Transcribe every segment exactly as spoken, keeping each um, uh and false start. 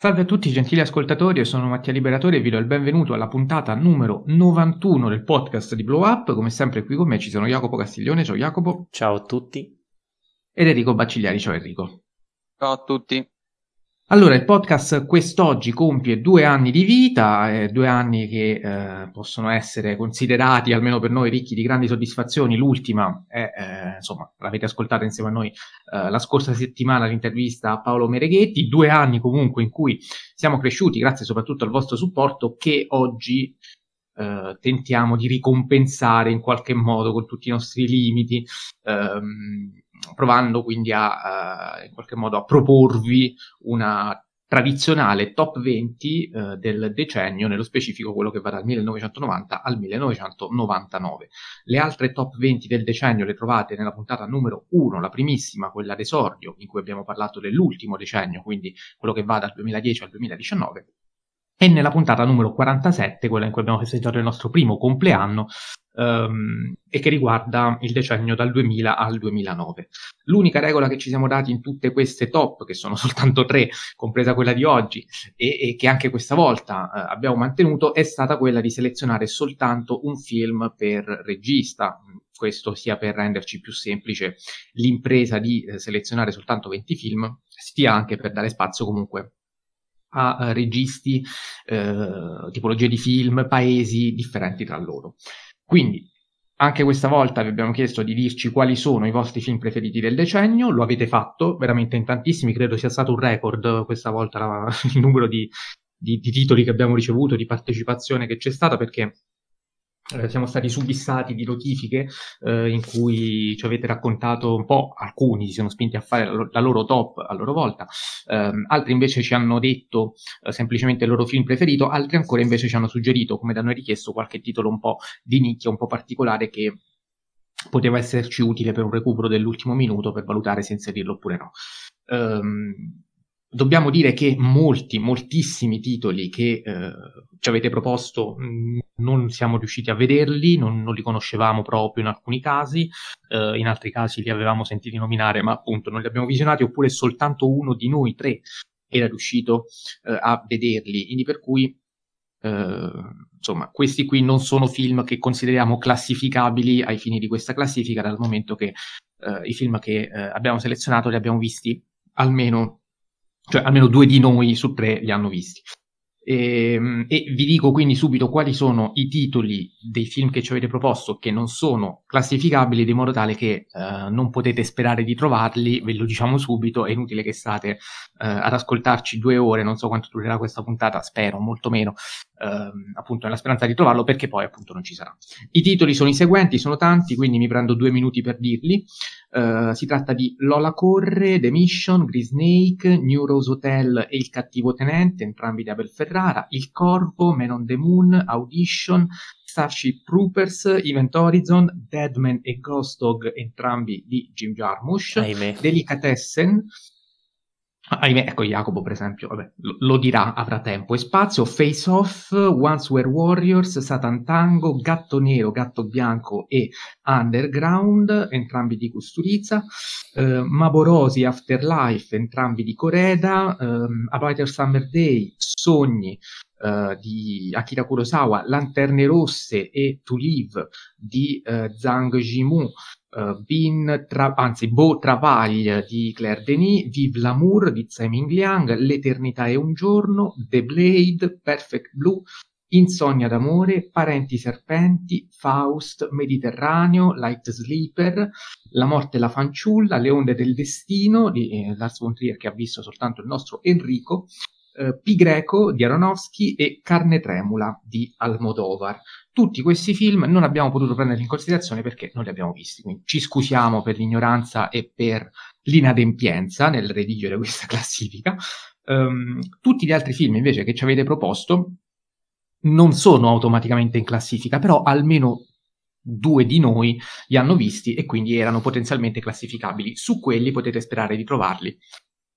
Salve a tutti gentili ascoltatori, io sono Mattia Liberatore e vi do il benvenuto alla puntata numero novantuno del podcast di Blow Up. Come sempre qui con me ci sono Jacopo Castiglione, ciao Jacopo. Ciao a tutti. Ed Enrico Baccigliari, ciao Enrico. Ciao a tutti. Allora, il podcast quest'oggi compie due anni di vita, eh, due anni che eh, possono essere considerati, almeno per noi, ricchi di grandi soddisfazioni. L'ultima è, eh, insomma, l'avete ascoltata insieme a noi eh, la scorsa settimana, l'intervista a Paolo Mereghetti. Due anni comunque in cui siamo cresciuti, grazie soprattutto al vostro supporto, che oggi eh, tentiamo di ricompensare in qualche modo con tutti i nostri limiti, ehm, provando quindi a, a in qualche modo a proporvi una tradizionale top venti eh, del decennio, nello specifico quello che va dal millenovecentonovanta al millenovecentonovantanove. Le altre top venti del decennio le trovate nella puntata numero uno, la primissima, quella d'esordio, in cui abbiamo parlato dell'ultimo decennio, quindi quello che va dal duemiladieci al duemiladiciannove, e nella puntata numero quarantasette, quella in cui abbiamo festeggiato il nostro primo compleanno, Um, e che riguarda il decennio dal duemila al duemilanove. L'unica regola che ci siamo dati in tutte queste top, che sono soltanto tre, compresa quella di oggi, e, e che anche questa volta uh, abbiamo mantenuto, è stata quella di selezionare soltanto un film per regista. Questo sia per renderci più semplice l'impresa di uh, selezionare soltanto venti film, sia anche per dare spazio comunque a uh, registi, uh, tipologie di film, paesi differenti tra loro. Quindi, anche questa volta vi abbiamo chiesto di dirci quali sono i vostri film preferiti del decennio. Lo avete fatto veramente in tantissimi, credo sia stato un record questa volta la, il numero di, di, di titoli che abbiamo ricevuto, di partecipazione che c'è stata, perché eh, siamo stati subissati di notifiche eh, in cui ci avete raccontato un po', alcuni si sono spinti a fare la, la loro top a loro volta, eh, altri invece ci hanno detto eh, semplicemente il loro film preferito, altri ancora invece ci hanno suggerito, come da noi richiesto, qualche titolo un po' di nicchia, un po' particolare che poteva esserci utile per un recupero dell'ultimo minuto per valutare se inserirlo oppure no. Um, Dobbiamo dire che molti, moltissimi titoli che eh, ci avete proposto mh, non siamo riusciti a vederli, non, non li conoscevamo proprio in alcuni casi, eh, in altri casi li avevamo sentiti nominare, ma appunto non li abbiamo visionati, oppure soltanto uno di noi tre era riuscito eh, a vederli, quindi per cui eh, insomma questi qui non sono film che consideriamo classificabili ai fini di questa classifica, dal momento che eh, i film che eh, abbiamo selezionato li abbiamo visti almeno cioè almeno due di noi su tre li hanno visti. E, e vi dico quindi subito quali sono i titoli dei film che ci avete proposto che non sono classificabili, di modo tale che eh, non potete sperare di trovarli, ve lo diciamo subito. È inutile che state eh, ad ascoltarci due ore, non so quanto durerà questa puntata, spero molto meno, eh, appunto nella speranza di trovarlo, perché poi appunto non ci sarà. I titoli sono i seguenti, sono tanti, quindi mi prendo due minuti per dirli. Uh, si tratta di Lola Corre, The Mission, Grey Snake, New Rose Hotel e Il cattivo tenente, entrambi di Abel Ferrara, Il corvo, Man on the Moon, Audition, Starship Troopers, Event Horizon, Deadman e Ghost Dog, entrambi di Jim Jarmusch, Ahimè. Delicatessen, ahimè, ecco Jacopo per esempio, vabbè, lo, lo dirà, avrà tempo e spazio, Face Off, Once Were Warriors, Satan Tango, Gatto Nero, Gatto Bianco e Underground, entrambi di Kusturica, eh, Maborosi, Afterlife, entrambi di Koreda, ehm, A Brighter Summer Day, Sogni eh, di Akira Kurosawa, Lanterne Rosse e To Live di eh, Zhang Yimou, Uh, Bin tra- anzi Beau Travail di Claire Denis, Vive l'amour di Tsai Ming Liang, L'eternità è un giorno, The Blade, Perfect Blue, Insonnia d'amore, Parenti serpenti, Faust, Mediterraneo, Light Sleeper, La morte e la fanciulla, Le onde del destino di eh, Lars von Trier, che ha visto soltanto il nostro Enrico, eh, Pi greco di Aronofsky e Carne tremula di Almodovar. Tutti questi film non abbiamo potuto prenderli in considerazione perché non li abbiamo visti, quindi ci scusiamo per l'ignoranza e per l'inadempienza nel redigere questa classifica. Um, tutti gli altri film invece che ci avete proposto non sono automaticamente in classifica, però almeno due di noi li hanno visti e quindi erano potenzialmente classificabili. Su quelli potete sperare di trovarli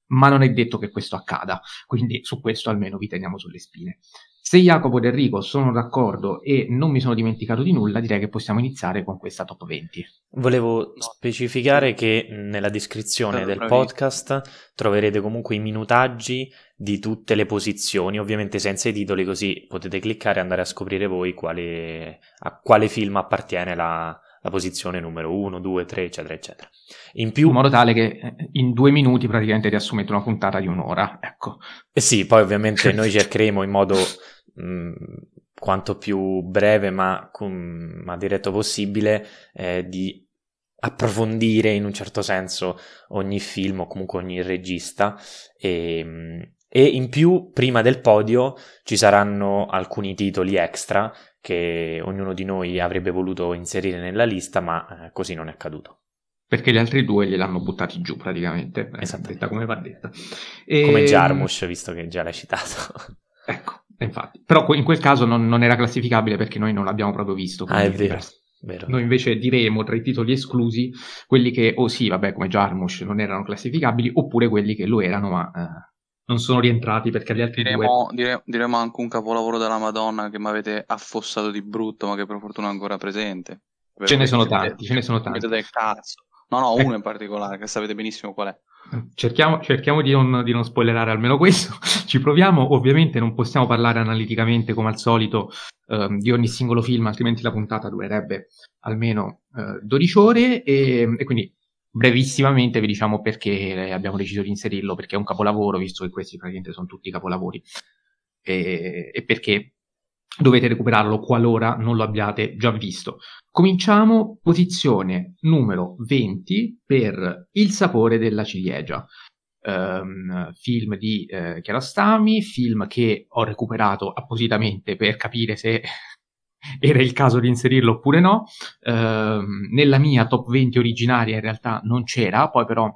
ma non è detto che questo accada, quindi su questo almeno vi teniamo sulle spine. Se Jacopo ed Enrico sono d'accordo e non mi sono dimenticato di nulla, direi che possiamo iniziare con questa top venti. Volevo No, specificare sì, che nella descrizione stato del bravissimo. podcast troverete comunque i minutaggi di tutte le posizioni, ovviamente senza i titoli, così potete cliccare e andare a scoprire voi quale, a quale film appartiene la, la posizione numero uno, due, tre, eccetera, eccetera. In più, In modo tale che eh, in due minuti praticamente riassumete una puntata di un'ora, ecco. eh sì, poi ovviamente noi cercheremo in modo mh, quanto più breve ma, com- ma diretto possibile eh, di approfondire in un certo senso ogni film o comunque ogni regista e, e in più prima del podio ci saranno alcuni titoli extra che ognuno di noi avrebbe voluto inserire nella lista, ma eh, così non è accaduto. Perché gli altri due gliel'hanno buttati giù praticamente, eh, Esattamente. detta come va detta. Come E, Jarmusch, visto che già l'hai citato. ecco, infatti. Però in quel caso non, non era classificabile perché noi non l'abbiamo proprio visto. Ah, è quindi vero, beh, vero. Noi invece diremo tra i titoli esclusi quelli che, o oh sì, vabbè, come Jarmusch non erano classificabili, oppure quelli che lo erano, ma eh, non sono rientrati perché gli altri Diremo, due... dire- diremo anche un capolavoro della Madonna che mi avete affossato di brutto, ma che per fortuna è ancora presente. Per Ce ne cui sono ci mettete, tanti, ce ne sono ci tanti. mettete il cazzo. No, no, Ecco. uno in particolare, che sapete benissimo qual è. Cerchiamo, cerchiamo di, non, di non spoilerare almeno questo, ci proviamo, ovviamente non possiamo parlare analiticamente come al solito ehm, di ogni singolo film, altrimenti la puntata durerebbe almeno eh, dodici ore e, e quindi brevissimamente vi diciamo perché abbiamo deciso di inserirlo, perché è un capolavoro, visto che questi praticamente sono tutti capolavori e, e perché dovete recuperarlo qualora non lo abbiate già visto. Cominciamo, posizione numero venti per Il sapore della ciliegia, um, film di eh, Kiarostami, film che ho recuperato appositamente per capire se era il caso di inserirlo oppure no. Um, nella mia top venti originaria in realtà non c'era, poi però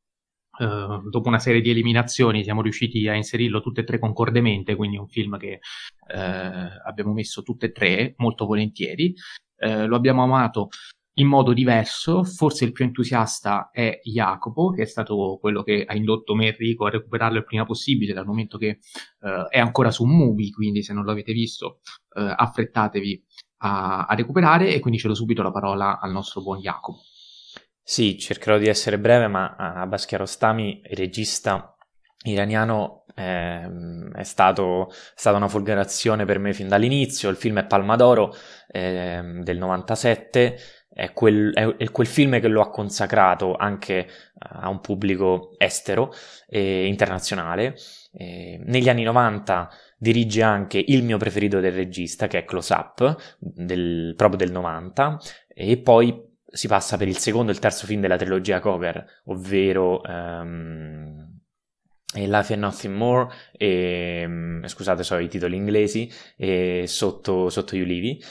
Uh, dopo una serie di eliminazioni siamo riusciti a inserirlo tutte e tre concordemente, quindi è un film che uh, abbiamo messo tutte e tre molto volentieri. Uh, lo abbiamo amato in modo diverso, forse il più entusiasta è Jacopo, che è stato quello che ha indotto me e Enrico a recuperarlo il prima possibile, dal momento che uh, è ancora su Mubi, quindi se non lo avete visto affrettatevi a, a recuperare, e quindi cedo subito la parola al nostro buon Jacopo. Sì, cercherò di essere breve, ma Abbas Kiarostami, il regista iraniano, eh, è stato, è stata una folgorazione per me fin dall'inizio. Il film è Palma d'Oro eh, del novantasette, è quel, è, è quel film che lo ha consacrato anche a un pubblico estero e internazionale. Eh, negli anni novanta dirige anche il mio preferito del regista, che è Close Up, del, proprio del novanta, e poi si passa per il secondo e il terzo film della trilogia Cocker, ovvero um, Life and Nothing More e, um, scusate, so i titoli inglesi, e Sotto, sotto gli ulivi.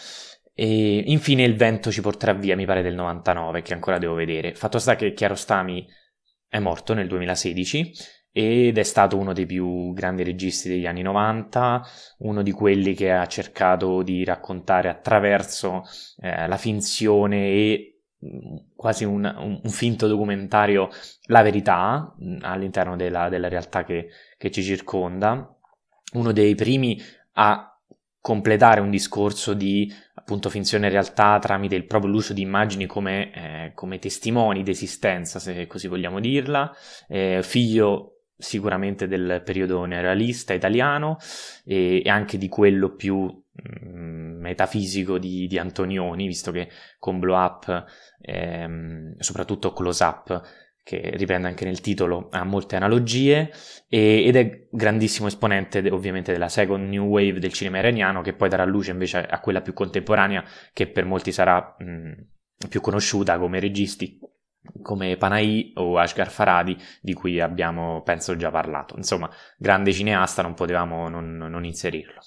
E infine Il vento ci porterà via, mi pare del novantanove, che ancora devo vedere. Fatto sta che Kiarostami è morto nel duemilasedici ed è stato uno dei più grandi registi degli anni novanta, uno di quelli che ha cercato di raccontare attraverso eh, la finzione e quasi un, un, un finto documentario la verità all'interno della, della realtà che, che ci circonda. Uno dei primi a completare un discorso di appunto finzione e realtà tramite il proprio l'uso di immagini come, eh, come testimoni d'esistenza, se così vogliamo dirla, eh, figlio sicuramente del periodo neorealista italiano e, e anche di quello più mh, metafisico di, di Antonioni, visto che con Blow Up, ehm, soprattutto Close Up, che riprende anche nel titolo, ha molte analogie, e, ed è grandissimo esponente de, ovviamente della second new wave del cinema iraniano, che poi darà luce invece a quella più contemporanea, che per molti sarà mh, più conosciuta come registi come Panahi o Asghar Farhadi, di cui abbiamo penso già parlato. Insomma, grande cineasta, non potevamo non, non inserirlo.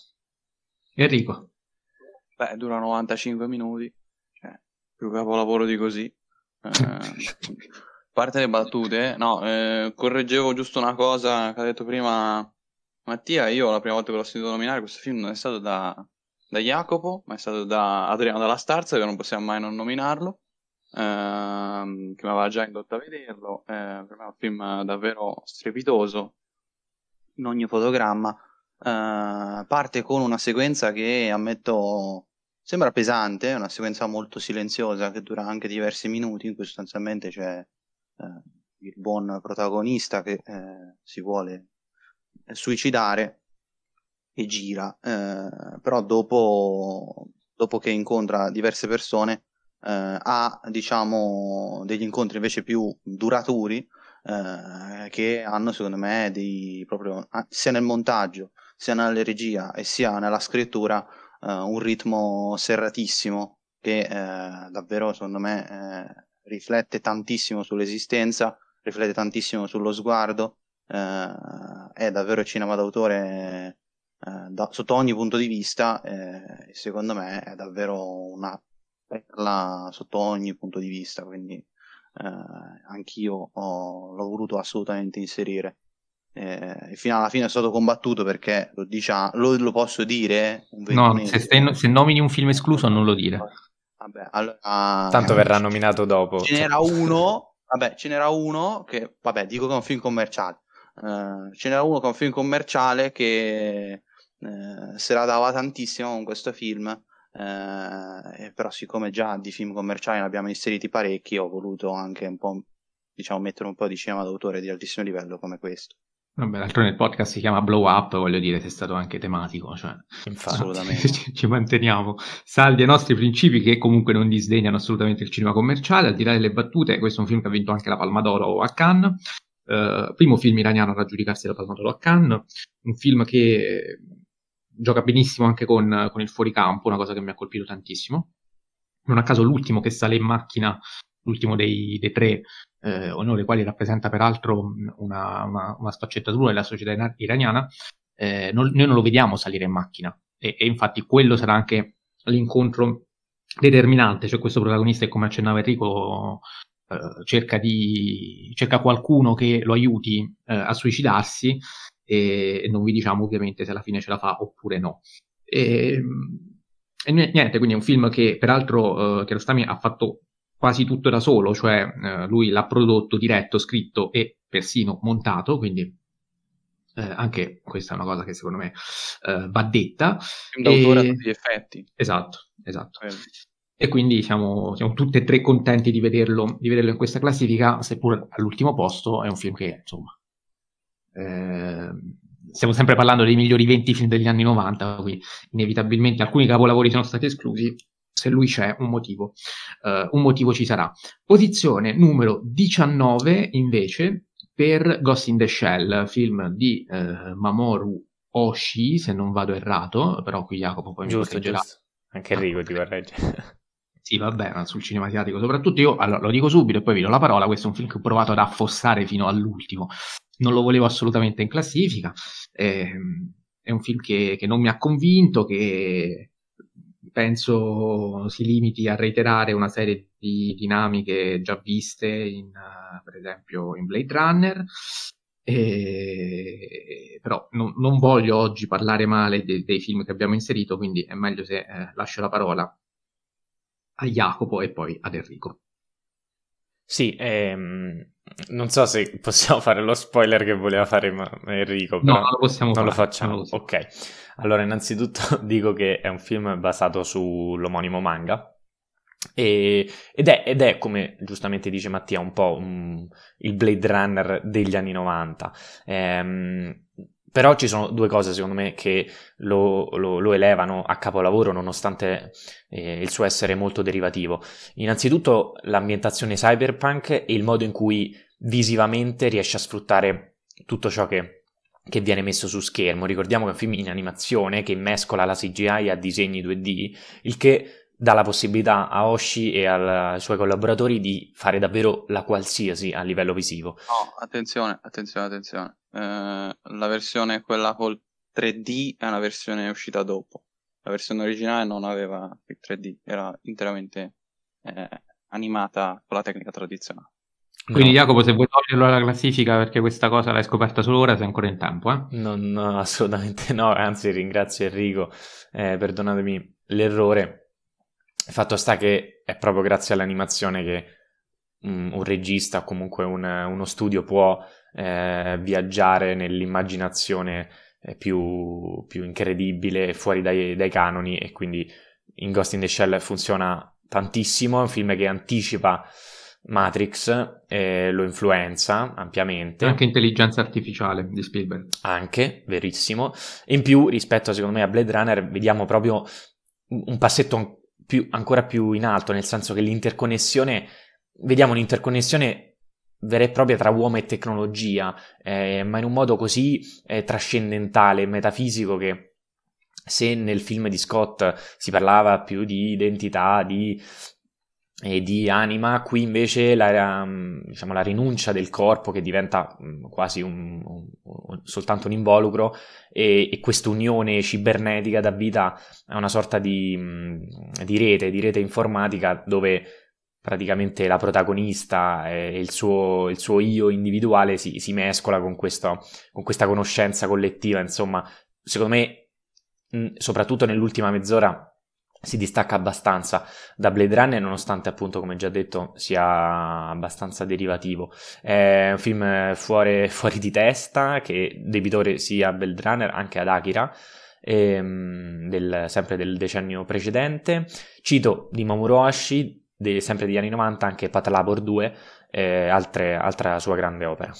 Enrico. Beh, dura novantacinque minuti, cioè, più capolavoro di così. Eh, parte le battute, no, eh, correggevo giusto una cosa che ha detto prima Mattia. Io la prima volta che l'ho sentito nominare questo film non è stato da, da Jacopo, ma è stato da Adriano Dalla Starza, che non possiamo mai non nominarlo. ehm, che mi aveva già indotto a vederlo. Eh, per me è un film davvero strepitoso in ogni fotogramma. Eh, parte con una sequenza che, ammetto, sembra pesante, una sequenza molto silenziosa che dura anche diversi minuti, in cui sostanzialmente c'è eh, il buon protagonista che eh, si vuole suicidare e gira, eh, però dopo, dopo che incontra diverse persone eh, ha, diciamo, degli incontri invece più duraturi, eh, che hanno secondo me dei proprio sia nel montaggio sia nella regia e sia nella scrittura eh, un ritmo serratissimo che eh, davvero secondo me eh, riflette tantissimo sull'esistenza, riflette tantissimo sullo sguardo, eh, è davvero cinema d'autore eh, da, sotto ogni punto di vista, eh, e secondo me è davvero una perla sotto ogni punto di vista, quindi eh, anch'io ho, l'ho voluto assolutamente inserire. Eh, fino alla fine è stato combattuto perché lo, diciamo, lo, lo posso dire un No, se, stai, se nomini un film escluso non lo dire. Vabbè, allora, tanto verrà nominato dopo. Ce n'era uno, vabbè, ce n'era uno che, vabbè, dico che è un film commerciale. Uh, ce n'era uno che è un film commerciale che uh, se la dava tantissimo con questo film, uh, però siccome già di film commerciali ne abbiamo inseriti parecchi, ho voluto anche un po', diciamo, mettere un po' di cinema d'autore di altissimo livello come questo. Vabbè, l'altro nel podcast si chiama Blow Up, voglio dire, sei stato anche tematico, cioè assolutamente ci, ci manteniamo saldi ai nostri principi, che comunque non disdegnano assolutamente il cinema commerciale. Al di là delle battute, questo è un film che ha vinto anche la Palma d'Oro a Cannes, uh, primo film iraniano a raggiudicarsi la Palma d'Oro a Cannes, un film che gioca benissimo anche con, con il fuoricampo, una cosa che mi ha colpito tantissimo. Non a caso l'ultimo che sale in macchina, l'ultimo dei, dei tre, eh, uno dei quali rappresenta peraltro una, una, una sfaccettatura della società iraniana, eh, non, noi non lo vediamo salire in macchina, e, e infatti quello sarà anche l'incontro determinante, cioè questo protagonista che, come accennava Enrico, eh, cerca, di, cerca qualcuno che lo aiuti eh, a suicidarsi, e, e non vi diciamo ovviamente se alla fine ce la fa oppure no. E, e niente, quindi è un film che peraltro eh, Kiarostami ha fatto quasi tutto da solo, cioè eh, lui l'ha prodotto, diretto, scritto e persino montato, quindi eh, anche questa è una cosa che secondo me eh, va detta. Un d'autore a tutti gli effetti. Esatto, esatto. Eh. E quindi siamo, siamo tutti e tre contenti di vederlo, di vederlo in questa classifica, seppur all'ultimo posto. È un film che, insomma, eh, stiamo sempre parlando dei migliori venti film degli anni novanta, quindi inevitabilmente alcuni capolavori sono stati esclusi. Se lui c'è, un motivo, uh, un motivo ci sarà. Posizione numero diciannove, invece, per Ghost in the Shell, film di uh, Mamoru Oshii, se non vado errato, però qui Jacopo poi giusto, mi correggerà. Giusto. Anche Enrico ti corregge. Sì, vabbè, ma sul cinema asiatico soprattutto. Io allora, lo dico subito e poi vi do la parola. Questo è un film che ho provato ad affossare fino all'ultimo. Non lo volevo assolutamente in classifica. Eh, è un film che, che non mi ha convinto, che penso si limiti a reiterare una serie di dinamiche già viste in, uh, per esempio in Blade Runner, e... però non, non voglio oggi parlare male de- dei film che abbiamo inserito, quindi è meglio se eh, lascio la parola a Jacopo e poi ad Enrico. Sì, ehm, non so se possiamo fare lo spoiler che voleva fare Enrico, però no, non lo possiamo non fare, lo facciamo. non lo possiamo. Ok, allora innanzitutto dico che è un film basato sull'omonimo manga e, ed, è, ed è, come giustamente dice Mattia, un po' un, il Blade Runner degli anni novanta. Ehm, Però ci sono due cose secondo me che lo, lo, lo elevano a capolavoro nonostante eh, il suo essere molto derivativo. Innanzitutto l'ambientazione cyberpunk e il modo in cui visivamente riesce a sfruttare tutto ciò che, che viene messo su schermo. Ricordiamo che è un film in animazione che mescola la C G I a disegni due D, il che dà la possibilità a Oshii e al, ai suoi collaboratori di fare davvero la qualsiasi a livello visivo. No, attenzione, attenzione, attenzione. Eh, la versione, quella col tre D, è una versione uscita dopo. La versione originale non aveva il tre D, era interamente eh, animata con la tecnica tradizionale. Quindi No. Jacopo, se vuoi toglierlo dalla classifica perché questa cosa l'hai scoperta solo ora, sei ancora in tempo, eh? No, no, assolutamente no, anzi ringrazio Enrico, eh, perdonatemi l'errore. Il fatto sta che è proprio grazie all'animazione che um, un regista o comunque un, uno studio può eh, viaggiare nell'immaginazione eh, più, più incredibile, fuori dai, dai canoni, e quindi in Ghost in the Shell funziona tantissimo. È un film che anticipa Matrix, eh, lo influenza ampiamente. Anche intelligenza artificiale di Spielberg. Anche, verissimo. In più, rispetto secondo me a Blade Runner, vediamo proprio un passetto più, ancora più in alto, nel senso che l'interconnessione, vediamo un'interconnessione vera e propria tra uomo e tecnologia, eh, ma in un modo così eh, trascendentale, metafisico, che se nel film di Scott si parlava più di identità, di e di anima, qui invece la, diciamo, la rinuncia del corpo, che diventa quasi un, un, un, soltanto un involucro, e, e questa unione cibernetica dà vita a una sorta di, di rete, di rete informatica, dove praticamente la protagonista e il suo, il suo io individuale si, si mescola con, questo, con questa conoscenza collettiva. Insomma, secondo me, soprattutto nell'ultima mezz'ora, si distacca abbastanza da Blade Runner, nonostante appunto, come già detto, sia abbastanza derivativo. È un film fuori, fuori di testa, che debitore sia a Blade Runner anche ad Akira, ehm, del, sempre del decennio precedente. Cito di Mamoru Oshii, de, sempre degli anni novanta, anche Pat Labor due, eh, altre, altra sua grande opera.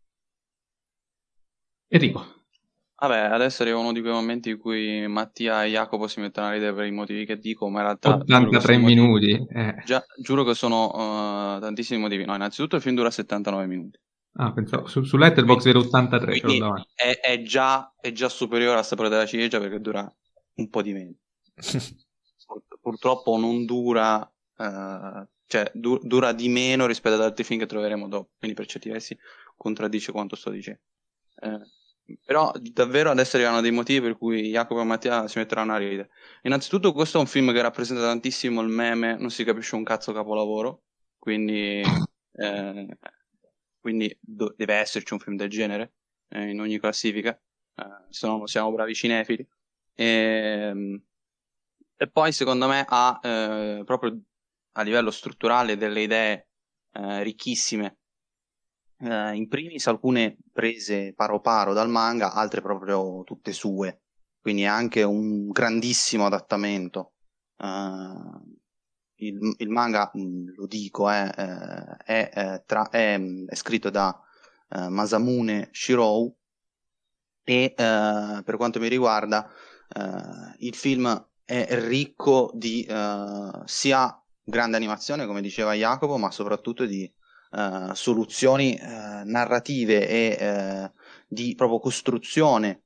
Enrico. Vabbè, adesso arriva uno di quei momenti in cui Mattia e Jacopo si mettono a ridere per i motivi che dico, ma in realtà ottantatré minuti. Motivi, eh. già, giuro che sono uh, tantissimi motivi. No, innanzitutto il film dura settantanove minuti. Ah, pensavo, su, su Letterboxd era ottantatré. Quindi è, è, già, è già superiore a Sapore della Ciliegia, perché dura un po' di meno. Purtroppo non dura, uh, cioè du- dura di meno rispetto ad altri film che troveremo dopo, quindi per certi versi contraddice quanto sto dicendo. Eh, Però davvero adesso arrivano dei motivi per cui Jacopo e Mattia si metteranno a ridere. Innanzitutto, questo è un film che rappresenta tantissimo il meme non si capisce un cazzo capolavoro, quindi eh, quindi do- deve esserci un film del genere eh, in ogni classifica, eh, se no non siamo bravi cinefili. E, e poi secondo me ha eh, proprio a livello strutturale delle idee eh, ricchissime. Uh, in primis alcune prese paro paro dal manga, altre proprio tutte sue, quindi è anche un grandissimo adattamento. Uh, il, il manga, mh, lo dico, eh, eh, è, è, tra, è, è scritto da uh, Masamune Shirou, e uh, per quanto mi riguarda uh, il film è ricco di uh, sia grande animazione, come diceva Jacopo, ma soprattutto di Uh, soluzioni uh, narrative e uh, di proprio costruzione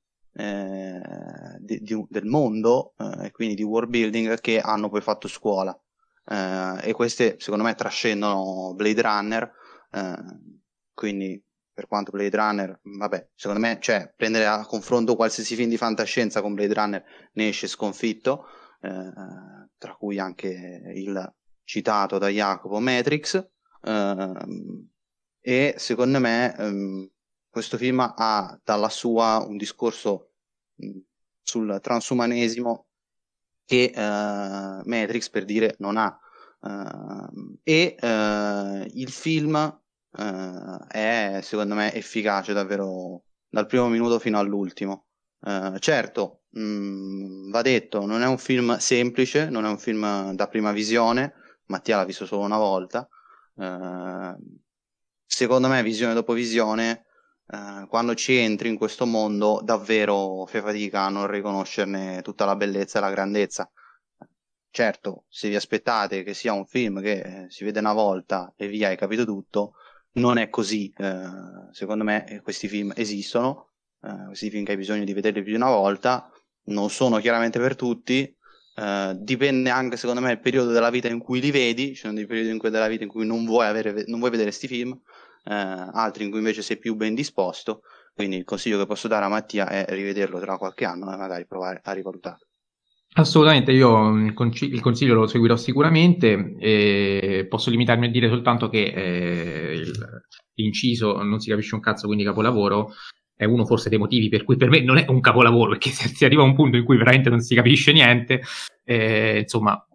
uh, di, di, del mondo uh, e quindi di world building, che hanno poi fatto scuola, uh, e queste secondo me trascendono Blade Runner, uh, quindi per quanto Blade Runner, vabbè, secondo me, cioè, prendere a confronto qualsiasi film di fantascienza con Blade Runner ne esce sconfitto, uh, tra cui anche il citato da Jacopo Matrix. Uh, e secondo me um, questo film ha dalla sua un discorso um, sul transumanesimo che uh, Matrix, per dire, non ha, uh, e uh, il film uh, è secondo me efficace davvero dal primo minuto fino all'ultimo. Uh, certo, mh, va detto, non è un film semplice, non è un film da prima visione. Mattia l'ha visto solo una volta. Uh, secondo me, visione dopo visione, uh, quando ci entri in questo mondo, davvero fai fatica a non riconoscerne tutta la bellezza e la grandezza. Certo, se vi aspettate che sia un film che eh, si vede una volta e via, hai capito tutto, non è così. Uh, secondo me questi film esistono, uh, questi film che hai bisogno di vederli più di una volta, non sono chiaramente per tutti. Uh, dipende anche, secondo me, il periodo della vita in cui li vedi. Ci sono dei periodi in cui della vita in cui non vuoi, avere, non vuoi vedere questi film, uh, altri in cui invece sei più ben disposto. Quindi il consiglio che posso dare a Mattia è rivederlo tra qualche anno e magari provare a rivalutarlo. Assolutamente, io il consiglio lo seguirò sicuramente, e posso limitarmi a dire soltanto che eh, il, l'inciso non si capisce un cazzo, quindi capolavoro, è uno forse dei motivi per cui per me non è un capolavoro, perché se si arriva a un punto in cui veramente non si capisce niente, eh, insomma,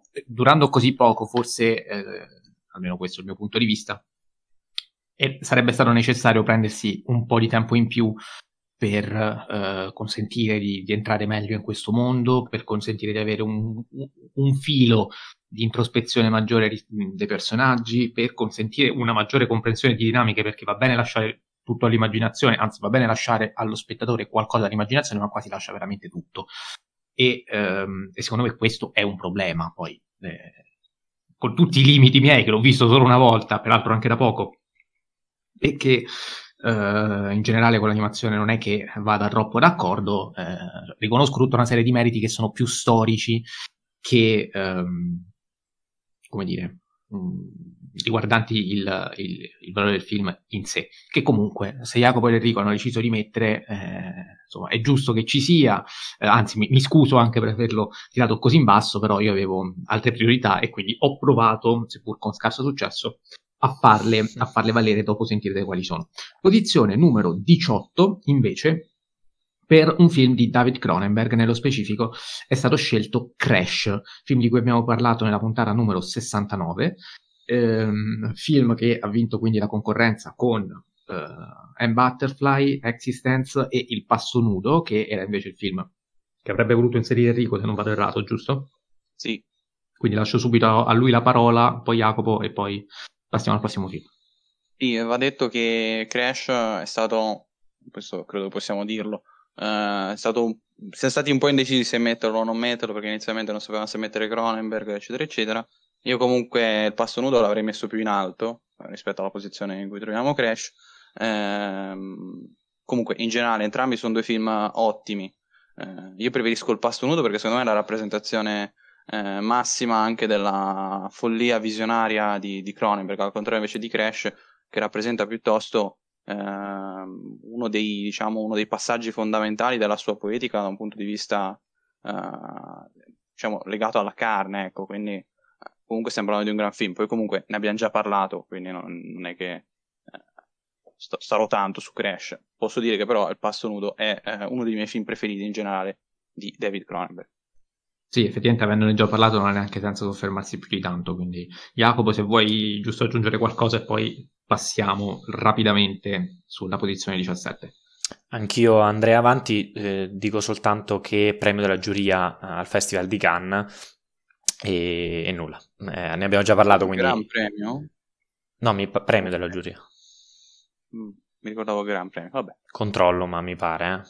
durando così poco, forse, eh, almeno questo è il mio punto di vista, e sarebbe stato necessario prendersi un po' di tempo in più per eh, consentire di, di entrare meglio in questo mondo, per consentire di avere un, un filo di introspezione maggiore dei personaggi, per consentire una maggiore comprensione di dinamiche, perché va bene lasciare tutto all'immaginazione, anzi va bene lasciare allo spettatore qualcosa di immaginazione, ma qua si lascia veramente tutto. E, ehm, e secondo me questo è un problema, poi, eh, con tutti i limiti miei, che l'ho visto solo una volta, peraltro anche da poco, e che Uh, in generale con l'animazione non è che vada troppo d'accordo, uh, riconosco tutta una serie di meriti che sono più storici che um, come dire um, riguardanti il, il, il valore del film in sé, che comunque se Jacopo ed Enrico hanno deciso di mettere, eh, insomma è giusto che ci sia, eh, anzi mi, mi scuso anche per averlo tirato così in basso, però io avevo altre priorità e quindi ho provato, seppur con scarso successo, a farle, a farle valere, dopo sentirete quali sono. Posizione numero diciotto, invece, per un film di David Cronenberg, nello specifico è stato scelto Crash, film di cui abbiamo parlato nella puntata numero sessantanove, ehm, film che ha vinto quindi la concorrenza con uh, Anne Butterfly, Existence e Il passo nudo, che era invece il film che avrebbe voluto inserire Enrico, se non vado errato, giusto? Sì. Quindi lascio subito a lui la parola, poi Jacopo e poi passiamo al prossimo film. Sì, va detto che Crash è stato, questo credo possiamo dirlo, uh, è stato, siamo stati un po' indecisi se metterlo o non metterlo, perché inizialmente non sapevamo se mettere Cronenberg, eccetera, eccetera. Io comunque Il passo nudo l'avrei messo più in alto rispetto alla posizione in cui troviamo Crash. Uh, comunque, in generale, entrambi sono due film ottimi. Uh, io preferisco Il passo nudo perché secondo me è la rappresentazione Eh, massima anche della follia visionaria di, di Cronenberg, al contrario invece di Crash, che rappresenta piuttosto eh, uno dei, diciamo, uno dei passaggi fondamentali della sua poetica da un punto di vista eh, diciamo legato alla carne, ecco, quindi eh, comunque stiamo parlando di un gran film. Poi comunque ne abbiamo già parlato, quindi non, non è che eh, st- starò tanto su Crash. Posso dire che però Il passo nudo è eh, uno dei miei film preferiti in generale di David Cronenberg. Sì, effettivamente avendone già parlato non ha neanche senso soffermarsi più di tanto, quindi Jacopo, se vuoi giusto aggiungere qualcosa e poi passiamo rapidamente sulla posizione diciassette. Anch'io andrei avanti, eh, dico soltanto che premio della giuria eh, al Festival di Cannes e, e nulla, eh, ne abbiamo già parlato, quindi... Gran premio? No, mi, premio della giuria. Mm, mi ricordavo Gran premio, vabbè. Controllo, ma mi pare, eh.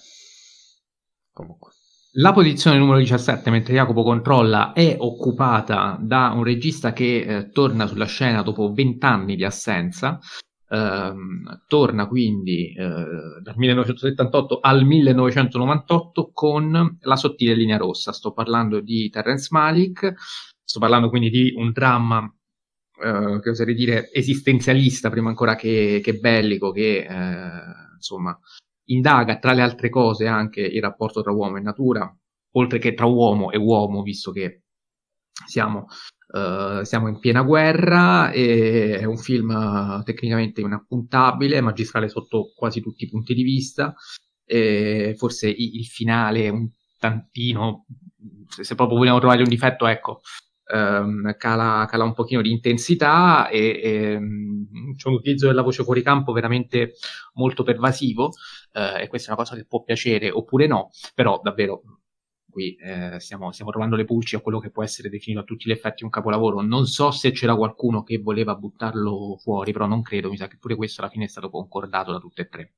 Comunque. La posizione numero diciassette, mentre Jacopo controlla, è occupata da un regista che eh, torna sulla scena dopo vent'anni di assenza. Ehm, torna quindi eh, dal millenovecentosettantotto al millenovecentonovantotto con La sottile linea rossa. Sto parlando di Terrence Malick, sto parlando quindi di un dramma eh, che oserei dire esistenzialista prima ancora che, che bellico, che eh, insomma indaga tra le altre cose anche il rapporto tra uomo e natura, oltre che tra uomo e uomo, visto che siamo, uh, siamo in piena guerra. E è un film uh, tecnicamente inappuntabile, magistrale sotto quasi tutti i punti di vista, e forse il, il finale un tantino, se, se proprio vogliamo trovare un difetto, ecco, um, cala, cala un pochino di intensità e, e um, c'è un utilizzo della voce fuori campo veramente molto pervasivo. Uh, e questa è una cosa che può piacere oppure no, però davvero qui eh, stiamo, stiamo trovando le pulci a quello che può essere definito a tutti gli effetti un capolavoro. Non so se c'era qualcuno che voleva buttarlo fuori, però non credo, mi sa che pure questo alla fine è stato concordato da tutte e tre.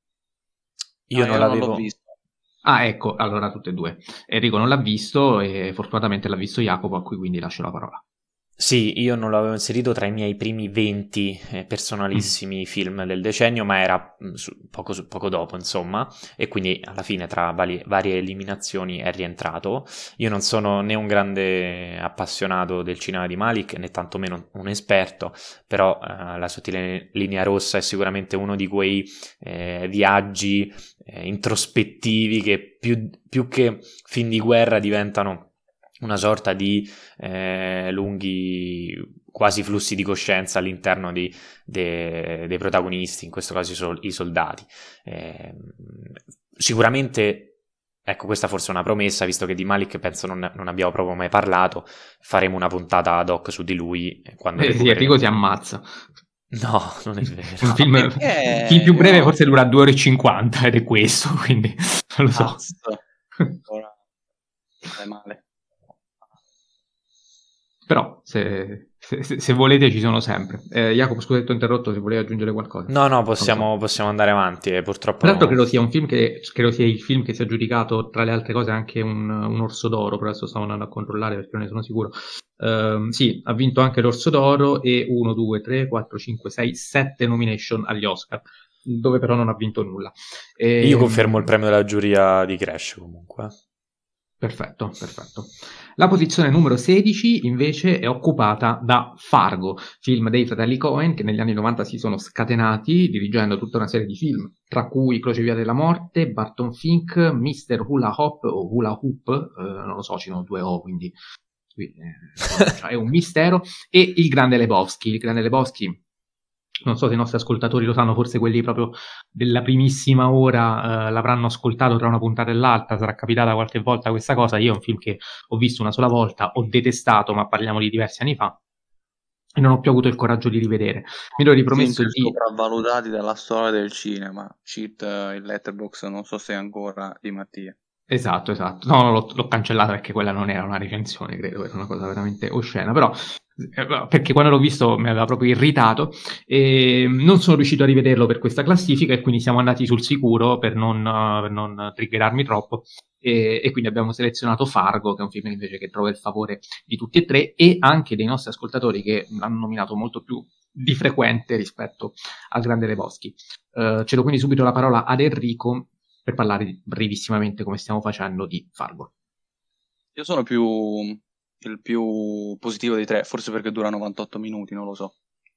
Io ah, non io l'avevo non l'ho visto. Ah, ecco, allora tutte e due. Enrico non l'ha visto e fortunatamente l'ha visto Jacopo, a cui quindi lascio la parola. Sì, io non l'avevo inserito tra i miei primi venti eh, personalissimi mm. film del decennio, ma era mh, su, poco, su, poco dopo, insomma, e quindi alla fine tra vari, varie eliminazioni è rientrato. Io non sono né un grande appassionato del cinema di Malick, né tantomeno un esperto, però eh, La sottile linea rossa è sicuramente uno di quei eh, viaggi eh, introspettivi che più, più che film di guerra diventano una sorta di eh, lunghi quasi flussi di coscienza all'interno di, de, dei protagonisti, in questo caso i, sol, i soldati. Eh, sicuramente ecco, questa forse è una promessa, visto che di Malik penso non, non abbiamo proprio mai parlato, faremo una puntata ad hoc su di lui quando Eh sì, Enrico si ammazza. No, non è vero. Un film, Perché? il film più breve No. forse dura due ore e cinquanta ed è questo, quindi non lo so. Cazzo. Ora stai male. Però se, se, se volete ci sono sempre. Eh, Jacopo, scusa che ti ho interrotto, se volevi aggiungere qualcosa. No, no, possiamo, so. possiamo andare avanti. E purtroppo. Tra l'altro credo sia un film che credo sia il film che si è aggiudicato tra le altre cose anche un, un Orso d'Oro, però adesso stavo andando a controllare perché non ne sono sicuro. Uh, sì, ha vinto anche l'Orso d'Oro e uno, due, tre, quattro, cinque, sei, sette nomination agli Oscar, dove però non ha vinto nulla. E... Io confermo il premio della giuria di Crash comunque. Perfetto, perfetto. La posizione numero sedici invece è occupata da Fargo, film dei fratelli Coen che negli anni novanta si sono scatenati dirigendo tutta una serie di film, tra cui Crocevia della Morte, Barton Fink, mister Hula Hop o Hula Hoop, eh, non lo so, ci sono due O, quindi qui, eh, è un mistero, e Il Grande Lebowski. Il Grande Lebowski, non so se i nostri ascoltatori lo sanno, forse quelli proprio della primissima ora eh, l'avranno ascoltato tra una puntata e l'altra, sarà capitata qualche volta questa cosa. Io è un film che ho visto una sola volta, ho detestato, ma parliamo di diversi anni fa, e non ho più avuto il coraggio di rivedere. Mi ero ripromesso di... sopravvalutati della storia del cinema. Cheat uh, il Letterboxd, non so se è ancora di Mattia. Esatto, esatto. No, no l'ho, l'ho cancellata perché quella non era una recensione, credo, era una cosa veramente oscena, però perché quando l'ho visto mi aveva proprio irritato e non sono riuscito a rivederlo per questa classifica e quindi siamo andati sul sicuro per non, per non triggerarmi troppo e, e quindi abbiamo selezionato Fargo, che è un film invece che trova il favore di tutti e tre e anche dei nostri ascoltatori che l'hanno nominato molto più di frequente rispetto al Grande Lebowski. Uh, cedo quindi subito la parola ad Enrico per parlare brevissimamente, come stiamo facendo, di Fargo. Io sono più il più positivo dei tre, forse perché dura novantotto minuti, non lo so.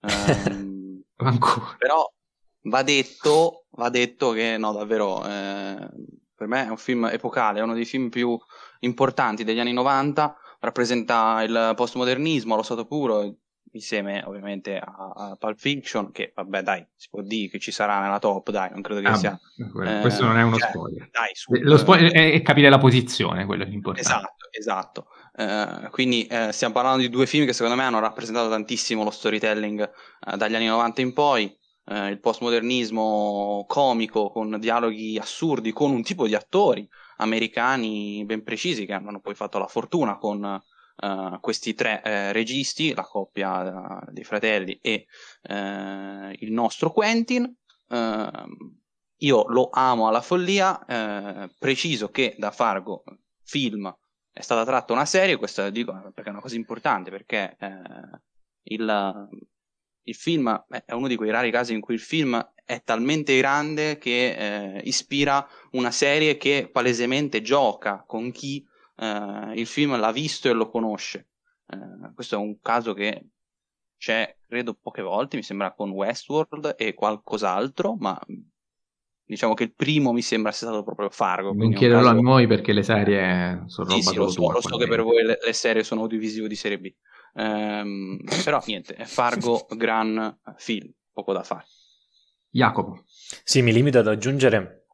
Ehm, Ancora. Però va detto, va detto che no, davvero, eh, per me è un film epocale, è uno dei film più importanti degli anni novanta, rappresenta il postmodernismo allo stato puro, insieme ovviamente a, a Pulp Fiction, che vabbè dai, si può dire che ci sarà nella top, dai, non credo che ah, sia... Beh, questo eh, non è uno cioè, spoiler. Dai, su, Lo spoiler è, è capire la posizione, quello è l'importante. Esatto, esatto. Uh, quindi eh, stiamo parlando di due film che secondo me hanno rappresentato tantissimo lo storytelling uh, dagli anni novanta in poi, uh, il postmodernismo comico con dialoghi assurdi, con un tipo di attori americani ben precisi che hanno poi fatto la fortuna con uh, questi tre uh, registi, la coppia uh, dei fratelli e uh, il nostro Quentin. Uh, io lo amo alla follia, uh, preciso che da Fargo film è stata tratta una serie, questo dico perché è una cosa importante, perché eh, il, il film è uno di quei rari casi in cui il film è talmente grande che eh, ispira una serie che palesemente gioca con chi eh, il film l'ha visto e lo conosce. Eh, questo è un caso che c'è, credo, poche volte, mi sembra con Westworld e qualcos'altro, ma... diciamo che il primo mi sembra sia stato proprio Fargo. Non chiederlo caso... a noi perché le serie sono sì, roba sì, lo so, tua, lo so che per voi le, le serie sono audiovisive di serie B. Ehm, però niente, è Fargo gran film, poco da fare. Jacopo. Sì, mi limito ad aggiungere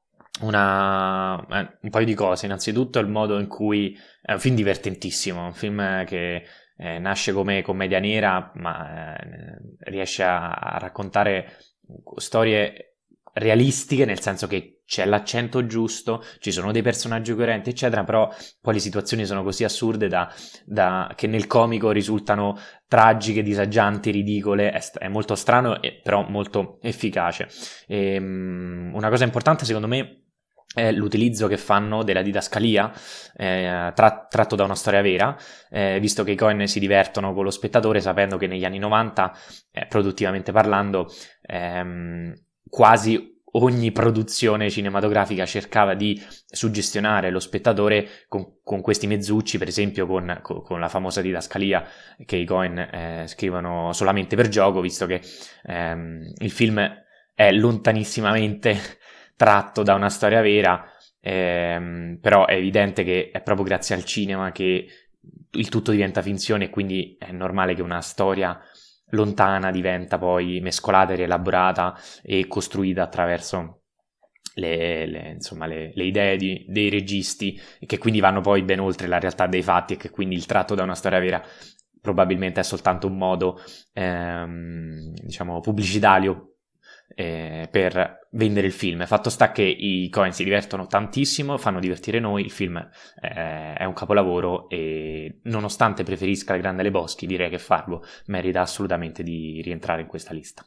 una, eh, un paio di cose. Innanzitutto il modo in cui è un film divertentissimo, un film che eh, nasce come commedia nera, ma eh, riesce a, a raccontare storie realistiche, nel senso che c'è l'accento giusto, ci sono dei personaggi coerenti, eccetera, però poi le situazioni sono così assurde da, da, che nel comico risultano tragiche, disagianti, ridicole. È, è molto strano, e, però molto efficace. E, um, una cosa importante, secondo me, è l'utilizzo che fanno della didascalia, eh, tra, tratto da una storia vera, eh, visto che i Coen si divertono con lo spettatore, sapendo che negli anni novanta, eh, produttivamente parlando, ehm, quasi ogni produzione cinematografica cercava di suggestionare lo spettatore con, con questi mezzucci, per esempio con, con, con la famosa didascalia che i Coen eh, scrivono solamente per gioco, visto che ehm, il film è lontanissimamente tratto da una storia vera, ehm, però è evidente che è proprio grazie al cinema che il tutto diventa finzione e quindi è normale che una storia lontana diventa poi mescolata e rielaborata e costruita attraverso le, le, insomma, le, le idee di, dei registi, che quindi vanno poi ben oltre la realtà dei fatti, e che quindi il tratto da una storia vera probabilmente è soltanto un modo, ehm, diciamo, pubblicitario eh, per vendere il film. Fatto sta che i Coen si divertono tantissimo, fanno divertire noi, il film eh, è un capolavoro e nonostante preferisca Il Grande Lebowski, direi che Fargo merita assolutamente di rientrare in questa lista.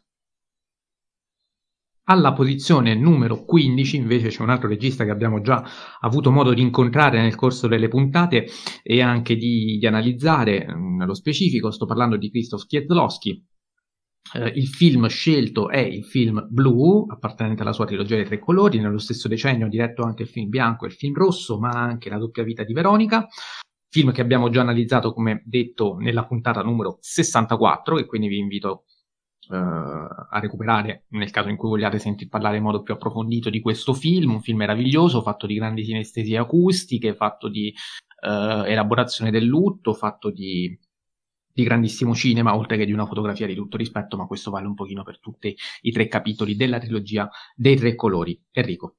Alla posizione numero quindici invece c'è un altro regista che abbiamo già avuto modo di incontrare nel corso delle puntate e anche di, di analizzare nello specifico. Sto parlando di Krzysztof Kieslowski. Eh, il film scelto è il film Blue, appartenente alla sua trilogia dei tre colori. Nello stesso decennio ha diretto anche il film bianco e il film rosso, ma anche La doppia vita di Veronica, film che abbiamo già analizzato, come detto, nella puntata numero sessantaquattro, e quindi vi invito Uh, a recuperare nel caso in cui vogliate sentir parlare in modo più approfondito di questo film. Un film meraviglioso, fatto di grandi sinestesie acustiche, fatto di uh, elaborazione del lutto, fatto di, di grandissimo cinema, oltre che di una fotografia di tutto rispetto, ma questo vale un pochino per tutti i tre capitoli della trilogia dei tre colori. Enrico.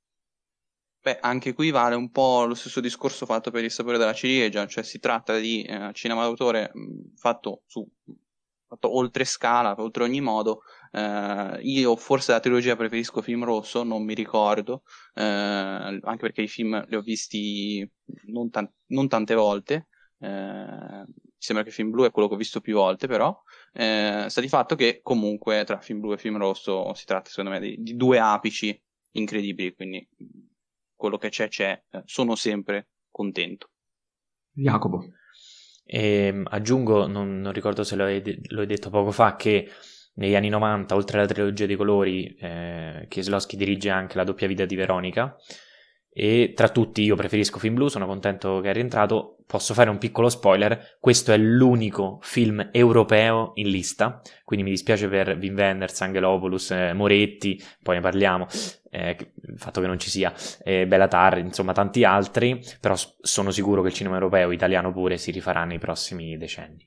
Beh, anche qui vale un po' lo stesso discorso fatto per Il sapore della ciliegia, cioè si tratta di eh, cinema d'autore mh, fatto su fatto oltre scala, oltre ogni modo. Eh, io forse la trilogia preferisco film rosso, non mi ricordo, eh, anche perché i film li ho visti non, tan- non tante volte. Eh, mi sembra che film blu è quello che ho visto più volte, però eh, sta di fatto che comunque tra film blu e film rosso si tratta secondo me di, di due apici incredibili, quindi quello che c'è c'è, eh, sono sempre contento. Jacopo. E aggiungo, non, non ricordo se lo hai, de- lo hai detto poco fa, che negli anni novanta, oltre alla trilogia dei colori, eh, Kieslowski dirige anche La doppia vita di Veronica, e tra tutti io preferisco film blu, sono contento che è rientrato. Posso fare un piccolo spoiler: questo è l'unico film europeo in lista, quindi mi dispiace per Wim Wenders, Angelopoulos, eh, Moretti, poi ne parliamo, eh, il fatto che non ci sia eh, Béla Tarr, insomma tanti altri, però sono sicuro che il cinema europeo, italiano pure, si rifarà nei prossimi decenni.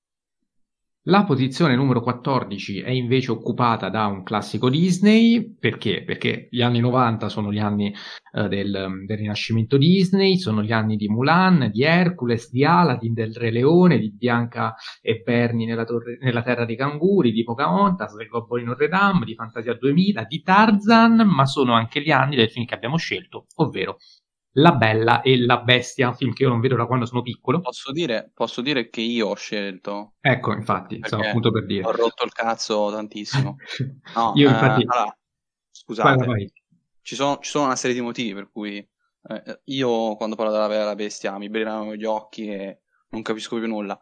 La posizione numero quattordici è invece occupata da un classico Disney. Perché? Perché gli anni novanta sono gli anni uh, del, del rinascimento Disney, sono gli anni di Mulan, di Hercules, di Aladdin, del Re Leone, di Bianca e Bernie nella, torre, nella terra dei canguri, di Pocahontas, del Gobbo di Notre Dame, di Fantasia duemila, di Tarzan, ma sono anche gli anni del film che abbiamo scelto, ovvero La Bella e la Bestia, un film che io non vedo da quando sono piccolo. Posso dire, posso dire che io ho scelto. Ecco, infatti, stavo appunto per dire. Ho rotto il cazzo tantissimo. No, io eh, infatti... allora, scusate, vai, vai. Ci, sono, ci sono una serie di motivi per cui eh, io quando parlo della Bella e la Bestia mi brillano gli occhi e non capisco più nulla.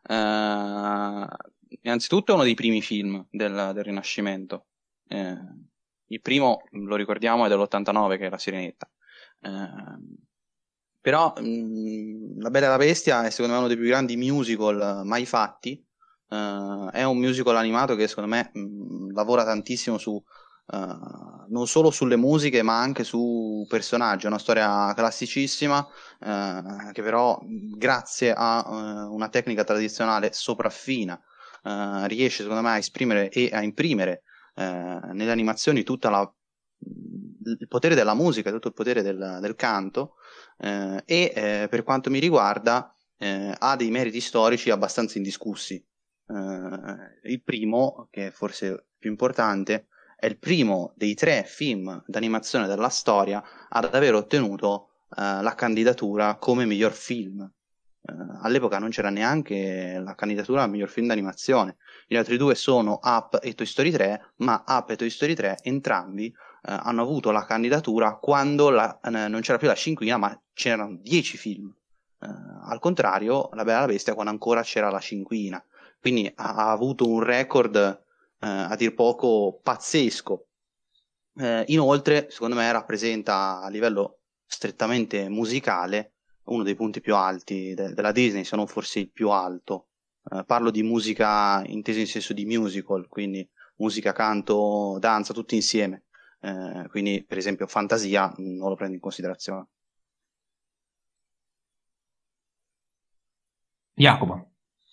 Eh, innanzitutto è uno dei primi film del, del Rinascimento. Eh, il primo, lo ricordiamo, è dell'ottantanove, che è La Sirenetta. Eh, però mh, La Bella e la Bestia è secondo me uno dei più grandi musical mai fatti. Uh, è un musical animato che secondo me mh, lavora tantissimo su uh, non solo sulle musiche ma anche su personaggi. È una storia classicissima uh, che però grazie a uh, una tecnica tradizionale sopraffina uh, riesce secondo me a esprimere e a imprimere uh, nelle animazioni tutta la il potere della musica, tutto il potere del, del canto, eh, e eh, per quanto mi riguarda eh, ha dei meriti storici abbastanza indiscussi. Eh, il primo, che è forse più importante, è il primo dei tre film d'animazione della storia ad aver ottenuto eh, la candidatura come miglior film. Eh, all'epoca non c'era neanche la candidatura al miglior film d'animazione. Gli altri due sono Up e Toy Story tre, ma Up e Toy Story tre entrambi Uh, hanno avuto la candidatura quando la, uh, non c'era più la cinquina, ma c'erano dieci film. Uh, al contrario, La Bella e la Bestia quando ancora c'era la cinquina. Quindi ha, ha avuto un record uh, a dir poco pazzesco. Uh, inoltre, secondo me, rappresenta a livello strettamente musicale uno dei punti più alti de- della Disney, se non forse il più alto. Uh, parlo di musica inteso in senso di musical, quindi musica, canto, danza, tutti insieme. Eh, quindi per esempio Fantasia non lo prendo in considerazione. Jacopo.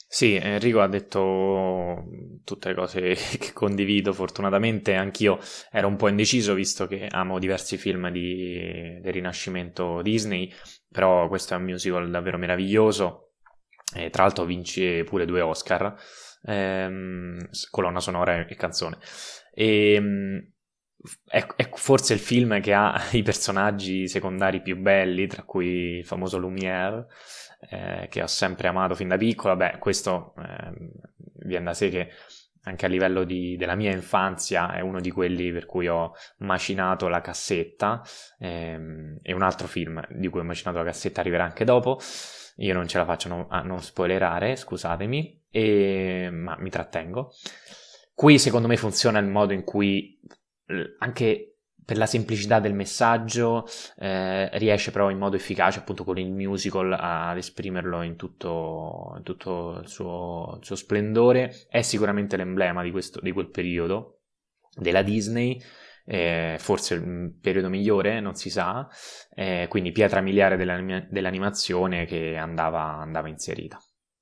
Sì, Enrico ha detto tutte le cose che condivido, fortunatamente anch'io ero un po' indeciso visto che amo diversi film di, del Rinascimento Disney, però questo è un musical davvero meraviglioso, e tra l'altro vince pure due Oscar, ehm, colonna sonora e canzone, e è, è forse il film che ha i personaggi secondari più belli, tra cui il famoso Lumière, Eh, che ho sempre amato fin da piccolo. Beh, questo eh, viene da sé che anche a livello di, della mia infanzia è uno di quelli per cui ho macinato la cassetta, ehm, e un altro film di cui ho macinato la cassetta arriverà anche dopo. Io non ce la faccio non, a non spoilerare, scusatemi, e, ma mi trattengo. Qui secondo me funziona il modo in cui anche per la semplicità del messaggio eh, riesce però in modo efficace appunto con il musical ad esprimerlo in tutto, in tutto il, suo, il suo splendore. È sicuramente l'emblema di, questo, di quel periodo della Disney, eh, forse il periodo migliore, non si sa, eh, quindi pietra miliare dell'anima- dell'animazione che andava, andava inserita.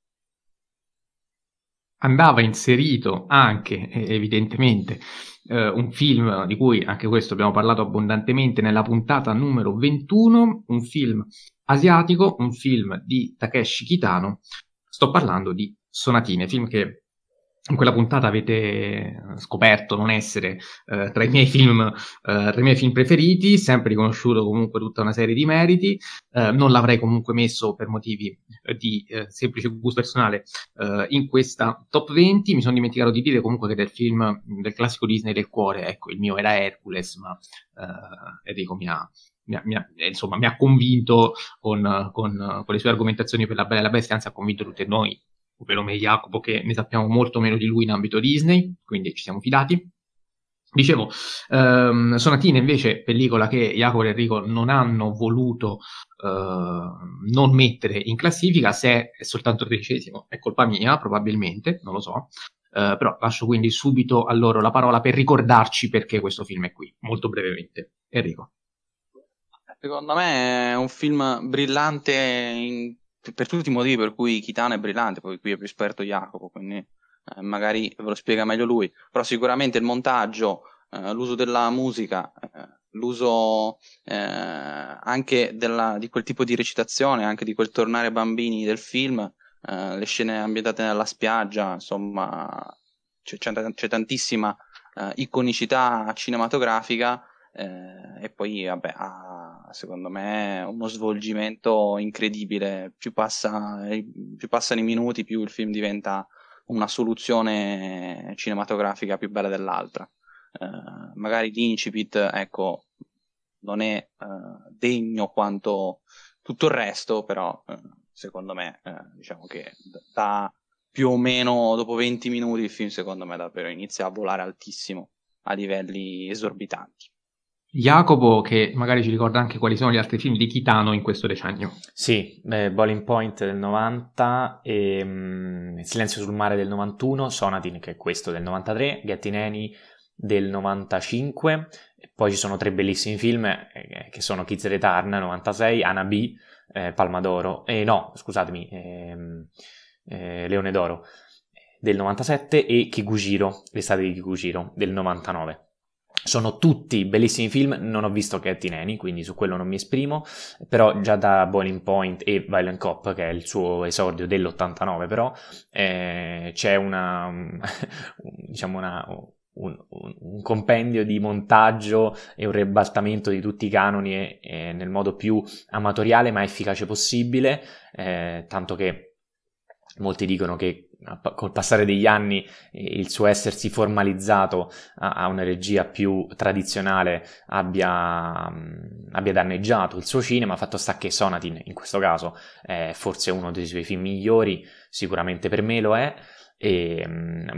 Andava inserito anche, evidentemente, eh, un film di cui anche questo abbiamo parlato abbondantemente nella puntata numero ventuno, un film asiatico, un film di Takeshi Kitano. Sto parlando di Sonatine, film che in quella puntata avete scoperto non essere eh, tra i miei film eh, tra i miei film preferiti, sempre riconosciuto comunque tutta una serie di meriti. Eh, non l'avrei comunque messo per motivi eh, di eh, semplice gusto personale eh, in questa top venti. Mi sono dimenticato di dire comunque che del film del classico Disney del cuore, ecco, il mio era Hercules, ma eh, Enrico mi ha Mi ha, mi ha, insomma, mi ha convinto con, con, con le sue argomentazioni per La Bella e la Bestia, anzi ha convinto tutti noi, ovvero me e Jacopo, che ne sappiamo molto meno di lui in ambito Disney, quindi ci siamo fidati. Dicevo, ehm, Sonatine invece, pellicola che Jacopo e Enrico non hanno voluto eh, non mettere in classifica, se è soltanto tredicesimo è colpa mia, probabilmente, non lo so, eh, però lascio quindi subito a loro la parola per ricordarci perché questo film è qui, molto brevemente. Enrico. Secondo me è un film brillante in, per tutti i motivi per cui Kitano è brillante, poi qui è più esperto Jacopo, quindi eh, magari ve lo spiega meglio lui, però sicuramente il montaggio, eh, l'uso della musica, eh, l'uso eh, anche della, di quel tipo di recitazione, anche di quel tornare bambini del film, eh, le scene ambientate nella spiaggia, insomma c'è, c'è, c'è tantissima eh, iconicità cinematografica. Eh, e poi vabbè ha secondo me uno svolgimento incredibile, più, passa, più passano i minuti più il film diventa una soluzione cinematografica più bella dell'altra. Eh, magari l'incipit ecco non è eh, degno quanto tutto il resto, però eh, secondo me eh, diciamo che da più o meno dopo venti minuti il film secondo me davvero inizia a volare altissimo a livelli esorbitanti. Jacopo, che magari ci ricorda anche quali sono gli altri film di Kitano in questo decennio. Sì, eh, Boiling Point del novanta, e, um, Silenzio sul mare del novantuno, Sonatine che è questo del novantatré, Getting Any del novantacinque, e poi ci sono tre bellissimi film eh, che sono Kids Return novantasei, Anna B, eh, Palma d'Oro, e eh, no, scusatemi, eh, eh, Leone d'Oro del novantasette e Kikujiro, l'estate di Kikujiro del novantanove. Sono tutti bellissimi film, non ho visto Getting Any, quindi su quello non mi esprimo, però già da Boiling Point e Violent Cop, che è il suo esordio dell'ottantanove però, eh, c'è una, diciamo una, un, un, un compendio di montaggio e un ribaltamento di tutti i canoni e, e nel modo più amatoriale ma efficace possibile, eh, tanto che molti dicono che col passare degli anni il suo essersi formalizzato a una regia più tradizionale abbia, abbia danneggiato il suo cinema. Fatto sta che Sonatine in questo caso è forse uno dei suoi film migliori, sicuramente per me lo è. E,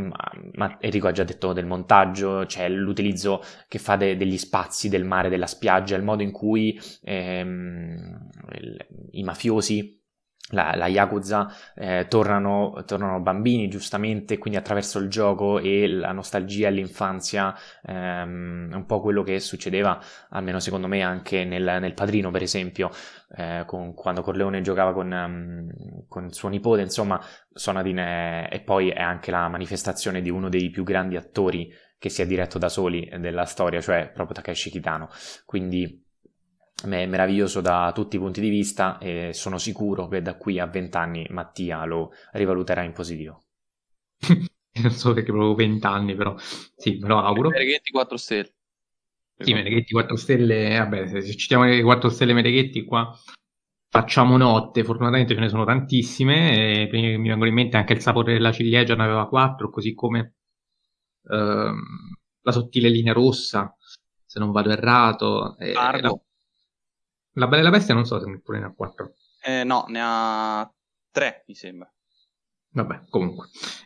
ma Enrico ha già detto del montaggio, c'è cioè l'utilizzo che fa de, degli spazi del mare, della spiaggia, il modo in cui ehm, il, i mafiosi la, la Yakuza, eh, tornano, tornano bambini giustamente, quindi attraverso il gioco e la nostalgia e l'infanzia, ehm, un po' quello che succedeva, almeno secondo me, anche nel, nel Padrino, per esempio, eh, con, quando Corleone giocava con, um, con suo nipote, insomma, Sonatine, e poi è anche la manifestazione di uno dei più grandi attori che si è diretto da soli della storia, cioè proprio Takeshi Kitano, quindi è meraviglioso da tutti i punti di vista e sono sicuro che da qui a vent'anni Mattia lo rivaluterà in positivo. Non so perché proprio vent'anni, però sì, me lo auguro. Meneghetti quattro stelle. Sì, Meneghetti quattro stelle, vabbè, se, se citiamo le quattro stelle Meneghetti qua facciamo notte, fortunatamente ce ne sono tantissime, e mi vengono in mente anche Il sapore della ciliegia, ne aveva quattro, così come ehm, La sottile linea rossa, se non vado errato. E la, la Bella e la Bestia non so se pure ne ha quattro. Eh, no, ne ha tre, mi sembra. Vabbè, comunque.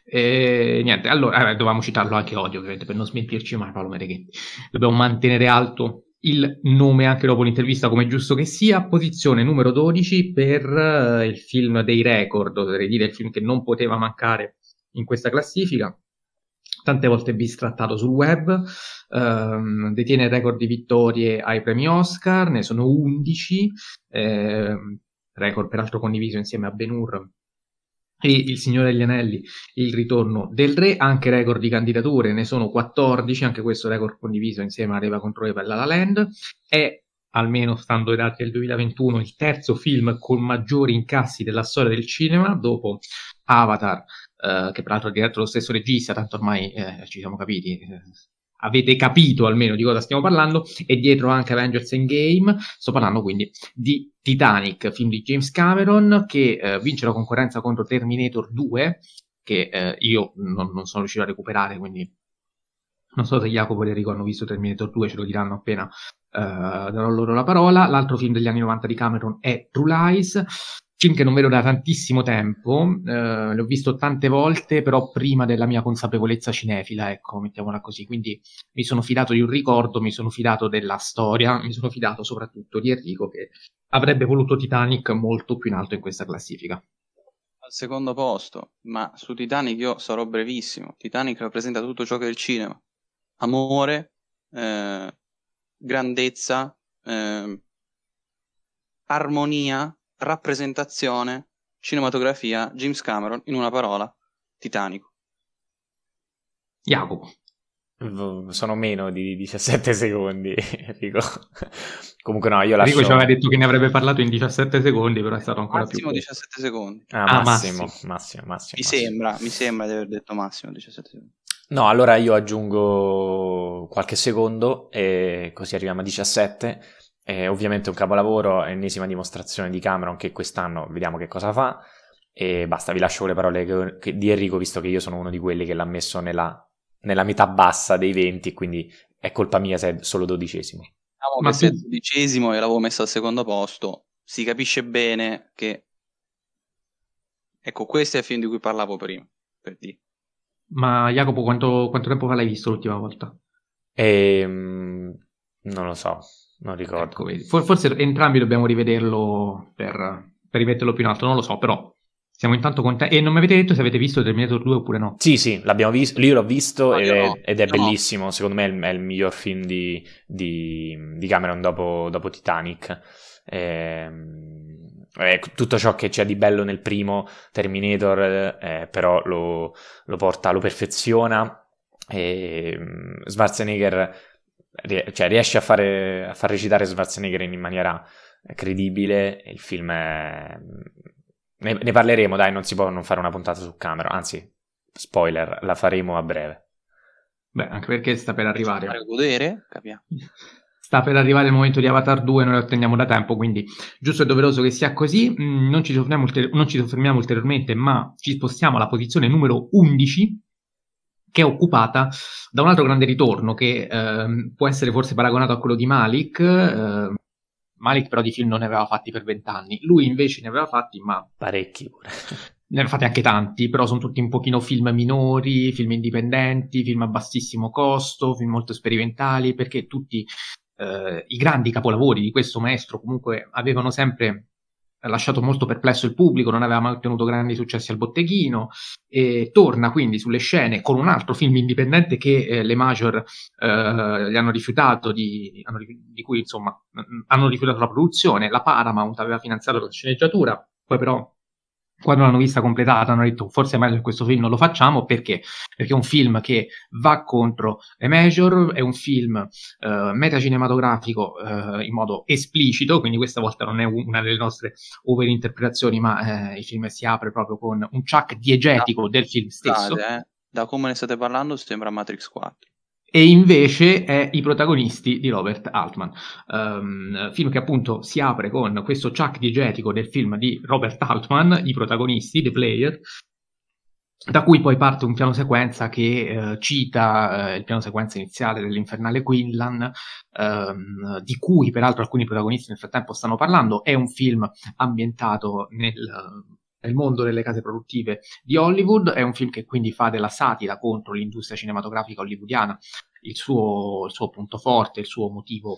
E, niente, allora, eh, dovevamo citarlo anche oggi, ovviamente, per non smentirci mai Paolo Meneghetti. Dobbiamo mantenere alto il nome anche dopo l'intervista, come è giusto che sia. Posizione numero dodici per uh, il film dei record, oserei dire il film che non poteva mancare in questa classifica. Tante volte bistrattato sul web, ehm, detiene il record di vittorie ai premi Oscar, ne sono undici, ehm, record peraltro condiviso insieme a Ben-Hur e Il Signore degli Anelli, Il Ritorno del Re, anche record di candidature, ne sono quattordici, anche questo record condiviso insieme a Reva contro Reva e La La Land. È, almeno stando ai dati del duemilaventuno, il terzo film con maggiori incassi della storia del cinema, dopo Avatar, eh, che peraltro è diretto lo stesso regista, tanto ormai eh, ci siamo capiti, eh, avete capito almeno di cosa stiamo parlando, e dietro anche Avengers Endgame. Sto parlando quindi di Titanic, film di James Cameron, che eh, vince la concorrenza contro Terminator due, che eh, io non, non sono riuscito a recuperare, quindi non so se Jacopo e Enrico hanno visto Terminator due, ce lo diranno appena eh, darò loro la parola. L'altro film degli anni novanta di Cameron è True Lies, film che non vedo da tantissimo tempo, eh, l'ho visto tante volte, però prima della mia consapevolezza cinefila, ecco, mettiamola così. Quindi mi sono fidato di un ricordo, mi sono fidato della storia, mi sono fidato soprattutto di Enrico, che avrebbe voluto Titanic molto più in alto in questa classifica. Al secondo posto, ma su Titanic io sarò brevissimo. Titanic rappresenta tutto ciò che è il cinema: amore, eh, grandezza, eh, armonia, rappresentazione, cinematografia. James Cameron, in una parola: Titanic. Jacopo. Sono meno di diciassette secondi, Enrico. Comunque no, io lascio... Enrico ci aveva detto che ne avrebbe parlato in diciassette secondi, però è stato ancora massimo più... diciassette secondi. Ah, ah massimo, massimo, massimo, massimo. Mi massimo. sembra, mi sembra di aver detto massimo diciassette secondi. No, allora io aggiungo qualche secondo e così arriviamo a diciassette. È ovviamente un capolavoro, ennesima dimostrazione di Cameron che quest'anno vediamo che cosa fa. E basta, vi lascio con le parole che, che, di Enrico, visto che io sono uno di quelli che l'ha messo nella, nella metà bassa dei venti, quindi è colpa mia se è solo dodicesimo. Diciamo Ma che tu... se è dodicesimo e l'avevo messo al secondo posto, si capisce bene che, ecco, questo è il film di cui parlavo prima, per dire. Ma Jacopo, quanto, quanto tempo fa l'hai visto l'ultima volta? Ehm, non lo so, non ricordo. Ecco, forse entrambi dobbiamo rivederlo per, per rimetterlo più in alto, non lo so, però siamo intanto contenti. E non mi avete detto se avete visto Terminator due oppure no? Sì, sì, l'abbiamo visto, io l'ho visto no, ed, io è, no, ed è io bellissimo, no. Secondo me è il, è il miglior film di, di, di Cameron dopo, dopo Titanic. Ehm... Eh, tutto ciò che c'è di bello nel primo Terminator, eh, però lo, lo porta, lo perfeziona. E Schwarzenegger, cioè, riesce a fare a far recitare Schwarzenegger in maniera credibile. Il film è... ne, ne parleremo, dai, non si può non fare una puntata su Cameron, anzi, spoiler, la faremo a breve. Beh, anche perché sta per arrivare. Fare godere, capiamo. Sta per arrivare il momento di Avatar due, noi lo attendiamo da tempo, quindi giusto e doveroso che sia così. Mm, non, ci soffermiamo ulteri- non ci soffermiamo ulteriormente, ma ci spostiamo alla posizione numero undici, che è occupata da un altro grande ritorno, che eh, può essere forse paragonato a quello di Malik. Eh, Malik però di film non ne aveva fatti per vent'anni, lui invece ne aveva fatti, ma... parecchi pure. Ne aveva fatti anche tanti, però sono tutti un pochino film minori, film indipendenti, film a bassissimo costo, film molto sperimentali, perché tutti... Uh, i grandi capolavori di questo maestro comunque avevano sempre lasciato molto perplesso il pubblico, non aveva mai ottenuto grandi successi al botteghino, e torna quindi sulle scene con un altro film indipendente che eh, le major eh, gli hanno rifiutato, di, hanno, di cui insomma hanno rifiutato la produzione. La Paramount aveva finanziato la sceneggiatura, poi però quando l'hanno vista completata hanno detto forse è meglio che questo film non lo facciamo. Perché? Perché è un film che va contro le major, è un film eh, metacinematografico eh, in modo esplicito, quindi questa volta non è una delle nostre overinterpretazioni, ma eh, il film si apre proprio con un chuck diegetico del film stesso. Eh, da come ne state parlando sembra Matrix quattro. E invece è I protagonisti di Robert Altman, um, film che appunto si apre con questo chuck diegetico del film di Robert Altman, I protagonisti, The Player, da cui poi parte un piano sequenza che eh, cita eh, il piano sequenza iniziale dell'Infernale Quinlan, ehm, di cui peraltro alcuni protagonisti nel frattempo stanno parlando. È un film ambientato nel... nel mondo delle case produttive di Hollywood, è un film che quindi fa della satira contro l'industria cinematografica hollywoodiana il suo, il suo punto forte, il suo motivo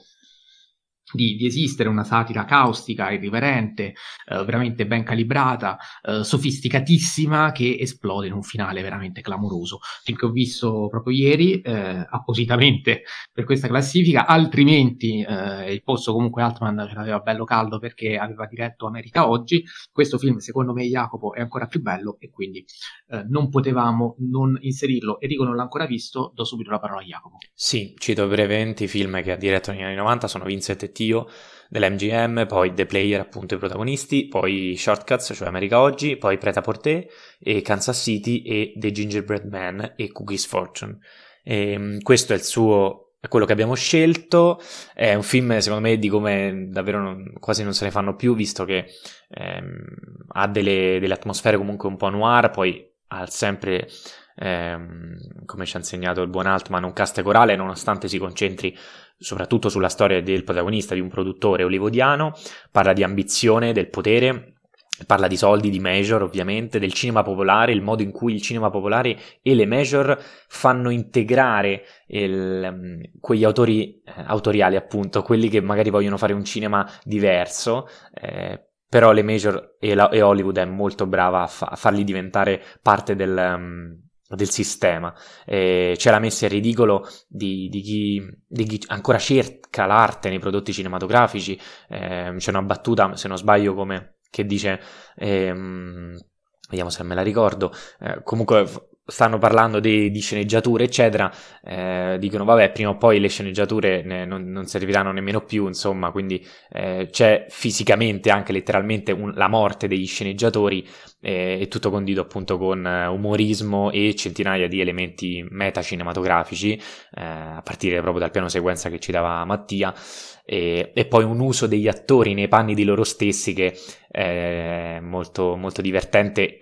di, di esistere, una satira caustica, irriverente, eh, veramente ben calibrata, eh, sofisticatissima, che esplode in un finale veramente clamoroso. Film che ho visto proprio ieri, eh, appositamente per questa classifica, altrimenti eh, il posto comunque Altman ce l'aveva bello caldo perché aveva diretto America Oggi. Questo film secondo me, Jacopo, è ancora più bello e quindi eh, non potevamo non inserirlo. Enrico non l'ha ancora visto, do subito la parola a Jacopo. Sì, cito brevemente i film che ha diretto negli anni novanta, sono Vincent e Tio dell'M G M, poi The Player, appunto i protagonisti, poi Shortcuts, cioè America Oggi, poi Prêt-à-Porter e Kansas City e The Gingerbread Man e Cookie's Fortune. E, questo è il suo, è quello che abbiamo scelto. È un film secondo me di come davvero non, quasi non se ne fanno più, visto che ehm, ha delle, delle atmosfere comunque un po' noir, poi ha sempre... Ehm, come ci ha insegnato il buon Altman, un cast corale, nonostante si concentri soprattutto sulla storia del protagonista, di un produttore hollywoodiano. Parla di ambizione, del potere, parla di soldi, di major, ovviamente, del cinema popolare, il modo in cui il cinema popolare e le major fanno integrare il, quegli autori eh, autoriali, appunto, quelli che magari vogliono fare un cinema diverso, eh, però le major e, la, e Hollywood è molto brava a, fa, a farli diventare parte del... Um, del sistema. Eh, c'è la messa in ridicolo di, di, chi, di chi ancora cerca l'arte nei prodotti cinematografici. Eh, c'è una battuta, se non sbaglio, come che dice ehm, vediamo se me la ricordo, eh, comunque stanno parlando di, di sceneggiature eccetera, eh, dicono vabbè prima o poi le sceneggiature ne, non, non serviranno nemmeno più, insomma, quindi eh, c'è fisicamente anche letteralmente un, la morte degli sceneggiatori, eh, e tutto condito appunto con umorismo e centinaia di elementi metacinematografici, eh, a partire proprio dal piano sequenza che ci dava Mattia, e, e poi un uso degli attori nei panni di loro stessi che è molto, molto divertente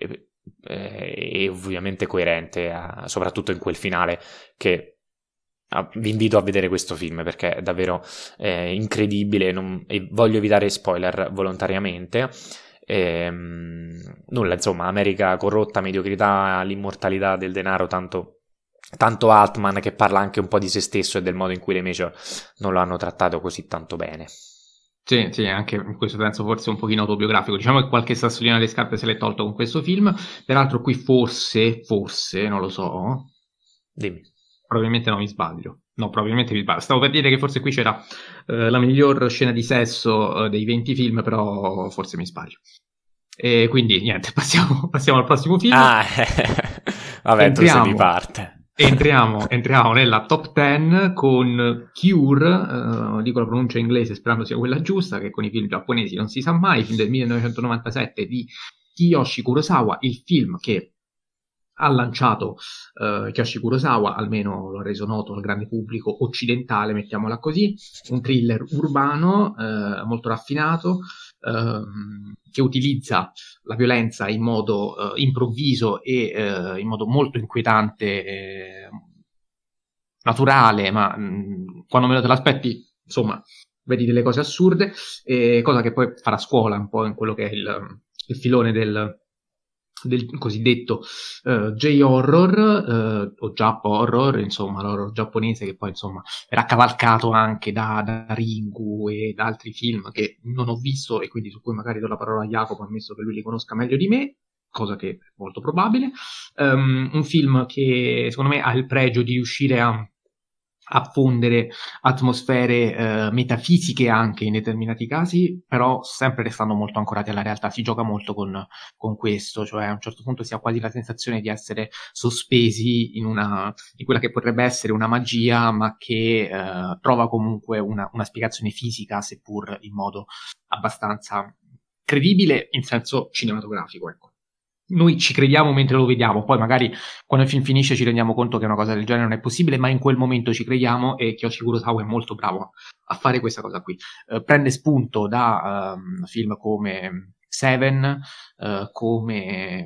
e ovviamente coerente, a, soprattutto in quel finale, che a, vi invito a vedere questo film perché è davvero eh, incredibile, non, e voglio evitare spoiler volontariamente. E, nulla, insomma, America corrotta, mediocrità, l'immortalità del denaro, tanto, tanto Altman che parla anche un po' di se stesso e del modo in cui le major non lo hanno trattato così tanto bene. Sì, sì, anche in questo senso forse un pochino autobiografico. Diciamo che qualche sassolina alle scarpe se l'è tolto con questo film. Peraltro qui forse, forse, non lo so, dimmi. Probabilmente non mi sbaglio. No, probabilmente mi sbaglio. Stavo per dire che forse qui c'era eh, la miglior scena di sesso eh, dei venti film, però forse mi sbaglio. E quindi niente, passiamo, passiamo al prossimo film. Ah, vabbè, entriamo, tu sei di parte. Entriamo, entriamo nella top dieci con Cure, eh, dico la pronuncia inglese sperando sia quella giusta, che con i film giapponesi non si sa mai, film del millenovecentonovantasette di Kiyoshi Kurosawa, il film che ha lanciato uh, Kiyoshi Kurosawa, almeno lo ha reso noto al grande pubblico occidentale, mettiamola così, un thriller urbano uh, molto raffinato, uh, che utilizza la violenza in modo uh, improvviso e uh, in modo molto inquietante, eh, naturale, ma mh, quando meno te l'aspetti, insomma, vedi delle cose assurde, e cosa che poi farà scuola un po' in quello che è il, il filone del del cosiddetto uh, J-horror uh, o Jap horror, insomma l'horror giapponese, che poi insomma era cavalcato anche da, da Ringu e da altri film che non ho visto e quindi su cui magari do la parola a Jacopo, ammesso che lui li conosca meglio di me, cosa che è molto probabile. Um, un film che secondo me ha il pregio di riuscire a a fondere atmosfere eh, metafisiche anche in determinati casi, però sempre restando molto ancorati alla realtà. Si gioca molto con, con questo, cioè a un certo punto si ha quasi la sensazione di essere sospesi in una in quella che potrebbe essere una magia, ma che eh, trova comunque una, una spiegazione fisica, seppur in modo abbastanza credibile in senso cinematografico, ecco. Noi ci crediamo mentre lo vediamo, poi magari quando il film finisce ci rendiamo conto che una cosa del genere non è possibile, ma in quel momento ci crediamo, e Kiyoshi Kurosawa è molto bravo a fare questa cosa qui. Uh, prende spunto da um, film come Seven, uh, come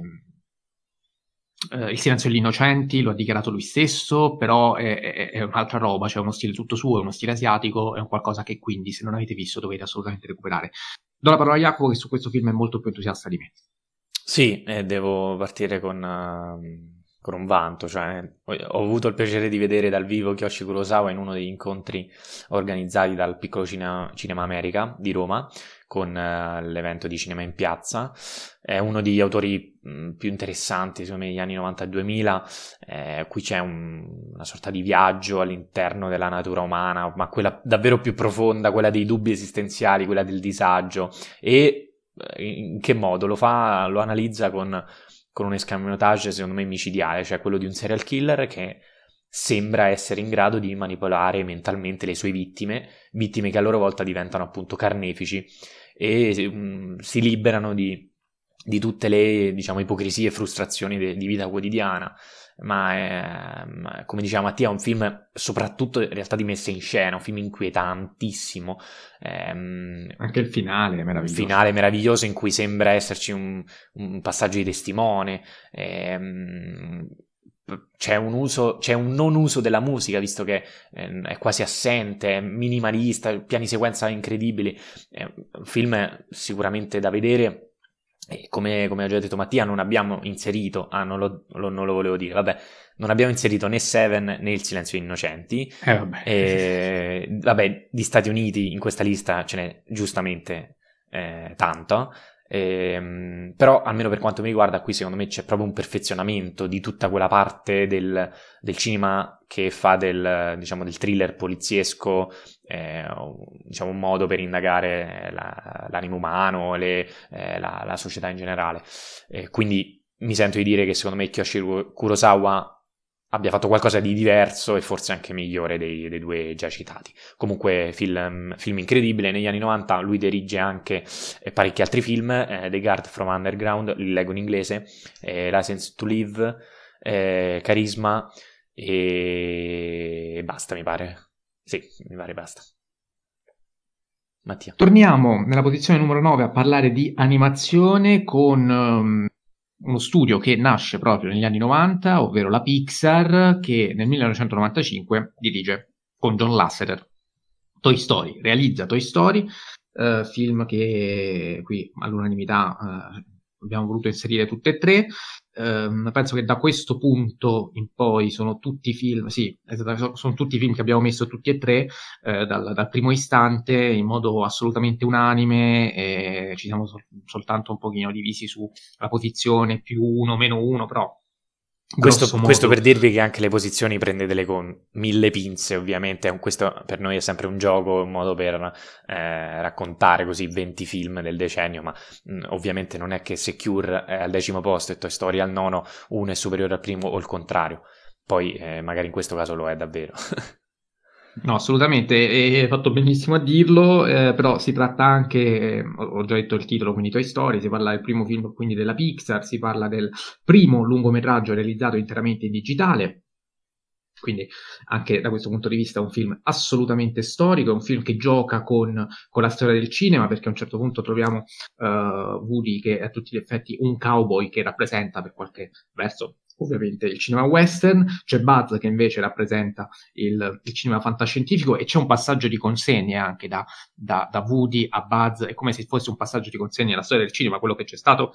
uh, Il silenzio degli innocenti, lo ha dichiarato lui stesso, però è, è, è un'altra roba, cioè uno stile tutto suo, è uno stile asiatico, è un qualcosa che quindi se non avete visto dovete assolutamente recuperare. Do la parola a Jacopo, che su questo film è molto più entusiasta di me. Sì, e devo partire con, uh, con un vanto, cioè ho, ho avuto il piacere di vedere dal vivo Kiyoshi Kurosawa in uno degli incontri organizzati dal Piccolo Cine- Cinema America di Roma, con uh, l'evento di Cinema in Piazza. È uno degli autori mh, più interessanti, secondo me, degli anni novanta e duemila. Eh, qui c'è un, una sorta di viaggio all'interno della natura umana, ma quella davvero più profonda, quella dei dubbi esistenziali, quella del disagio, e in che modo lo fa? Lo analizza con, con un escamotage secondo me micidiale, cioè quello di un serial killer che sembra essere in grado di manipolare mentalmente le sue vittime, vittime che a loro volta diventano appunto carnefici e um, si liberano di, di tutte le, diciamo, ipocrisie e frustrazioni de, di vita quotidiana. Ma è, come diceva Mattia, è un film soprattutto in realtà di messa in scena, un film inquietantissimo. Ehm, Anche il finale è meraviglioso. Un finale meraviglioso in cui sembra esserci un, un passaggio di testimone. Ehm, c'è un uso, c'è un non uso della musica, visto che eh, è quasi assente, è minimalista, piani sequenza incredibili. È un film sicuramente da vedere. E come, come ha già detto Mattia, non abbiamo inserito, ah non lo, lo, non lo volevo dire, vabbè, non abbiamo inserito né Seven né Il silenzio degli innocenti. Eh, vabbè. E, vabbè, di Stati Uniti in questa lista ce n'è giustamente eh, tanto, e, però almeno per quanto mi riguarda qui secondo me c'è proprio un perfezionamento di tutta quella parte del, del cinema che fa del, diciamo, del thriller poliziesco, eh, diciamo un modo per indagare la, l'animo umano, le, eh, la, la società in generale. Eh, quindi mi sento di dire che secondo me Kiyoshi Kurosawa abbia fatto qualcosa di diverso e forse anche migliore dei, dei due già citati. Comunque film, film incredibile. Negli anni novanta lui dirige anche eh, parecchi altri film, eh, The Guard from Underground, li leggo in inglese, eh, License to Live, eh, Carisma e basta, mi pare. Sì, mi pare basta. Mattia. Torniamo nella posizione numero nove a parlare di animazione con um, uno studio che nasce proprio negli anni novanta, ovvero la Pixar, che nel millenovecentonovantacinque dirige con John Lasseter Toy Story, realizza Toy Story, uh, film che qui all'unanimità uh, abbiamo voluto inserire tutte e tre. Um, penso che da questo punto in poi sono tutti film, sì, sono tutti film che abbiamo messo tutti e tre eh, dal, dal primo istante in modo assolutamente unanime, e ci siamo sol- soltanto un pochino divisi sulla posizione più uno, meno uno, però Questo, questo per dirvi che anche le posizioni prendetele con mille pinze, ovviamente. Questo per noi è sempre un gioco, un modo per eh, raccontare così venti film del decennio, ma mh, ovviamente non è che Secure è al decimo posto e Toy Story al nono, uno è superiore al primo o il contrario. Poi eh, magari in questo caso lo è davvero. No, assolutamente, hai fatto benissimo a dirlo, eh, però si tratta anche, eh, ho già detto il titolo, quindi Toy Story, si parla del primo film quindi della Pixar, si parla del primo lungometraggio realizzato interamente in digitale, quindi anche da questo punto di vista è un film assolutamente storico, è un film che gioca con, con la storia del cinema, perché a un certo punto troviamo uh, Woody che è a tutti gli effetti un cowboy che rappresenta per qualche verso ovviamente il cinema western, c'è Buzz che invece rappresenta il, il cinema fantascientifico, e c'è un passaggio di consegne anche da, da, da Woody a Buzz, è come se fosse un passaggio di consegne alla storia del cinema, quello che c'è stato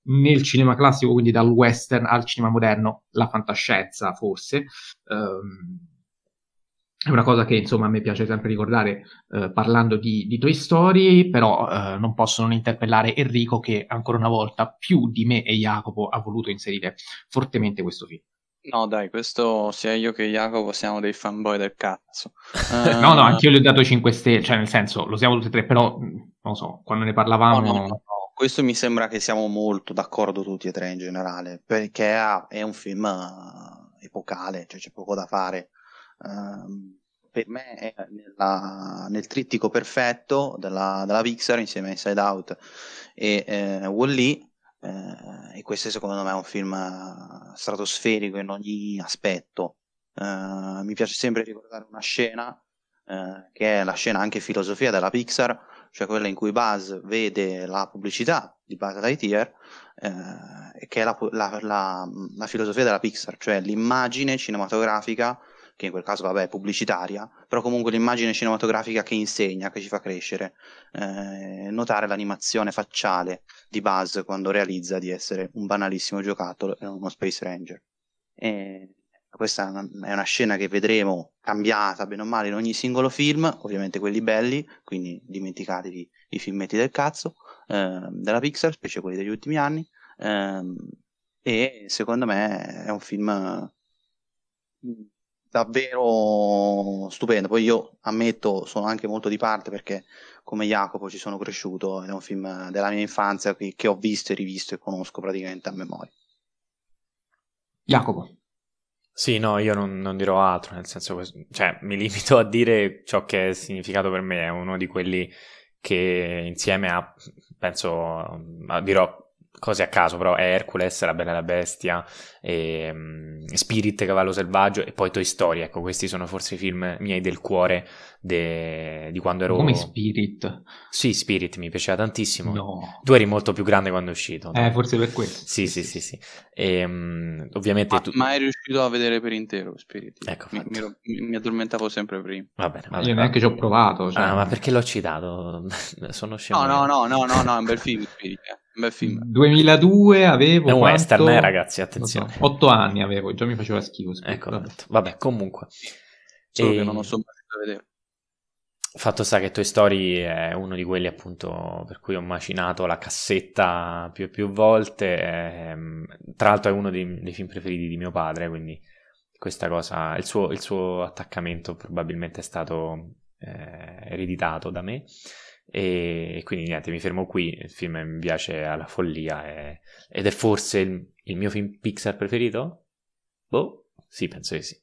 nel cinema classico, quindi dal western al cinema moderno, la fantascienza forse. Um, è una cosa che insomma a me piace sempre ricordare eh, parlando di, di Toy Story, però eh, non posso non interpellare Enrico che ancora una volta più di me e Jacopo ha voluto inserire fortemente queslo film. No dai, questo sia io che Jacopo siamo dei fanboy del cazzo. Uh... no, no, anche io gli ho dato cinque stelle, cioè nel senso, lo siamo tutti e tre, però non lo so, quando ne parlavamo... No, no, no, no. Questo mi sembra che siamo molto d'accordo tutti e tre in generale, perché è un film epocale, cioè c'è poco da fare. Uh, per me è nella, nel trittico perfetto della, della Pixar insieme a Inside Out e eh, Wall-E, eh, e questo secondo me è un film stratosferico in ogni aspetto. Uh, mi piace sempre ricordare una scena uh, che è la scena anche filosofia della Pixar, cioè quella in cui Buzz vede la pubblicità di Buzz Lightyear, eh, che è la, la, la, la filosofia della Pixar, cioè l'immagine cinematografica, che in quel caso vabbè è pubblicitaria, però comunque l'immagine cinematografica che insegna, che ci fa crescere, eh, notare l'animazione facciale di Buzz quando realizza di essere un banalissimo giocattolo e uno Space Ranger. E questa è una, è una scena che vedremo cambiata bene o male in ogni singolo film, ovviamente quelli belli, quindi dimenticatevi i filmetti del cazzo eh, della Pixar, specie quelli degli ultimi anni, eh, e secondo me è un film davvero stupendo. Poi io ammetto, sono anche molto di parte perché come Jacopo ci sono cresciuto ed è un film della mia infanzia che, che ho visto e rivisto e conosco praticamente a memoria. Jacopo. Sì, no, io non, non dirò altro, nel senso, cioè mi limito a dire ciò che è significato per me, è uno di quelli che insieme a, penso, dirò cose a caso, però è Hercules, La Bella e la Bestia, e, um, Spirit, Cavallo Selvaggio e poi Toy Story. Ecco, questi sono forse i film miei del cuore de... di quando ero... Come Spirit? Sì, Spirit mi piaceva tantissimo. No. Tu eri molto più grande quando è uscito. Eh, forse per questo. Sì, sì, sì, sì. E, um, ovviamente ma, tu... ma hai riuscito a vedere per intero Spirit? Ecco, mi, mi, mi addormentavo sempre prima. Va bene, va bene. Io neanche ci ho provato. Cioè... Ah, ma perché l'ho citato? Sono scemo. No, no, no, no, no, no, è un bel film Spirit, eh. Un bel film. duemiladue avevo è un quanto... western, eh, ragazzi, attenzione. So, otto anni avevo, già mi faceva schifo. Ecco, vabbè. vabbè, comunque. Solo e... che non ho so mai da vedere. Fatto sta che Toy Story è uno di quelli appunto per cui ho macinato la cassetta più e più volte. E, tra l'altro è uno dei, dei film preferiti di mio padre, quindi questa cosa, il suo, il suo attaccamento probabilmente è stato eh, ereditato da me. E quindi niente, mi fermo qui. Il film mi piace alla follia e, ed è forse il, il mio film Pixar preferito? Boh, sì, penso di sì.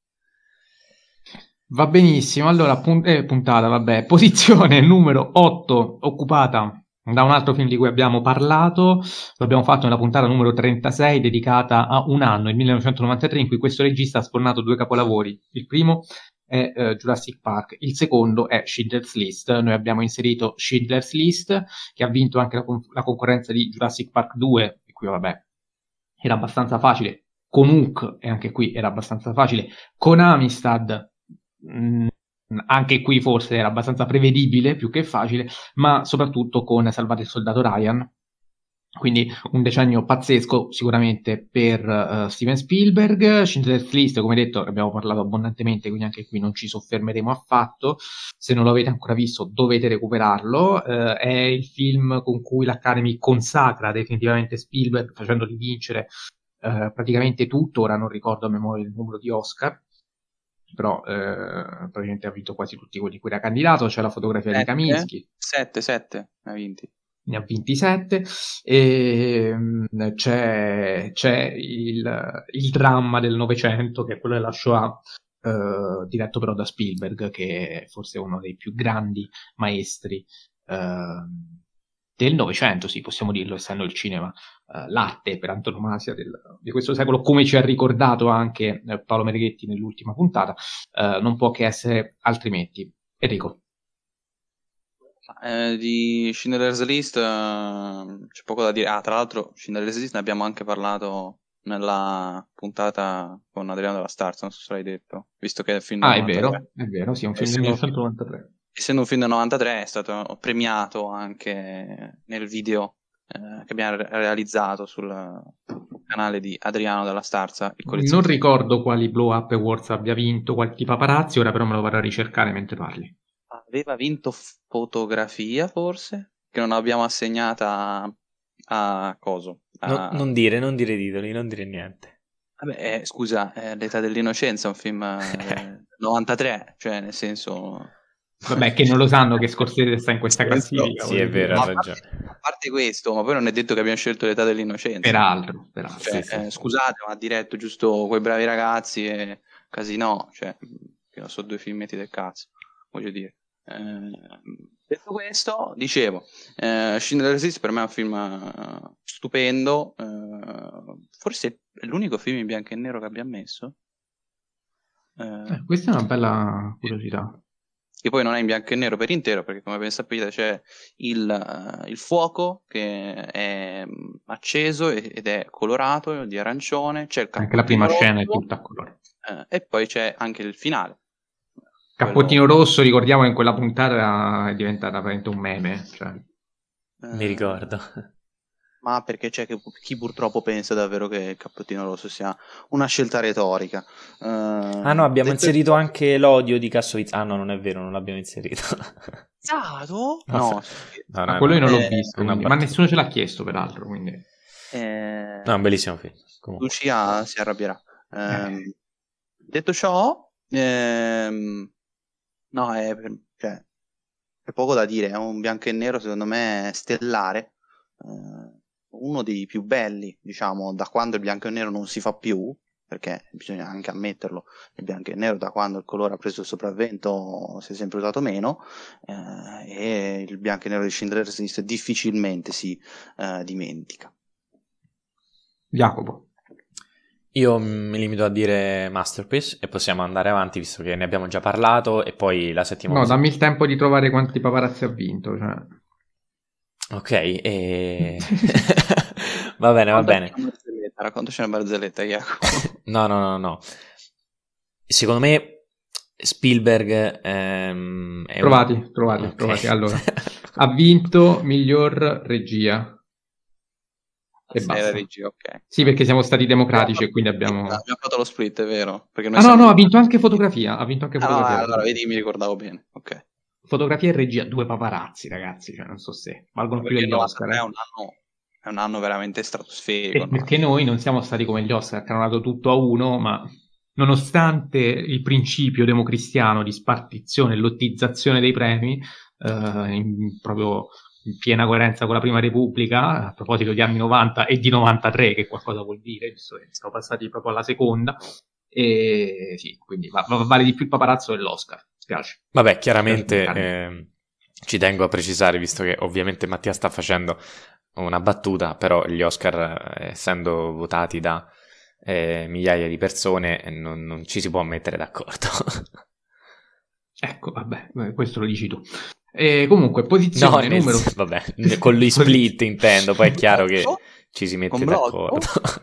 Va benissimo, allora punt- eh, puntata, vabbè, posizione numero otto occupata da un altro film di cui abbiamo parlato. L'abbiamo fatto nella puntata numero trentasei dedicata a un anno, il millenovecentonovantatré, in cui questo regista ha sfornato due capolavori. Il primo è uh, Jurassic Park, il secondo è Schindler's List. Noi abbiamo inserito Schindler's List, che ha vinto anche la, con- la concorrenza di Jurassic Park due, e qui vabbè era abbastanza facile, con Hook, e anche qui era abbastanza facile, con Amistad mh, anche qui forse era abbastanza prevedibile più che facile, ma soprattutto con Salvate il soldato Ryan. Quindi un decennio pazzesco sicuramente per uh, Steven Spielberg. Schindler's List, come detto, abbiamo parlato abbondantemente, quindi anche qui non ci soffermeremo affatto. Se non lo avete ancora visto dovete recuperarlo. Uh, è il film con cui l'Academy consacra definitivamente Spielberg, facendogli vincere uh, praticamente tutto. Ora non ricordo a memoria il numero di Oscar, però eh, praticamente ha vinto quasi tutti quelli cui era candidato. C'è la fotografia sette, di Kaminsky. sette, sette ne ha vinti. Ne ha ventisette e mh, c'è, c'è il, il dramma del Novecento, che è quello della Shoah, eh, diretto però da Spielberg, che è forse uno dei più grandi maestri eh, del Novecento, sì, possiamo dirlo, essendo il cinema eh, l'arte per antonomasia del, di questo secolo, come ci ha ricordato anche eh, Paolo Mereghetti nell'ultima puntata. Eh, non può che essere altrimenti. Enrico. Eh, di Schindler's List eh, c'è poco da dire. Ah, tra l'altro Schindler's List ne abbiamo anche parlato nella puntata con Adriano della Stars, non so se l'hai detto, visto che è il film del Ah, è novantatré. vero, è vero, sì, è un film del millenovecentonovantatré. Essendo un film del novantatré è stato premiato anche nel video eh, che abbiamo re- realizzato sul canale di Adriano Dalla Starza. Il non ricordo quali Blow Up Awards abbia vinto, qualche paparazzi, ora però me lo vado a ricercare mentre parli. Aveva vinto fotografia, forse? Che non abbiamo assegnata a coso. A... No, non dire, non dire titoli, non dire niente. Vabbè, eh, scusa, eh, L'età dell'innocenza è un film eh, novantatré, cioè nel senso... Vabbè, che non lo sanno che Scorsese sta in questa classifica. Sì, è vero, no, ha a, ragione. parte, a parte questo, ma poi non è detto che abbiamo scelto L'età dell'innocenza. Peraltro, peraltro. Cioè, Sì, sì. eh, scusate, ma ha diretto giusto Quei bravi ragazzi e Casino, cioè, che non so, due filmetti del cazzo, voglio dire. Eh, detto questo, dicevo, eh, Schindler's List per me è un film uh, stupendo, uh, forse è l'unico film in bianco e nero che abbiamo messo. Eh, eh, questa è una bella curiosità. Che poi non è in bianco e nero per intero, perché come ben sapete c'è il, uh, il fuoco che è acceso ed è colorato di arancione, c'è il anche la prima rosso, scena è tutta a colore, eh, e poi c'è anche il finale. Cappottino Quello... rosso, ricordiamo che in quella puntata è diventata veramente un meme, cioè. eh, mi ricordo. Ma perché c'è che, chi purtroppo pensa davvero che il cappottino rosso sia una scelta retorica. Uh, ah no, abbiamo inserito poi... anche l'odio di Kassovitz. Ah no, non è vero, non l'abbiamo inserito. Esatto? No, no, no, no, quello io non l'ho visto, quindi... ma nessuno ce l'ha chiesto peraltro, quindi... Eh... No, un bellissimo film. Comunque. Lucia si arrabbierà. Eh. Detto ciò, ehm... no, è, cioè, è poco da dire, è un bianco e nero secondo me stellare. Eh... uno dei più belli, diciamo, da quando il bianco e nero non si fa più, perché bisogna anche ammetterlo, il bianco e nero da quando il colore ha preso il sopravvento si è sempre usato meno, eh, e il bianco e nero di Schindler's List difficilmente si eh, dimentica. Jacopo. Io mi limito a dire masterpiece e possiamo andare avanti visto che ne abbiamo già parlato e poi la settima... No, dammi il tempo di trovare quanti paparazzi ha vinto, cioè... Ok, e... va bene, va bene. Raccontaci una barzelletta, Jacopo. no, no, no, no. Secondo me Spielberg ehm, è Trovati, un... trovati, okay. trovati. Allora, ha vinto miglior regia. E basta. Regia, okay. Sì, perché siamo stati democratici e quindi abbiamo... Abbiamo fatto lo split, è vero? Perché noi ah no, no, di... ha vinto anche fotografia. Ha vinto anche ah, fotografia. No, allora, vedi, mi ricordavo bene, ok. Fotografia e regia, due paparazzi, ragazzi, cioè non so se valgono più degli Oscar. È un anno, è un anno veramente stratosferico. Eh, no? Perché noi non siamo stati come gli Oscar, che hanno dato tutto a uno, ma nonostante il principio democristiano di spartizione e lottizzazione dei premi, eh, in, proprio in piena coerenza con la Prima Repubblica, a proposito di anni novanta e di novantatré, che qualcosa vuol dire, visto che siamo passati proprio alla seconda, e sì, quindi va, va, vale di più il paparazzo dell'Oscar. Spiace. Vabbè, chiaramente eh, ci tengo a precisare, visto che ovviamente Mattia sta facendo una battuta, però gli Oscar, eh, essendo votati da eh, migliaia di persone, non, non ci si può mettere d'accordo. Ecco, vabbè, questo lo dici tu. E comunque, posizione no, numero... Nel, vabbè, con gli split intendo, poi è chiaro che ci si mette d'accordo.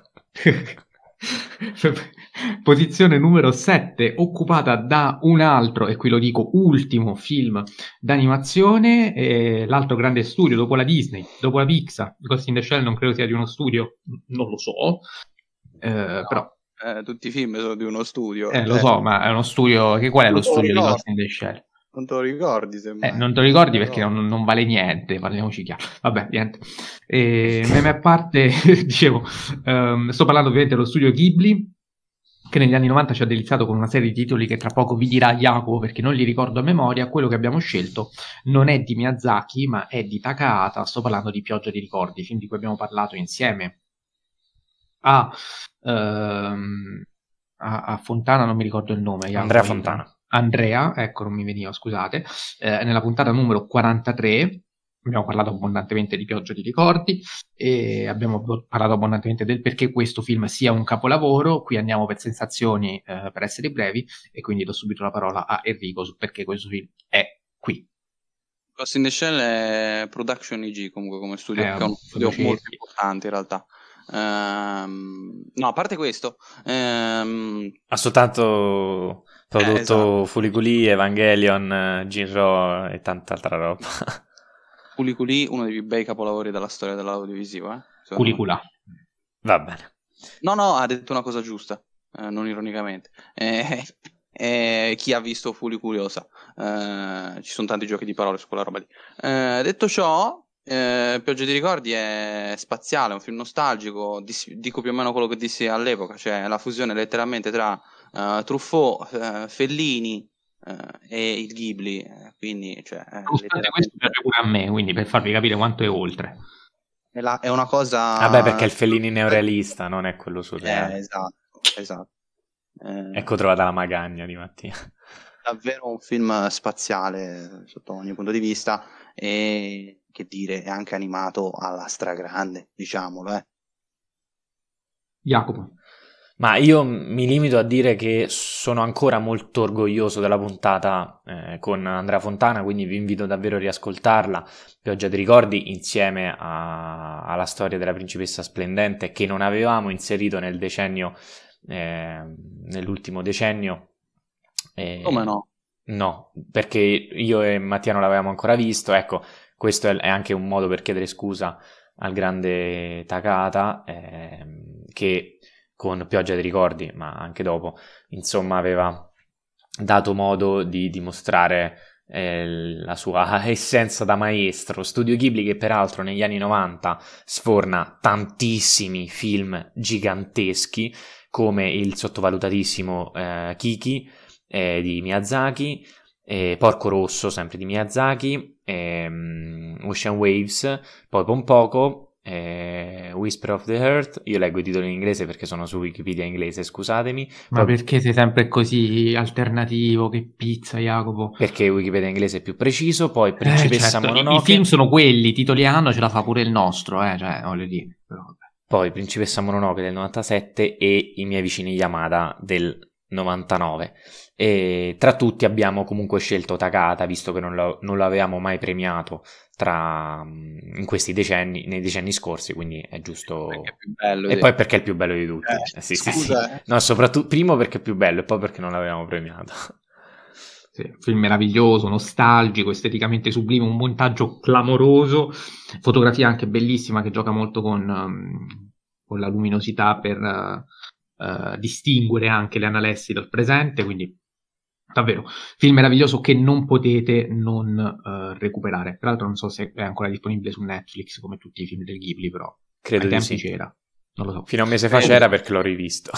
Posizione numero sette, occupata da un altro, e qui lo dico, ultimo film d'animazione, eh, l'altro grande studio dopo la Disney, dopo la Pixar. Ghost in the Shell non credo sia di uno studio, non lo so, eh, no, però eh, tutti i film sono di uno studio. Eh, lo eh. so, ma è uno studio, che qual è non lo studio di Ghost in the Shell? Non te lo ricordi, semmai. Eh, non te lo ricordi perché non, non vale niente, parliamoci chiaro. Vabbè, niente. E, meme a parte, dicevo, um, sto parlando ovviamente dello studio Ghibli, che negli anni novanta ci ha deliziato con una serie di titoli che tra poco vi dirà Jacopo, perché non li ricordo a memoria. Quello che abbiamo scelto non è di Miyazaki, ma è di Takahata. Sto parlando di Pioggia di ricordi, film di cui abbiamo parlato insieme a, um, a, a Fontana, non mi ricordo il nome. Jacopo, Andrea Fontana. Andrea, ecco, non mi veniva, scusate, eh, nella puntata numero quarantatré abbiamo parlato abbondantemente di Pioggia di ricordi e abbiamo parlato abbondantemente del perché questo film sia un capolavoro. Qui andiamo per sensazioni, eh, per essere brevi, e quindi do subito la parola a Enrico su perché questo film è qui. Ghost in the Shell è Production I G comunque come studio, è che è uno studio molto importante in realtà. Um, no, a parte questo, um... ha soltanto prodotto eh, esatto. Fuliculi, Evangelion, Jinro e tanta altra roba. Culiculi, uno dei più bei capolavori della storia dell'audiovisivo, eh? Culicula. Va bene. No, no, ha detto una cosa giusta, eh, non ironicamente. Eh, eh, chi ha visto Fuliculi lo sa. Eh, ci sono tanti giochi di parole su quella roba lì. Eh, detto ciò, eh, Pioggia di ricordi è spaziale, è un film nostalgico, dis- dico più o meno quello che dissi all'epoca, cioè la fusione letteralmente tra uh, Truffaut, uh, Fellini uh, e il Ghibli, eh, quindi cioè, eh, Nonostante questo piace pure a me, quindi per farvi capire quanto è oltre. è, la- è una cosa... Vabbè, perché il Fellini neorealista, non è quello surreale. Eh, esatto, esatto. Eh, Ecco trovata la magagna di Mattia. davvero un film spaziale sotto ogni punto di vista e che dire, è anche animato alla stragrande, diciamolo, eh. Jacopo. Ma io mi limito a dire che sono ancora molto orgoglioso della puntata eh, con Andrea Fontana, quindi vi invito davvero a riascoltarla. Pioggia di ricordi insieme a, alla storia della principessa splendente che non avevamo inserito nel decennio, eh, nell'ultimo decennio. Eh, Come no? No, perché io e Mattia non l'avevamo ancora visto. Ecco, questo è, è anche un modo per chiedere scusa al grande Takata, eh, che con Pioggia di ricordi, ma anche dopo, insomma, aveva dato modo di dimostrare eh, la sua essenza da maestro. Studio Ghibli che peraltro negli anni novanta sforna tantissimi film giganteschi, come il sottovalutatissimo eh, Kiki eh, di Miyazaki, eh, Porco Rosso sempre di Miyazaki, ehm, Ocean Waves, poi Pompoko, eh, Whisper of the Earth. Io leggo i titoli in inglese perché sono su Wikipedia inglese, scusatemi. Ma Poi, perché sei sempre così alternativo? Che pizza, Jacopo. perché Wikipedia inglese è più preciso. Poi Eh, Principessa certo, i- Mononoke. I film sono quelli, titoli anno ce la fa pure il nostro, eh, cioè, voglio dire. Però, vabbè. Poi Principessa Mononoke del novantasette e I miei vicini Yamada del novantanove. E tra tutti abbiamo comunque scelto Takata, visto che non lo, non lo avevamo mai premiato tra, in questi decenni, nei decenni scorsi, quindi è giusto. Perché è più bello E di- poi perché è il più bello di tutti. Eh, Eh, sì, sì, scusa, sì. eh. No, soprattutto primo perché è più bello e poi perché non l'avevamo premiato. Sì, film meraviglioso, nostalgico, esteticamente sublime, un montaggio clamoroso, fotografia anche bellissima che gioca molto con, um, con la luminosità per uh, uh, distinguere anche le analessi dal presente, quindi davvero film meraviglioso che non potete non uh, recuperare. Tra l'altro non so se è ancora disponibile su Netflix come tutti i film del Ghibli, però Credo ai di tempi sì. c'era, non lo so. Fino a un mese fa Eh, c'era perché l'ho rivisto.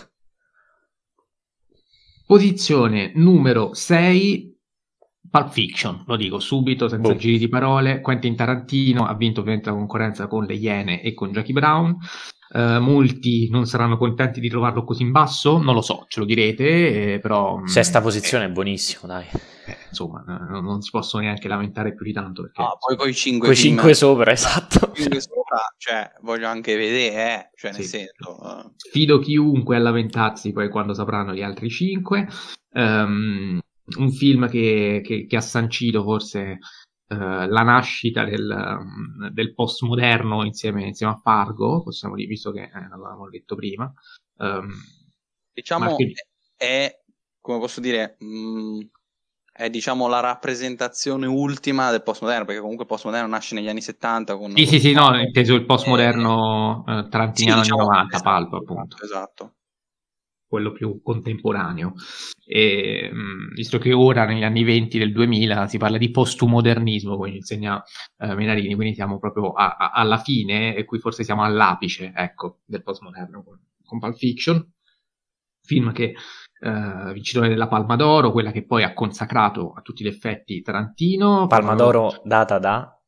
Posizione numero sei, Pulp Fiction, lo dico subito, senza Boom. giri di parole. Quentin Tarantino ha vinto ovviamente la concorrenza con Le Iene e con Jackie Brown. Uh, molti non saranno contenti di trovarlo così in basso, non lo so, ce lo direte, eh, però... Sesta mh, posizione eh, è buonissimo, dai. eh, insomma, eh, non si possono neanche lamentare più di tanto, perché... Ah, poi con i cinque Quei film- cinque sopra, esatto. cinque sopra, cioè, voglio anche vedere, eh, cioè, nel Sì. senso... eh. Sfido chiunque a lamentarsi poi quando sapranno gli altri cinque. Um, un film che, che, che ha sancito forse uh, la nascita del, um, del postmoderno insieme, insieme a Fargo, possiamo dire, visto che eh, l'avevamo detto prima. Um, Diciamo, Martin- è, come posso dire, mh, è diciamo la rappresentazione ultima del postmoderno, perché comunque il postmoderno nasce negli anni settanta con... Sì, sì, sì, no, inteso il postmoderno eh, Sì, tarantiniano diciamo, anni novanta, esatto, Pulp, appunto. Esatto. Quello più contemporaneo. E, mh, visto che ora negli anni venti del duemila si parla di postmodernismo, come insegna eh, Menarini, quindi siamo proprio a, a, alla fine, e qui forse siamo all'apice, ecco, del postmoderno con, con Pulp Fiction, film che eh, vincitore della Palma d'Oro, quella che poi ha consacrato a tutti gli effetti Tarantino. Palma d'Oro data da...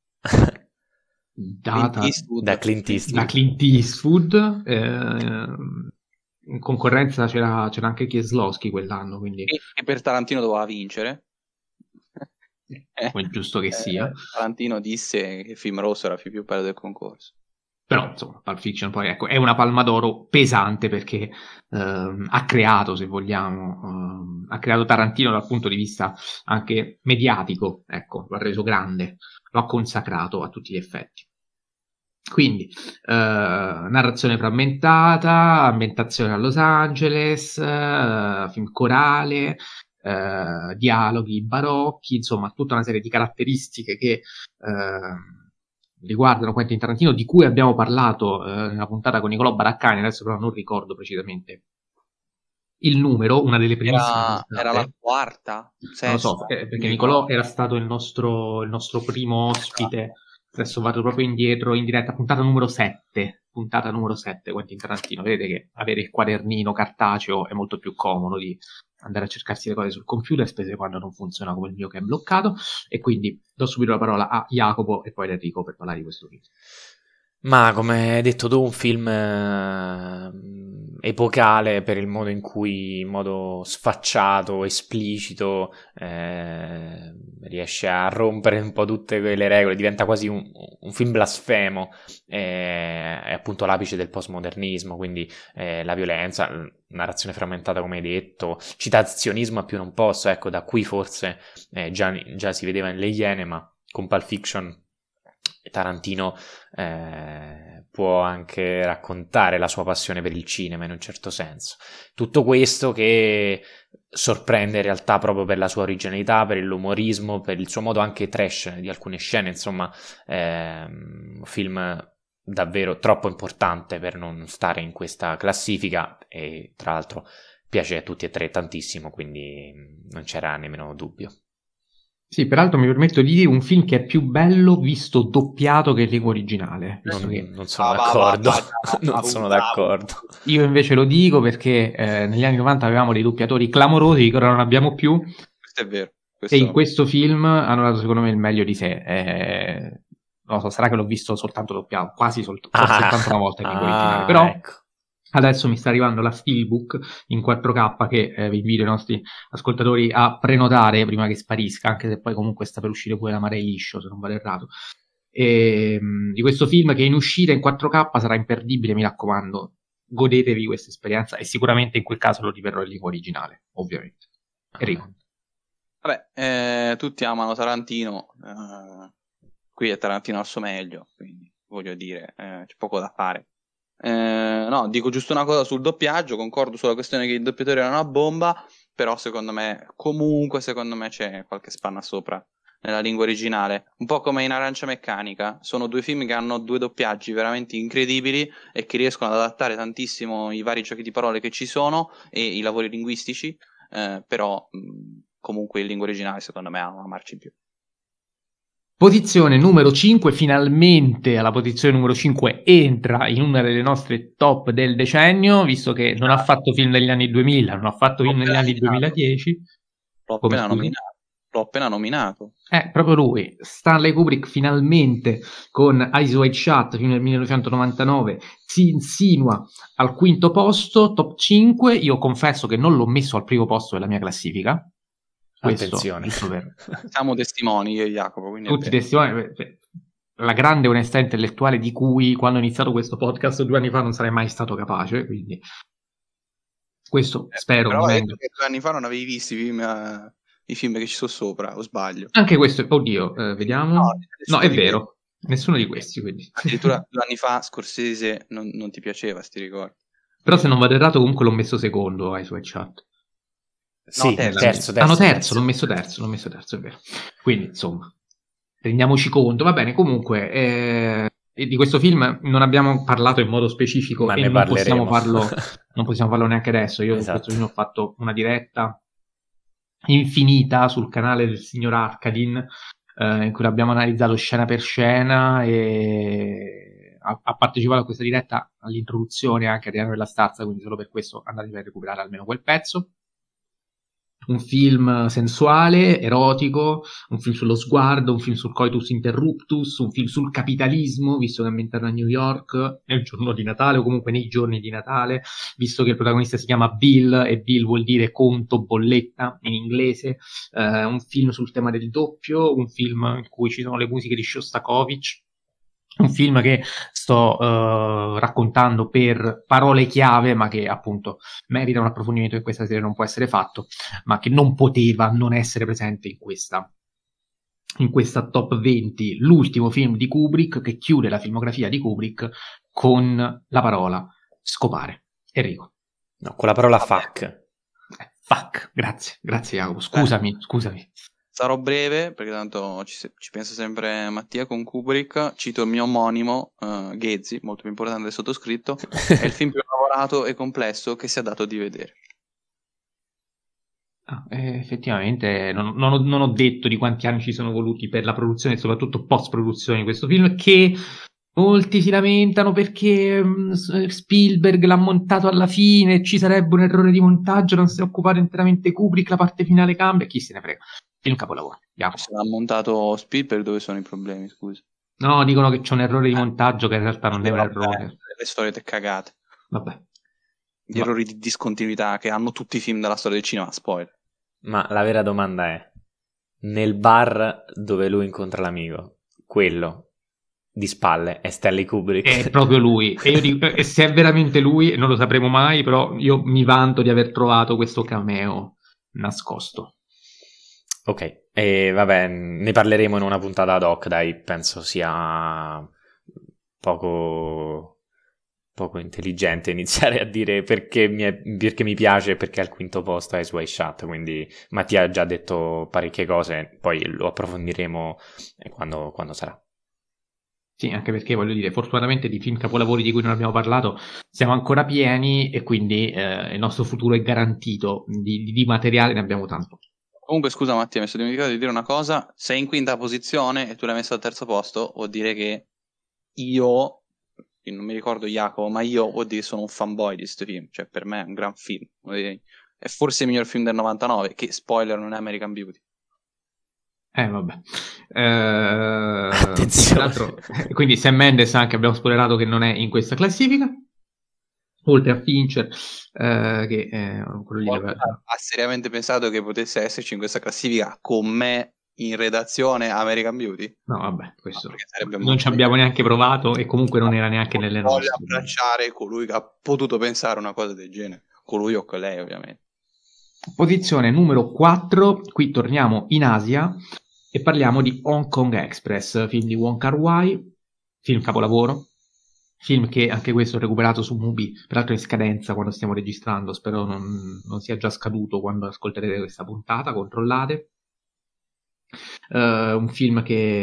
data Clint Eastwood. da Clint Eastwood. da Clint Eastwood. Eh, in concorrenza c'era, c'era anche Kieslowski quell'anno, quindi E, e per Tarantino doveva vincere. come è giusto che sia. Eh, Tarantino disse che il film rosso era il film più bello del concorso. Però insomma Pulp Fiction poi ecco, è una Palma d'Oro pesante perché ehm, ha creato, se vogliamo, ehm, ha creato Tarantino dal punto di vista anche mediatico, ecco, lo ha reso grande, lo ha consacrato a tutti gli effetti. Quindi eh, narrazione frammentata, ambientazione a Los Angeles, eh, film corale, eh, dialoghi barocchi, insomma tutta una serie di caratteristiche che eh, riguardano Quentin Tarantino, di cui abbiamo parlato eh, nella puntata con Nicolò Baraccani, adesso però non ricordo precisamente il numero, una delle primissime era, era la quarta, sesta, non lo so, eh, perché Nicolò era stato il nostro, il nostro primo ospite, adesso vado proprio indietro in diretta, puntata numero sette, puntata numero sette, Quentin Tarantino. Vedete che avere il quadernino cartaceo è molto più comodo di andare a cercarsi le cose sul computer, specie quando non funziona come il mio che è bloccato, e quindi do subito la parola a Jacopo e poi ad Enrico per parlare di questo film. Ma come hai detto tu, un film eh, epocale per il modo in cui, in modo sfacciato, esplicito, eh, riesce a rompere un po' tutte quelle regole, diventa quasi un, un film blasfemo, eh, è appunto l'apice del postmodernismo, quindi eh, la violenza, narrazione frammentata come hai detto, citazionismo a più non posso, ecco, da qui forse eh, già, già si vedeva in Le Iene, ma con Pulp Fiction Tarantino eh, può anche raccontare la sua passione per il cinema in un certo senso. Tutto questo che sorprende in realtà proprio per la sua originalità, per l'umorismo, per il suo modo anche trash di alcune scene, insomma, eh, un film davvero troppo importante per non stare in questa classifica e tra l'altro piace a tutti e tre tantissimo, quindi non c'era nemmeno dubbio. Sì, peraltro mi permetto di dire un film che è più bello visto doppiato che in lingua originale. Non, che... non sono ah, d'accordo, va, va, va, non sono d'accordo. Io invece lo dico perché eh, negli anni novanta avevamo dei doppiatori clamorosi che ora non abbiamo più. Questo è vero. Questo... E in questo film hanno dato secondo me il meglio di sé. Eh, non so, sarà che l'ho visto soltanto doppiato, quasi solt- ah, soltanto una volta in lingua ah, originale. Però ecco. Adesso mi sta arrivando la Steelbook in quattro K che eh, vi invito i nostri ascoltatori a prenotare prima che sparisca, anche se poi comunque sta per uscire pure la Mare liscio, se non vado errato. E, mh, di questo film che in uscita in quattro K sarà imperdibile, mi raccomando, godetevi questa esperienza e sicuramente in quel caso lo riverrò in lingua originale, ovviamente. Enrico. Vabbè, eh, tutti amano Tarantino, eh, qui è Tarantino al suo meglio, quindi voglio dire, eh, c'è poco da fare. Eh, no, dico giusto una cosa sul doppiaggio, concordo sulla questione che il doppiatore era una bomba, però secondo me, comunque secondo me c'è qualche spanna sopra nella lingua originale, un po' come in Arancia Meccanica. Sono due film che hanno due doppiaggi veramente incredibili e che riescono ad adattare tantissimo i vari giochi di parole che ci sono e i lavori linguistici, eh, però mh, comunque in lingua originale secondo me ha una marcia in più. Posizione numero cinque, finalmente alla posizione numero cinque entra in una delle nostre top del decennio, visto che non ha fatto film negli anni duemila, non ha fatto film negli anni duemiladieci. L'ho appena nominato. L'ho appena nominato. Eh, proprio lui, Stanley Kubrick, finalmente con Eyes Wide Shut, film del millenovecentonovantanove, si insinua al quinto posto, top cinque. Io confesso che non l'ho messo al primo posto della mia classifica. Questo, attenzione, per... siamo testimoni io e Jacopo, quindi tutti testimoni, la grande onestà intellettuale di cui quando ho iniziato questo podcast due anni fa non sarei mai stato capace, quindi questo eh, spero però mi che due anni fa non avevi visto i film, uh, i film che ci sono sopra, o sbaglio? Anche questo, oddio, eh, vediamo no, no è vero, questi. Nessuno di questi, quindi addirittura due anni fa Scorsese non, non ti piaceva, sti ricordi? Però se non vado errato comunque l'ho messo secondo ai suoi chat. Sì, no, terzo, terzo, terzo, ah, no, terzo, terzo, l'ho messo terzo, l'ho messo terzo, è vero. Quindi, insomma, rendiamoci conto. Va bene, comunque, eh, di questo film non abbiamo parlato in modo specifico ma e ne non possiamo farlo, parleremo. non possiamo farlo neanche adesso. Io esatto. su questo film ho fatto una diretta infinita sul canale del signor Arcadin, eh, in cui l'abbiamo analizzato scena per scena e ha, ha partecipato a questa diretta all'introduzione anche Adriano della Starza, quindi solo per questo andatevi a recuperare almeno quel pezzo. Un film sensuale, erotico, un film sullo sguardo, un film sul coitus interruptus, un film sul capitalismo, visto che è ambientato a New York nel giorno di Natale o comunque nei giorni di Natale, visto che il protagonista si chiama Bill e Bill vuol dire conto, bolletta in inglese, eh, un film sul tema del doppio, un film in cui ci sono le musiche di Shostakovich, un film che sto uh, raccontando per parole chiave, ma che appunto merita un approfondimento che questa serie non può essere fatto, ma che non poteva non essere presente in questa, in questa top venti. L'ultimo film di Kubrick che chiude la filmografia di Kubrick con la parola scopare. Enrico. No, con la parola fuck. Eh, Fuck, grazie, grazie Jacopo, scusami, Beh. scusami. Sarò breve, perché tanto ci, ci pensa sempre Mattia con Kubrick. Cito il mio omonimo, uh, Ghezzi, molto più importante del sottoscritto. È il film più lavorato e complesso che si è dato di vedere. Ah, eh, effettivamente non, non, ho, non ho detto di quanti anni ci sono voluti per la produzione e soprattutto post-produzione di questo film, che molti si lamentano perché um, Spielberg l'ha montato alla fine, ci sarebbe un errore di montaggio, non si è occupato interamente Kubrick, la parte finale cambia, chi se ne frega. Film capolavoro. Jacopo. Se l'ha montato Spielberg, dove sono i problemi, scusi? No, dicono che c'è un errore di montaggio che in realtà non è un errore. Le solite cagate. Vabbè. Gli Va. errori di discontinuità che hanno tutti i film della storia del cinema, spoiler. Ma la vera domanda è, nel bar dove lui incontra l'amico, quello di spalle è Stanley Kubrick? È proprio lui. E io dico, e se è veramente lui, non lo sapremo mai, però io mi vanto di aver trovato questo cameo nascosto. Ok, e vabbè, ne parleremo in una puntata ad hoc, dai, penso sia poco, poco intelligente iniziare a dire perché mi, è, perché mi piace e perché al quinto posto è Eyes Wide Shut, quindi Mattia ha già detto parecchie cose, poi lo approfondiremo quando, quando sarà. Sì, anche perché voglio dire, fortunatamente di film capolavori di cui non abbiamo parlato siamo ancora pieni e quindi eh, il nostro futuro è garantito, di, di materiale ne abbiamo tanto. Comunque scusa Mattia, mi sono dimenticato di dire una cosa, sei in quinta posizione e tu l'hai messo al terzo posto, vuol dire che io, non mi ricordo Jacopo, ma io vuol dire che sono un fanboy di questo film, cioè per me è un gran film, è forse il miglior film del novantanove, che spoiler non è American Beauty. Eh vabbè, eh, attenzione. Quindi Sam Mendes anche abbiamo spoilerato che non è in questa classifica, oltre a Fincher, eh, che eh, quello lì aveva... ha seriamente pensato che potesse esserci in questa classifica con me in redazione American Beauty? No vabbè, questo no, non ci abbiamo neanche provato e comunque non era neanche nelle nostre. Voglio abbracciare colui che ha potuto pensare una cosa del genere, colui o con lei ovviamente. Posizione numero quattro, qui torniamo in Asia e parliamo di Hong Kong Express, film di Wong Kar-wai, film capolavoro, film che anche questo ho recuperato su Mubi, peraltro in scadenza quando stiamo registrando, spero non, non sia già scaduto quando ascolterete questa puntata, controllate. Uh, un film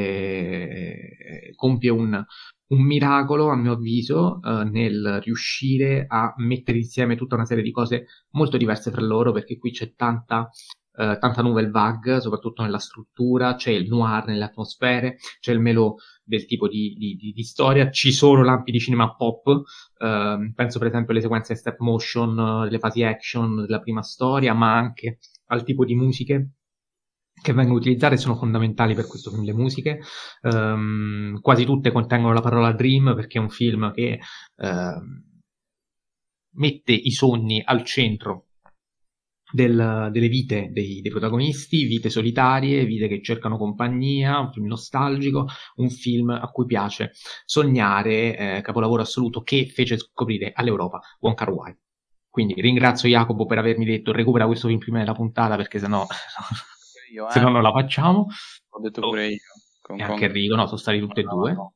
che compie un, un miracolo, a mio avviso, uh, nel riuscire a mettere insieme tutta una serie di cose molto diverse fra loro, perché qui c'è tanta... Uh, tanta nouvelle vague, soprattutto nella struttura, c'è il noir nelle atmosfere, c'è il melo del tipo di, di, di, di storia, ci sono lampi di cinema pop, uh, penso per esempio alle sequenze step motion, uh, le fasi action della prima storia, ma anche al tipo di musiche che vengono utilizzate, sono fondamentali per questo film le musiche, um, quasi tutte contengono la parola dream, perché è un film che uh, mette i sogni al centro Del, delle vite dei, dei protagonisti, vite solitarie, vite che cercano compagnia, un film nostalgico, un film a cui piace sognare, eh, capolavoro assoluto che fece scoprire all'Europa Wong Kar-wai. Quindi ringrazio Jacopo per avermi detto recupera questo film prima della puntata, perché sennò io, eh. se no non la facciamo. Ho detto pure io. Con, e anche Enrico, no, sono stati tutti e due. No.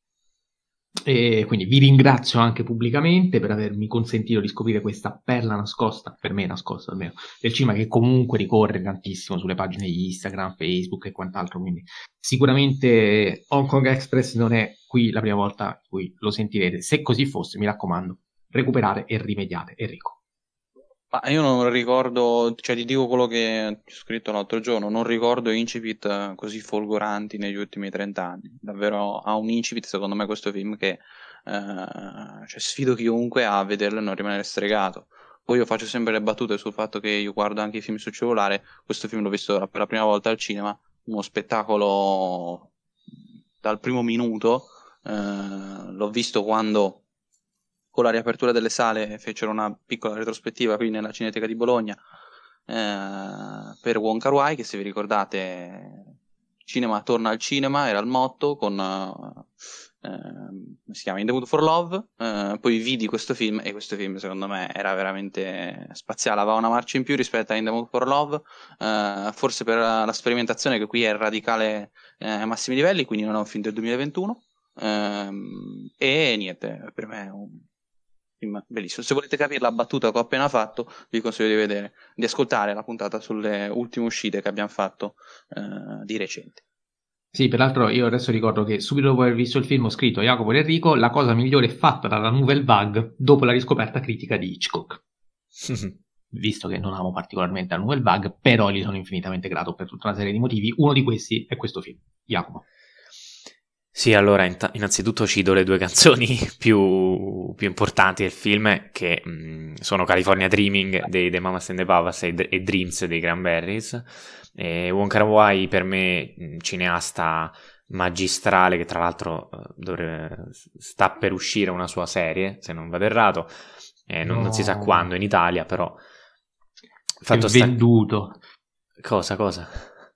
E quindi vi ringrazio anche pubblicamente per avermi consentito di scoprire questa perla nascosta, per me nascosta almeno, del cinema, che comunque ricorre tantissimo sulle pagine di Instagram, Facebook e quant'altro, quindi sicuramente Hong Kong Express non è qui la prima volta in cui lo sentirete. Se così fosse, mi raccomando, recuperate e rimediate. Enrico. Ma io non ricordo, cioè ti dico quello che ho scritto l'altro giorno, non ricordo incipit così folgoranti negli ultimi trent'anni. Davvero ha un incipit secondo me questo film che eh, cioè, sfido chiunque a vederlo e non rimanere stregato. Poi io faccio sempre le battute sul fatto che io guardo anche i film sul cellulare, questo film l'ho visto per la prima volta al cinema, uno spettacolo dal primo minuto, eh, l'ho visto quando... con la riapertura delle sale fecero una piccola retrospettiva qui nella Cineteca di Bologna eh, per Wong Kar-wai, che se vi ricordate cinema torna al cinema era il motto, con eh, come si chiama, In the Mood for Love, eh, poi vidi questo film e questo film secondo me era veramente spaziale, aveva una marcia in più rispetto a In the Mood for Love, eh, forse per la sperimentazione che qui è radicale eh, ai massimi livelli, quindi non è un film del duemilaventuno, eh, e niente, per me è un Film bellissimo. Se volete capire la battuta che ho appena fatto, vi consiglio di vedere, di ascoltare la puntata sulle ultime uscite che abbiamo fatto eh, di recente. Sì, peraltro io adesso ricordo che subito dopo aver visto il film ho scritto a Jacopo e Enrico la cosa migliore fatta dalla Nouvelle Vague dopo la riscoperta critica di Hitchcock. Visto che non amo particolarmente la Nouvelle Vague, però gli sono infinitamente grato per tutta una serie di motivi. Uno di questi è questo film. Jacopo. Sì, allora int- innanzitutto cito le due canzoni più, più importanti del film, che mh, sono California Dreaming dei, dei Mamas and the Papas e, e Dreams dei Cranberries. E Wong Kar-wai per me, mh, cineasta magistrale, che tra l'altro uh, dovrebbe, sta per uscire una sua serie, se non vado errato, eh, non, No. non si sa quando in Italia, però Fatto si è venduto. Sta... Cosa, cosa?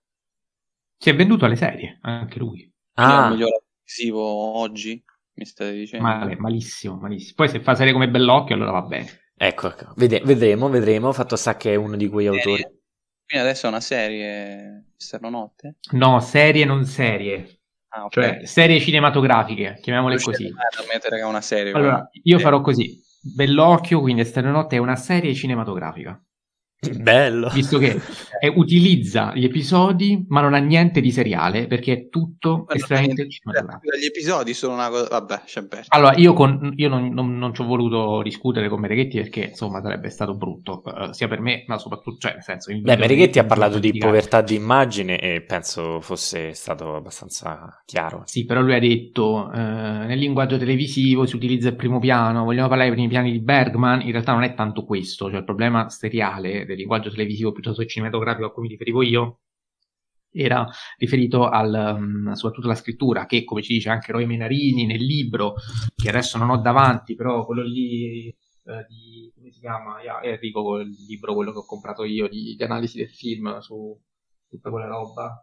Si è venduto alle serie, anche lui. Ah. È il miglior televisivo oggi, mi stai dicendo? Male, malissimo, malissimo. Poi se fa serie come Bellocchio allora va bene. Ecco, ecco. Vede- vedremo, vedremo. Fatto sta che è uno di quei serie. autori. Quindi adesso è una serie Stanonotte? No, serie non serie. Ah, okay. Cioè serie cinematografiche, chiamiamole così. A mettere che è una serie. Allora, io eh. farò così. Bellocchio, quindi Stanonotte è una serie cinematografica. Bello. Visto che è, utilizza gli episodi, ma non ha niente di seriale, perché è tutto ma estremamente cinematografico. Gli episodi sono una cosa... Vabbè, c'è bello. Allora, io, con, io non, non, non ci ho voluto discutere con Mereghetti perché, insomma, sarebbe stato brutto, uh, sia per me, ma soprattutto, cioè, nel senso... Beh, Mereghetti ha parlato di povertà di immagine e penso fosse stato abbastanza chiaro. Sì, però lui ha detto, uh, nel linguaggio televisivo si utilizza il primo piano, vogliamo parlare dei primi piani di Bergman, in realtà non è tanto questo, cioè il problema seriale del linguaggio televisivo piuttosto che cinematografico a cui mi riferivo io era riferito al, um, soprattutto alla scrittura, che come ci dice anche Roy Menarini nel libro, che adesso non ho davanti, però quello lì eh, di, come si chiama? Yeah, Enrico, il libro, quello che ho comprato io di, di analisi del film su tutta quella roba.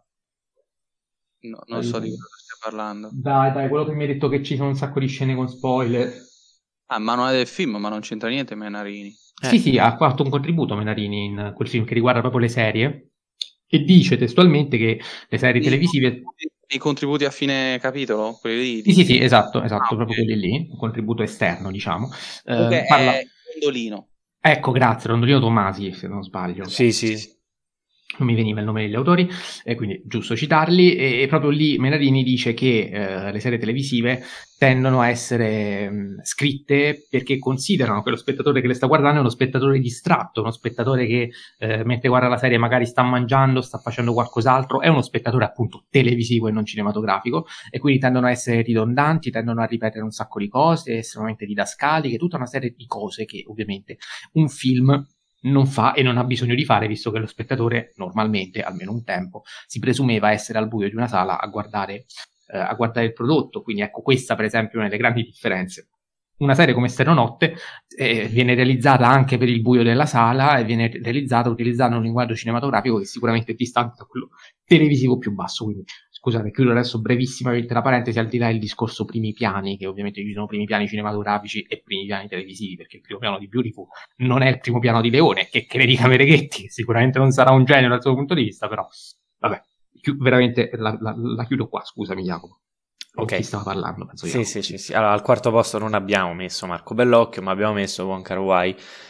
No, non so di cosa stai parlando. Dai, dai, quello che mi hai detto che ci sono un sacco di scene con spoiler. Ah, manuale del film, ma non c'entra niente Menarini. Eh. Sì, sì, ha fatto un contributo Menarini in quel film che riguarda proprio le serie e dice testualmente che le serie I televisive... I contributi a fine capitolo? Quelli lì? Sì, sì, sì, esatto, esatto, ah, proprio okay. Quelli lì, un contributo esterno, diciamo. Okay, eh, parla... è Rondolino. Ecco, grazie, Rondolino Tomasi, se non sbaglio. Sì, sì. Non mi veniva il nome degli autori, e quindi giusto citarli, e, e proprio lì Menarini dice che eh, le serie televisive tendono a essere mh, scritte perché considerano che lo spettatore che le sta guardando è uno spettatore distratto, uno spettatore che eh, mentre guarda la serie magari sta mangiando, sta facendo qualcos'altro, è uno spettatore appunto televisivo e non cinematografico, e quindi tendono a essere ridondanti, tendono a ripetere un sacco di cose, estremamente didascaliche, tutta una serie di cose che ovviamente un film non fa e non ha bisogno di fare, visto che lo spettatore normalmente, almeno un tempo, si presumeva essere al buio di una sala a guardare, eh, a guardare il prodotto. Quindi ecco, questa per esempio è una delle grandi differenze. Una serie come Stanonotte eh, viene realizzata anche per il buio della sala e viene realizzata utilizzando un linguaggio cinematografico che sicuramente è distante da quello televisivo più basso. Quindi scusate, chiudo adesso brevissimamente la parentesi, al di là del discorso primi piani, che ovviamente ci sono primi piani cinematografici e primi piani televisivi, perché il primo piano di Beautiful non è il primo piano di Leone, che, che ne dica Mereghetti, che sicuramente non sarà un genio dal suo punto di vista, però vabbè, chi- veramente la, la, la chiudo qua, scusami Jacopo. Ok, chi stava parlando, penso sì, sì, sì, sì. Allora, al quarto posto non abbiamo messo Marco Bellocchio, ma abbiamo messo Wong Kar-wai,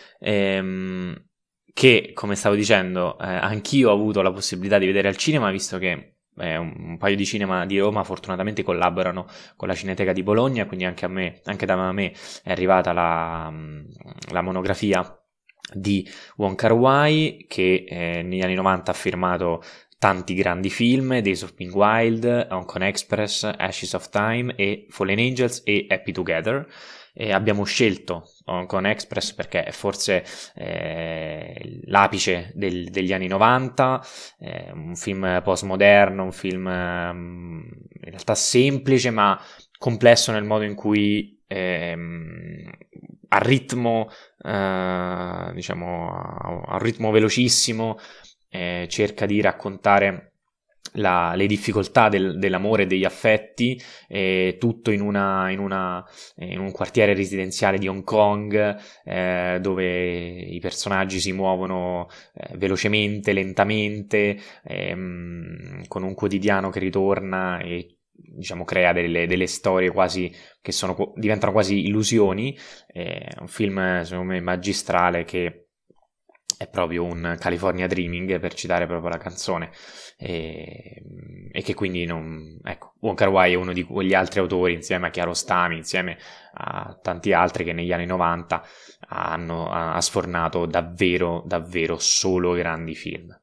ehm, che, come stavo dicendo, eh, anch'io ho avuto la possibilità di vedere al cinema, visto che eh, un, un paio di cinema di Roma fortunatamente collaborano con la Cineteca di Bologna, quindi anche a me, anche da me è arrivata la, la monografia di Wong Kar-wai, che eh, negli anni novanta ha firmato tanti grandi film, Days of Being Wild, Hong Kong Express, Ashes of Time e Fallen Angels e Happy Together. E abbiamo scelto Hong Kong Express perché è forse eh, l'apice del, degli anni novanta, eh, un film postmoderno, un film um, in realtà semplice ma complesso nel modo in cui ehm, a ritmo eh, diciamo a, a un ritmo velocissimo Eh, cerca di raccontare la, le difficoltà del, dell'amore e degli affetti, eh, tutto in, una, in, una, in un quartiere residenziale di Hong Kong, eh, dove i personaggi si muovono eh, velocemente, lentamente, ehm, con un quotidiano che ritorna e diciamo crea delle, delle storie quasi che sono, diventano quasi illusioni. È un film secondo me magistrale, che è proprio un California Dreaming, per citare proprio la canzone, e, e che quindi non, ecco, Wong Kar-wai è uno di quegli altri autori, insieme a Kiarostami, insieme a tanti altri, che negli anni novanta hanno ha sfornato davvero davvero solo grandi film.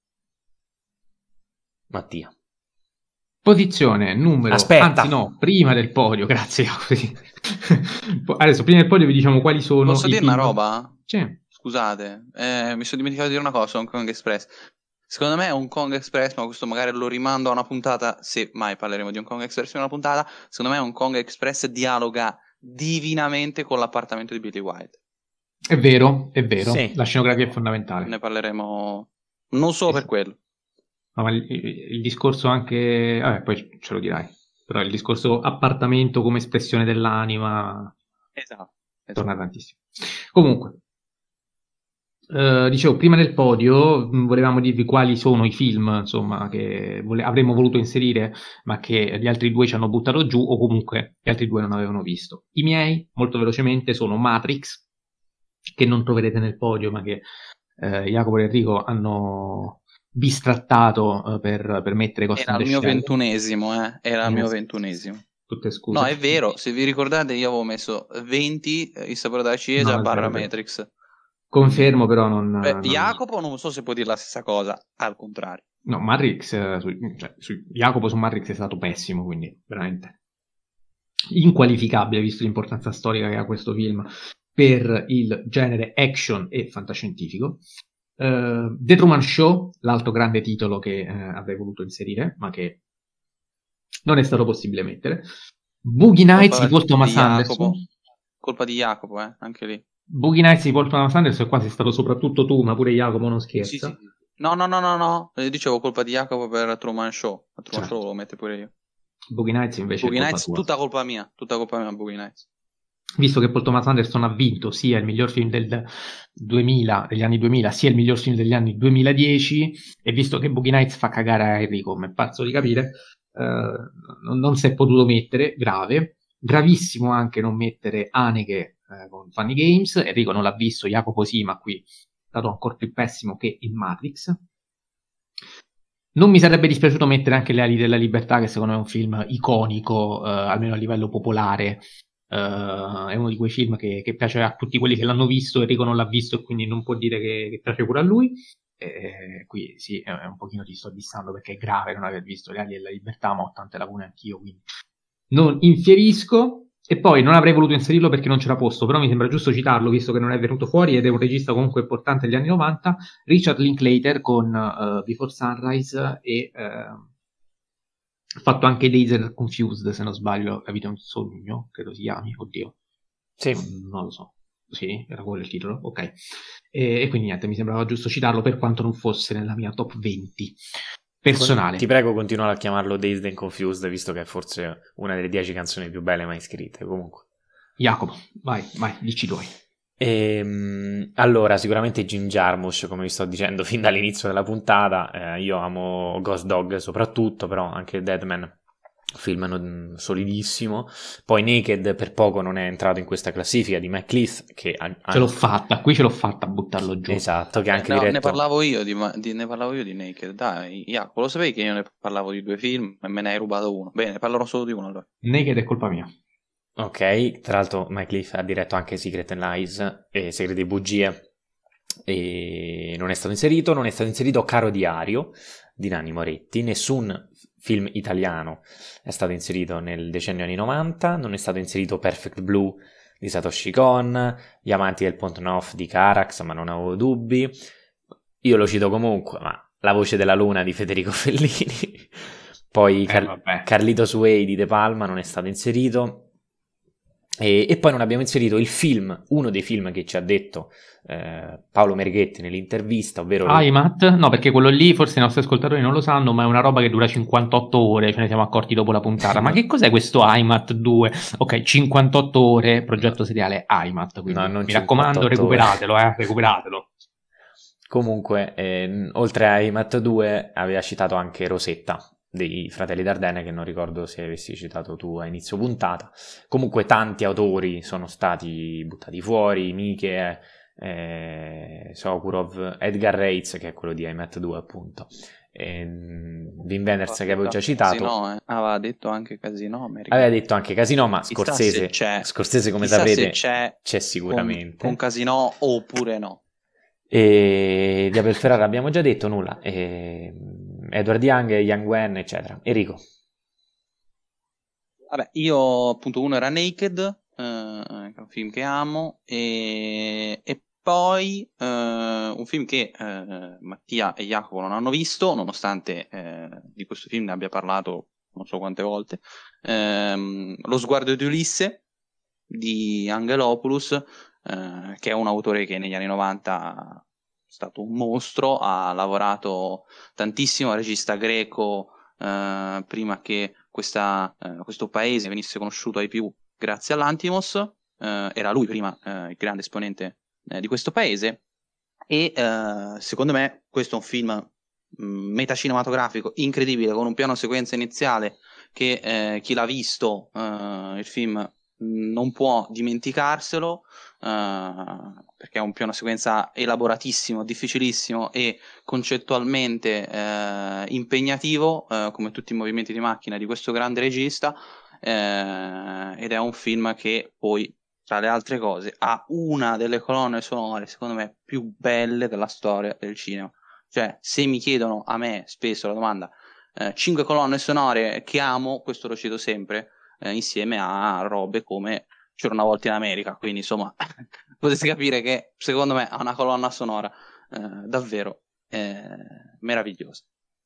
Mattia. Posizione numero... Aspetta. Anzi no, prima del podio, grazie. Adesso prima del podio vi diciamo quali sono. Posso i dire film... una roba? Sì. Scusate, eh, mi sono dimenticato di dire una cosa, Hong Kong Express. Secondo me Hong Kong Express, ma questo magari lo rimando a una puntata, se mai parleremo di Hong Kong Express in una puntata, secondo me Hong Kong Express dialoga divinamente con l'appartamento di Billy Wilde. È vero, è vero, sì. La scenografia è fondamentale. Ne parleremo non solo sì, per quello. No, ma il, il discorso anche... Vabbè, poi ce lo dirai. Però il discorso appartamento come espressione dell'anima... Esatto. esatto. Torna tantissimo. Comunque... Uh, dicevo, prima del podio mh, volevamo dirvi quali sono i film, insomma, che vole- avremmo voluto inserire, ma che gli altri due ci hanno buttato giù, o comunque gli altri due non avevano visto. I miei, molto velocemente, sono Matrix, che non troverete nel podio, ma che eh, Jacopo e Enrico hanno bistrattato eh, per, per mettere Ghost Era in the il mio Shell. ventunesimo, eh? Era il Eh, mio sì. ventunesimo. Tutte scuse. No, è vero, se vi ricordate io avevo messo venti, eh, Il sapore della ciliegia No, è barra vero, è vero. Matrix. Confermo, però non... Beh, non... Jacopo non so se può dire la stessa cosa, al contrario. No, Matrix, eh, su, cioè, su, Jacopo su Matrix è stato pessimo, quindi veramente inqualificabile, visto l'importanza storica che ha questo film per il genere action e fantascientifico. Uh, The Truman Show, l'altro grande titolo che uh, avrei voluto inserire, ma che non è stato possibile mettere. Boogie Nights di Paul Thomas di Anderson. Colpa di Jacopo, eh, anche lì. Boogie Nights di Paul Thomas Anderson, e qua sei stato soprattutto tu, ma pure Jacopo non scherza. Sì, sì. No, no, no, no, no, eh, dicevo colpa di Jacopo per Truman Show. A Truman certo. Show lo mette pure io. Boogie Nights invece Boogie è colpa Nights, tua. tutta colpa mia, tutta colpa mia Boogie Nights. Visto che Paul Thomas Anderson ha vinto sia il miglior film del duemila, degli anni duemila, sia il miglior film degli anni duemiladieci, e visto che Boogie Nights fa cagare a Enrico, come pazzo di capire, eh, non, non si è potuto mettere, grave. Gravissimo anche non mettere Haneke eh, con Funny Games. Enrico non l'ha visto, Jacopo sì, ma qui è stato ancora più pessimo che in Matrix. Non mi sarebbe dispiaciuto mettere anche Le ali della libertà, che secondo me è un film iconico, eh, almeno a livello popolare. Uh, è uno di quei film che, che piace a tutti quelli che l'hanno visto. Enrico non l'ha visto e quindi non può dire che, che piace pure a lui. E qui sì, è un pochino ti sto dissando, perché è grave non aver visto Le ali della libertà, ma ho tante lacune anch'io, quindi non infierisco. E poi non avrei voluto inserirlo perché non c'era posto, però mi sembra giusto citarlo visto che non è venuto fuori ed è un regista comunque importante degli anni novanta, Richard Linklater con uh, Before Sunrise, e uh, ha fatto anche Dazed Confused, se non sbaglio, La vita è un sogno, credo si chiami, oddio. Sì. Non, non lo so. Sì, era quello il titolo, ok. E, e quindi niente, mi sembrava giusto citarlo per quanto non fosse nella mia top venti personale. Ti prego, continua a chiamarlo Dazed and Confused, visto che è forse una delle dieci canzoni più belle mai scritte, comunque. Jacopo, vai, vai, dici tu. E, allora, sicuramente Jim Jarmusch, come vi sto dicendo fin dall'inizio della puntata. Eh, io amo Ghost Dog soprattutto, però anche Deadman, film solidissimo. Poi Naked per poco non è entrato in questa classifica di McLeith, che ha, ce l'ho fatta, qui ce l'ho fatta a buttarlo giù. Esatto, che ha anche no, diretto... ne parlavo io di, di, ne parlavo io di Naked, dai Jacopo, lo sapevi che io ne parlavo di due film e me ne hai rubato uno. Bene, parlerò solo di uno allora. Naked è colpa mia. Ok, tra l'altro McLeith ha diretto anche Secret and Lies e Segreti e Bugie, e non è stato inserito. Non è stato inserito Caro Diario di Nanni Moretti. Nessun film italiano è stato inserito nel decennio anni novanta. Non è stato inserito Perfect Blue di Satoshi Kon, Gli amanti del Pont Neuf di Carax, ma non avevo dubbi. Io lo cito comunque, ma La voce della luna di Federico Fellini. Poi eh, Car- Carlitos Way di De Palma non è stato inserito. E, e poi non abbiamo inserito il film, uno dei film che ci ha detto eh, Paolo Merghetti nell'intervista, ovvero I M A T, no, perché quello lì forse i nostri ascoltatori non lo sanno, ma è una roba che dura cinquantotto ore, ce ne siamo accorti dopo la puntata. Ma che cos'è questo I M A T due? Ok, cinquantotto ore, progetto seriale I M A T, quindi no, mi raccomando, recuperatelo, eh, recuperatelo. Comunque, eh, oltre a I M A T due aveva citato anche Rosetta dei fratelli Dardenne, che non ricordo se avessi citato tu a inizio puntata. Comunque tanti autori sono stati buttati fuori, Miche, eh, Sokurov, Edgar Reitz, che è quello di I Met due appunto, e Wim Wenders, che avevo già citato. Casino, eh. Aveva detto anche Casino, aveva detto anche Casino, ma Chissà Scorsese, se c'è. Scorsese come Chissà sapete se c'è, c'è sicuramente con, con Casino oppure no. E di Abel Ferrara abbiamo già detto nulla, e Edward Young, Young Wen, eccetera. Enrico. Vabbè, io appunto uno era Naked, eh, che è un film che amo, e, e poi eh, un film che eh, Mattia e Jacopo non hanno visto, nonostante eh, di questo film ne abbia parlato non so quante volte, ehm, Lo sguardo di Ulisse di Angelopoulos, eh, che è un autore che negli anni novanta è stato un mostro, ha lavorato tantissimo, regista greco, eh, prima che questa, eh, questo paese venisse conosciuto ai più grazie all'Antimos, eh, era lui prima eh, il grande esponente eh, di questo paese, e eh, secondo me questo è un film mh, metacinematografico incredibile, con un piano sequenza iniziale che eh, chi l'ha visto eh, il film non può dimenticarselo, uh, perché è un piano sequenza elaboratissimo, difficilissimo e concettualmente uh, impegnativo, uh, come tutti i movimenti di macchina di questo grande regista, uh, ed è un film che poi, tra le altre cose, ha una delle colonne sonore secondo me più belle della storia del cinema. Cioè, se mi chiedono a me spesso la domanda uh, cinque colonne sonore che amo, questo lo cito sempre, Eh, insieme a robe come C'era una volta in America, quindi insomma potete capire che secondo me ha una colonna sonora eh, davvero eh, meravigliosa.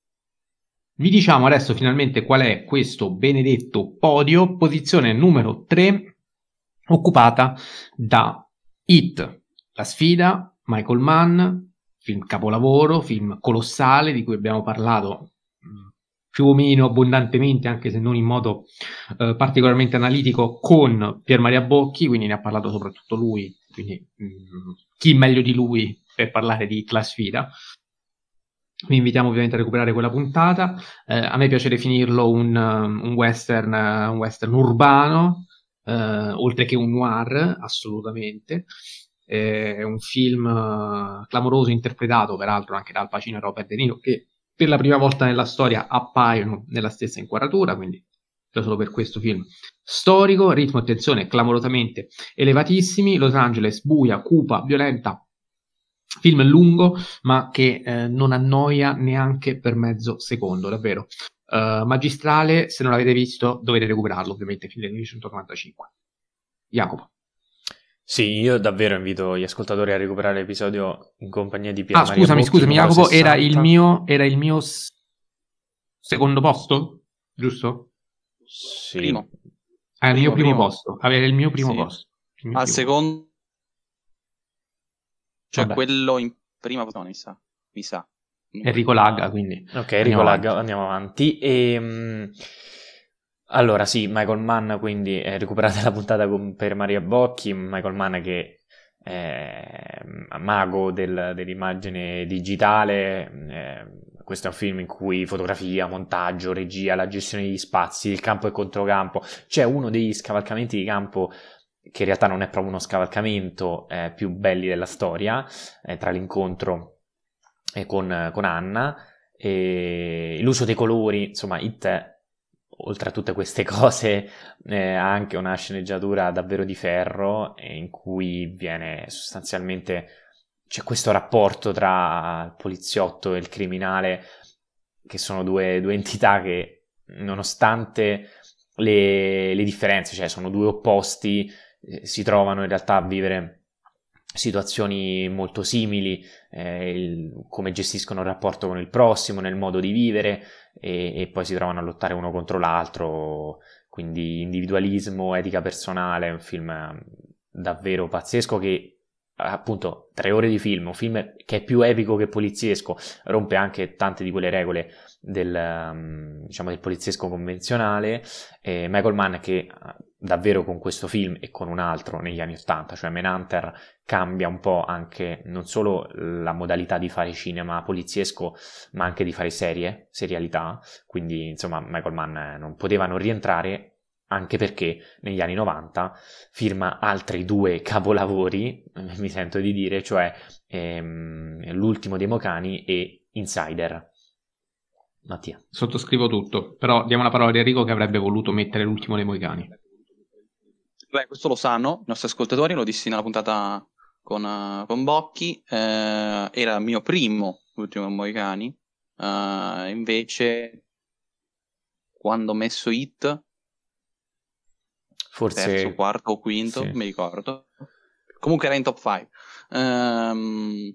Vi diciamo adesso finalmente qual è questo benedetto podio. Posizione numero tre, occupata da It, La sfida, Michael Mann, film capolavoro, film colossale di cui abbiamo parlato più o meno abbondantemente, anche se non in modo eh, particolarmente analitico, con Pier Maria Bocchi, quindi ne ha parlato soprattutto lui, quindi mh, chi meglio di lui per parlare di La sfida. Vi invitiamo ovviamente a recuperare quella puntata. Eh, a me piace definirlo un, un western, un western urbano, eh, oltre che un noir, assolutamente. Eh, è un film uh, clamoroso, interpretato peraltro anche da Al Pacino e Robert De Niro, che per la prima volta nella storia appaiono nella stessa inquadratura, quindi già solo per questo film storico, ritmo e tensione clamorosamente elevatissimi, Los Angeles buia, cupa, violenta, film lungo ma che eh, non annoia neanche per mezzo secondo, davvero uh, magistrale. Se non l'avete visto dovete recuperarlo, ovviamente, film del millenovecentonovantacinque. Jacopo. Sì, io davvero invito gli ascoltatori a recuperare l'episodio in compagnia di Pier Ah, Maria scusami, Bocchi, scusami, Jacopo, sessanta. era il mio, era il mio s- secondo posto, giusto? Sì. Primo. Ah, il mio Primo, primo primo. posto, avere il mio primo Sì. posto. Il mio Al primo secondo, cioè Vabbè. quello in prima posizione, mi sa. Mi sa. posto. Enrico Lagga, quindi Ok, andiamo Enrico avanti. Lagga, andiamo avanti. E, mh, allora sì, Michael Mann, quindi eh, recuperate la puntata con Per Maria Bocchi, Michael Mann che è mago del, dell'immagine digitale. Eh, questo è un film in cui fotografia, montaggio, regia, la gestione degli spazi, il campo e controcampo. C'è uno degli scavalcamenti di campo che in realtà non è proprio uno scavalcamento, eh, più belli della storia, eh, tra l'incontro eh, con, con Anna, e l'uso dei colori, insomma, It è, oltre a tutte queste cose, eh, ha anche una sceneggiatura davvero di ferro, eh, in cui viene sostanzialmente, c'è questo rapporto tra il poliziotto e il criminale, che sono due, due entità che, nonostante le, le differenze, cioè sono due opposti, eh, si trovano in realtà a vivere situazioni molto simili, eh, il, come gestiscono il rapporto con il prossimo, nel modo di vivere, e, e poi si trovano a lottare uno contro l'altro, quindi individualismo, etica personale. È un film davvero pazzesco che, appunto, tre ore di film, un film che è più epico che poliziesco, rompe anche tante di quelle regole del, um, diciamo, del poliziesco convenzionale. E Michael Mann, che davvero con questo film e con un altro negli anni ottanta, cioè Manhunter cambia un po' anche non solo la modalità di fare cinema poliziesco, ma anche di fare serie, serialità, quindi insomma Michael Mann non poteva non rientrare, anche perché negli anni novanta firma altri due capolavori, mi sento di dire, cioè ehm, L'ultimo dei Moicani e Insider. Mattia. Sottoscrivo tutto, però diamo la parola a Enrico che avrebbe voluto mettere L'ultimo dei Moicani. Beh, questo lo sanno i nostri ascoltatori, lo dissi nella puntata con, uh, con Bocchi, eh, era il mio primo L'ultimo dei Moicani, uh, invece quando ho messo It, forse terzo, quarto o quinto, sì. mi ricordo, comunque era in top cinque. Um,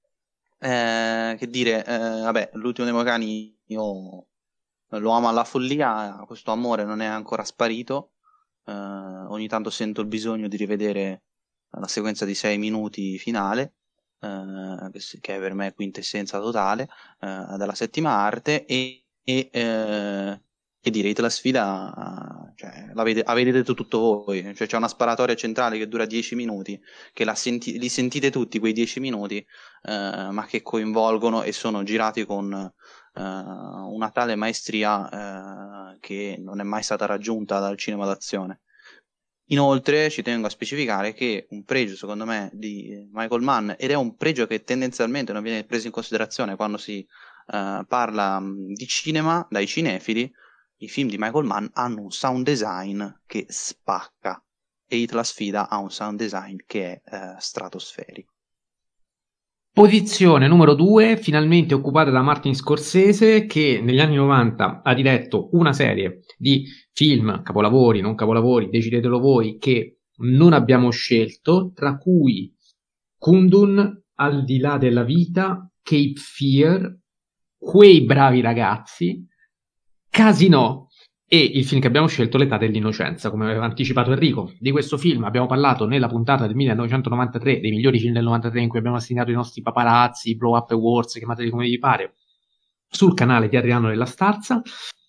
eh, che dire, eh, vabbè, L'ultimo dei Moicani io lo amo alla follia, questo amore non è ancora sparito. Uh, ogni tanto sento il bisogno di rivedere la sequenza di sei minuti finale, uh, che è per me quintessenza totale uh, della settima arte, e, e uh, che dire, la sfida, uh, cioè, l'avete, avete detto tutto voi, cioè, c'è una sparatoria centrale che dura dieci minuti, che la senti, li sentite tutti quei dieci minuti, uh, ma che coinvolgono e sono girati con Uh, una tale maestria uh, che non è mai stata raggiunta dal cinema d'azione. Inoltre ci tengo a specificare che un pregio secondo me di Michael Mann, ed è un pregio che tendenzialmente non viene preso in considerazione quando si uh, parla um, di cinema dai cinefili, i film di Michael Mann hanno un sound design che spacca, e It la sfida ha un sound design che è uh, stratosferico. Posizione numero due, finalmente occupata da Martin Scorsese, che negli anni novanta ha diretto una serie di film, capolavori, non capolavori, decidetelo voi, che non abbiamo scelto, tra cui Kundun, Al di là della vita, Cape Fear, Quei bravi ragazzi, Casino e il film che abbiamo scelto, L'età dell'innocenza, come aveva anticipato Enrico. Di questo film abbiamo parlato nella puntata del millenovecentonovantatré, dei migliori film del novantatré, in cui abbiamo assegnato i nostri paparazzi, Blow Up Awards, chiamateli come vi pare, sul canale di Adriano della Starza,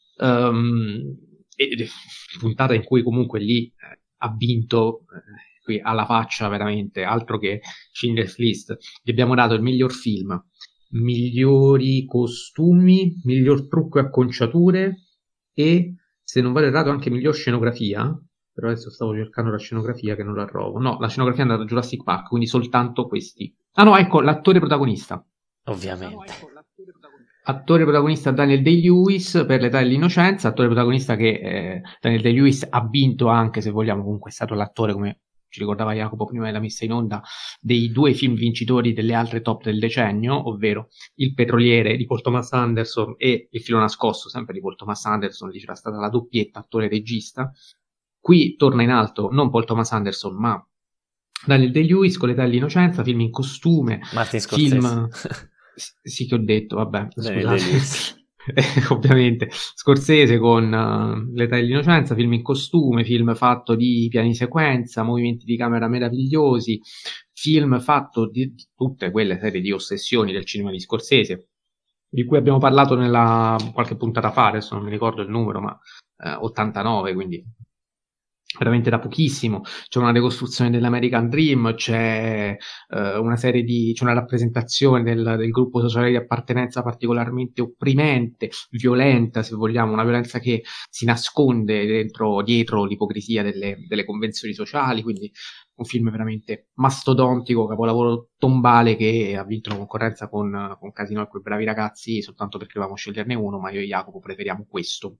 um, e, puntata in cui comunque lì eh, ha vinto, eh, qui alla faccia veramente, altro che Schindler's List. Gli abbiamo dato il miglior film, migliori costumi, miglior trucco e acconciature, e se non vado errato anche miglior scenografia, però adesso stavo cercando la scenografia che non la trovo. No, la scenografia è andata a Jurassic Park, quindi soltanto questi. Ah no, ecco, l'attore protagonista. Ovviamente. Ah, no, ecco, l'attore protagonista. Attore protagonista Daniel Day-Lewis per L'età dell'innocenza, attore protagonista che eh, Daniel Day-Lewis ha vinto anche, se vogliamo, comunque è stato l'attore, come ci ricordava Jacopo prima della messa in onda, dei due film vincitori delle altre top del decennio, ovvero Il petroliere di Paul Thomas Anderson e Il filo nascosto, sempre di Paul Thomas Anderson, lì c'era stata la doppietta attore-regista. Qui torna in alto non Paul Thomas Anderson, ma Daniel Day-Lewis con L'età dell'innocenza, film in costume, Martin Scorsese. film... sì che ho detto, vabbè, scusate. Ovviamente Scorsese con uh, L'età dell'innocenza, film in costume, film fatto di piani sequenza, movimenti di camera meravigliosi, film fatto di, di tutte quelle serie di ossessioni del cinema di Scorsese, di cui abbiamo parlato nella qualche puntata fa, adesso non mi ricordo il numero, ma eh, ottantanove, quindi veramente da pochissimo. C'è una decostruzione dell'American Dream, c'è eh, una serie di c'è una rappresentazione del, del gruppo sociale di appartenenza particolarmente opprimente, violenta, se vogliamo, una violenza che si nasconde dentro, dietro l'ipocrisia delle, delle convenzioni sociali, quindi un film veramente mastodontico, capolavoro tombale, che ha vinto la concorrenza con, con Casino e Quei bravi ragazzi soltanto perché dovevamo sceglierne uno, ma io e Jacopo preferiamo questo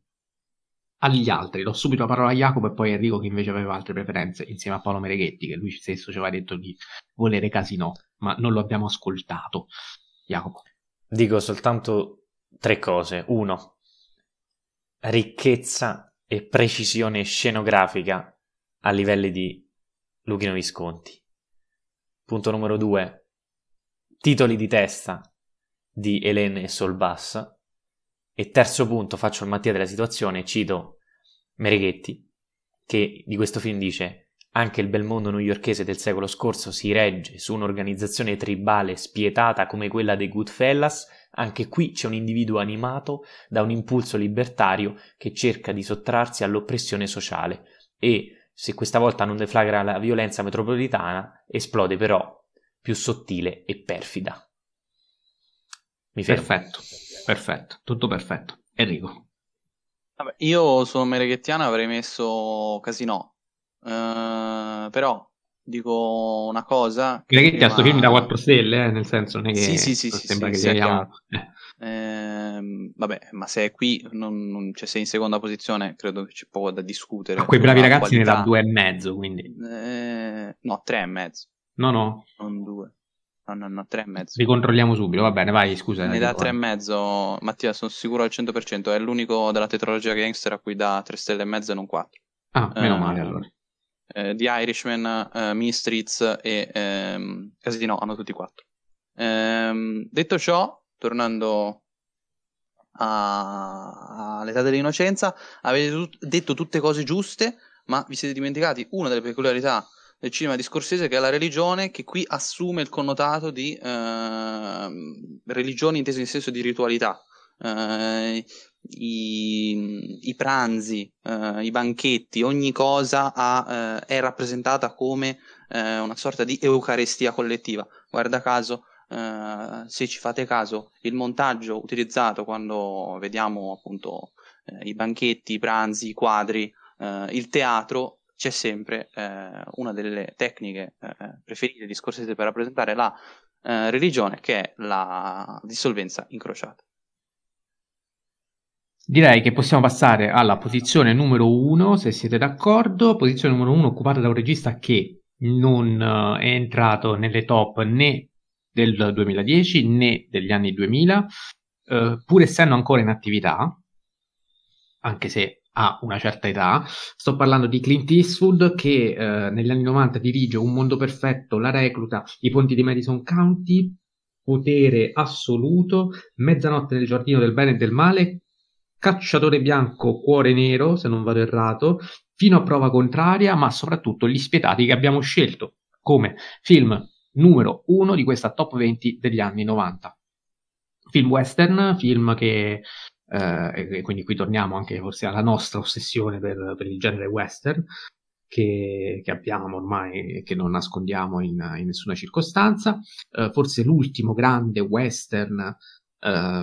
agli altri. Do subito la parola a Jacopo e poi a Enrico, che invece aveva altre preferenze, insieme a Paolo Mereghetti, che lui stesso ci aveva detto di volere Casino, ma non lo abbiamo ascoltato. Jacopo. Dico soltanto tre cose. Uno, ricchezza e precisione scenografica a livelli di Luchino Visconti. Punto numero due, titoli di testa di Hélène e Solbass. E terzo punto, faccio il Mattia della situazione e cito Mereghetti, che di questo film dice: anche il bel mondo newyorkese del secolo scorso si regge su un'organizzazione tribale spietata come quella dei Goodfellas. Anche qui c'è un individuo animato da un impulso libertario che cerca di sottrarsi all'oppressione sociale. E se questa volta non deflagra la violenza metropolitana, esplode però più sottile e perfida. Mi fermo. Perfetto, perfetto, tutto perfetto. Enrico. Vabbè, io su Mereghettiana avrei messo Casino, eh, però dico una cosa che Mereghetti a prima... sto film da quattro stelle, eh, nel senso non è che Sì, sì, sì, non sì, sembra sì, che sia sia chiaro. Ehm, vabbè, ma se è qui, non, non- cioè, se è in seconda posizione, credo che c'è poco da discutere a quei bravi sulla ragazzi ne dà qualità. due e mezzo, quindi Eh, no, tre e mezzo, no, no, non due. No, no, no, tre e mezzo. ricontrolliamo subito. Va bene, vai, scusa. Ne dà Enrico, tre e vai. mezzo, Mattia, sono sicuro al cento per cento. È l'unico della tetralogia gangster a cui dà tre stelle e mezzo e non quattro. Ah, meno male Eh, allora. eh, The Irishman, eh, Mean Streets e ehm, Casino hanno tutti quattro. Ehm, detto ciò, tornando a- all'età dell'innocenza, avete tut- detto tutte cose giuste, ma vi siete dimenticati una delle peculiarità del cinema di Scorsese, che è la religione, che qui assume il connotato di ehm, religione inteso in senso di ritualità. Eh, i, i pranzi, eh, i banchetti, ogni cosa ha, eh, è rappresentata come eh, una sorta di eucaristia collettiva. Guarda caso, eh, se ci fate caso, il montaggio utilizzato quando vediamo appunto eh, i banchetti, i pranzi, i quadri, eh, il teatro, c'è sempre eh, una delle tecniche eh, preferite di Scorsese per rappresentare la eh, religione, che è la dissolvenza incrociata. Direi che possiamo passare alla posizione numero uno, se siete d'accordo. Posizione numero uno occupata da un regista che non uh, è entrato nelle top né del duemiladieci né degli anni duemila, uh, pur essendo ancora in attività, anche se ha una certa età. Sto parlando di Clint Eastwood che uh, negli anni novanta dirige Un mondo perfetto, La recluta, I ponti di Madison County, Potere assoluto, Mezzanotte nel giardino del bene e del male, Cacciatore bianco, Cuore nero, se non vado errato, Fino a prova contraria, ma soprattutto Gli spietati, che abbiamo scelto come film numero uno di questa top venti degli anni novanta. Film western, film che, eh, e quindi qui torniamo anche forse alla nostra ossessione per, per il genere western, che, che abbiamo ormai e che non nascondiamo in, in nessuna circostanza. Eh, forse l'ultimo grande western eh,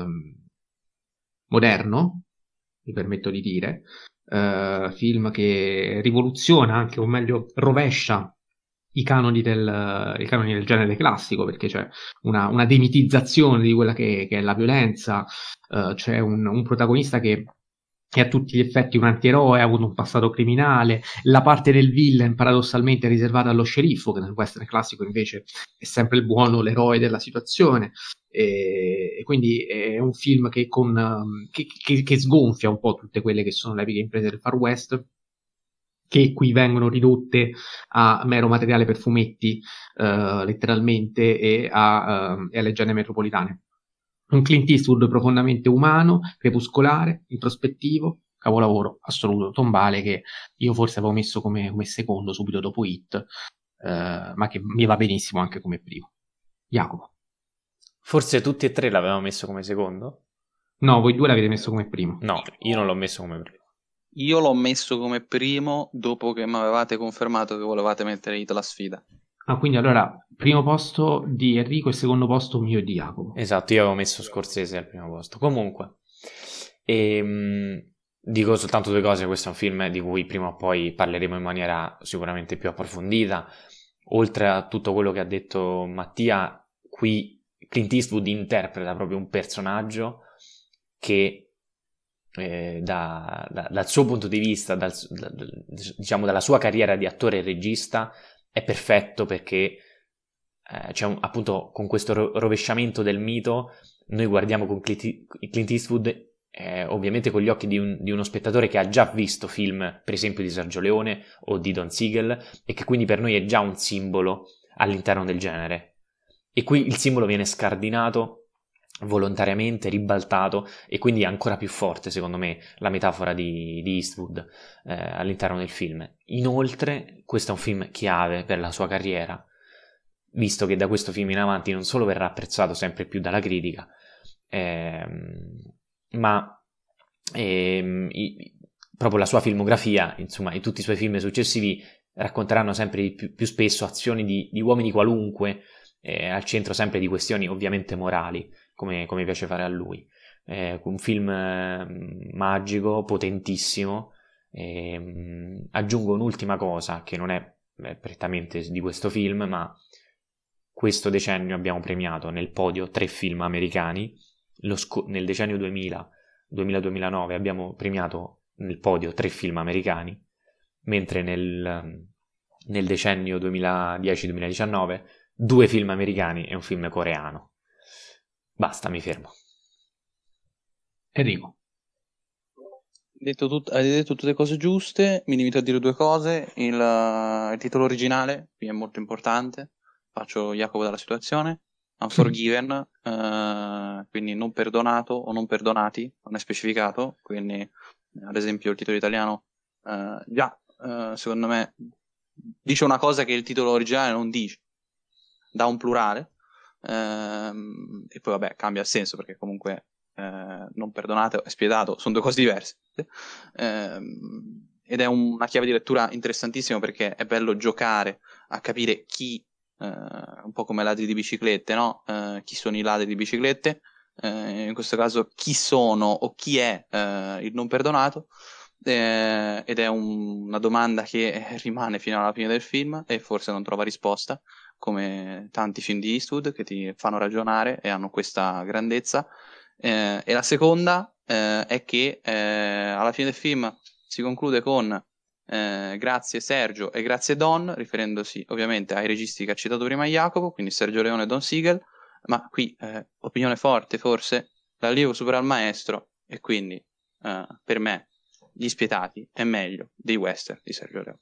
moderno, mi permetto di dire, uh, film che rivoluziona anche, o meglio rovescia i canoni del, i canoni del genere classico, perché c'è una, una demitizzazione di quella che, che è la violenza, uh, c'è un, un protagonista che è a tutti gli effetti un antieroe, ha avuto un passato criminale, la parte del villain paradossalmente è riservata allo sceriffo, che nel western classico invece è sempre il buono, l'eroe della situazione. E, e quindi è un film che, con, um, che, che, che sgonfia un po' tutte quelle che sono le epiche imprese del Far West, che qui vengono ridotte a mero materiale per fumetti, uh, letteralmente, e, a, uh, e alle leggende metropolitane. Un Clint Eastwood profondamente umano, crepuscolare, introspettivo, capolavoro assoluto, tombale, che io forse avevo messo come, come secondo subito dopo Hit, uh, ma che mi va benissimo anche come primo. Jacopo. Forse tutti e tre l'avevamo messo come secondo? No, voi due l'avete messo come primo. No, io non l'ho messo come primo. Io l'ho messo come primo dopo che mi avevate confermato che volevate mettere Hit la sfida. Ah, quindi allora, primo posto di Enrico e secondo posto mio e di Jacopo. Esatto, io avevo messo Scorsese al primo posto. Comunque, ehm, dico soltanto due cose, questo è un film di cui prima o poi parleremo in maniera sicuramente più approfondita. Oltre a tutto quello che ha detto Mattia, qui Clint Eastwood interpreta proprio un personaggio che eh, da, da, dal suo punto di vista, dal, da, diciamo dalla sua carriera di attore e regista, è perfetto, perché eh, c'è un, appunto con questo ro- rovesciamento del mito, noi guardiamo con Clint, Clint Eastwood eh, ovviamente con gli occhi di, un, di uno spettatore che ha già visto film per esempio di Sergio Leone o di Don Siegel, e che quindi per noi è già un simbolo all'interno del genere, e qui il simbolo viene scardinato volontariamente, ribaltato, e quindi è ancora più forte secondo me la metafora di, di Eastwood eh, all'interno del film. Inoltre questo è un film chiave per la sua carriera, visto che da questo film in avanti non solo verrà apprezzato sempre più dalla critica, ehm, ma ehm, proprio la sua filmografia, insomma, e tutti i suoi film successivi racconteranno sempre più, più spesso azioni di, di uomini qualunque, eh, al centro sempre di questioni ovviamente morali, come, come piace fare a lui. Eh, un film eh, magico, potentissimo. Eh, mh, aggiungo un'ultima cosa che non è eh, prettamente di questo film, ma questo decennio abbiamo premiato nel podio tre film americani. Lo sc- nel decennio duemila duemila-duemilanove abbiamo premiato nel podio tre film americani, mentre nel, nel decennio duemiladieci-duemiladiciannove due film americani e un film coreano. Basta, mi fermo. Enrico. Hai detto, tut- hai detto tutte le cose giuste, mi limito a dire due cose. Il, uh, il titolo originale qui è molto importante, faccio Jacopo dalla situazione. Unforgiven, uh, quindi non perdonato o non perdonati, non è specificato, quindi ad esempio il titolo italiano uh, già uh, secondo me dice una cosa che il titolo originale non dice, dà un plurale, uh, e poi vabbè cambia il senso perché comunque uh, non perdonato e spietato sono due cose diverse, uh, ed è un, una chiave di lettura interessantissima perché è bello giocare a capire chi Uh, un po' come ladri di biciclette, no? Uh, chi sono i ladri di biciclette? Uh, in questo caso chi sono o chi è uh, il non perdonato? Eh, ed è un, una domanda che rimane fino alla fine del film e forse non trova risposta, come tanti film di Eastwood che ti fanno ragionare e hanno questa grandezza. Eh, e la seconda eh, è che eh, alla fine del film si conclude con Eh, grazie Sergio e grazie Don, riferendosi ovviamente ai registi che ha citato prima Jacopo, quindi Sergio Leone e Don Siegel, ma qui eh, opinione forte forse, l'allievo supera il maestro e quindi eh, per me Gli Spietati è meglio dei western di Sergio Leone.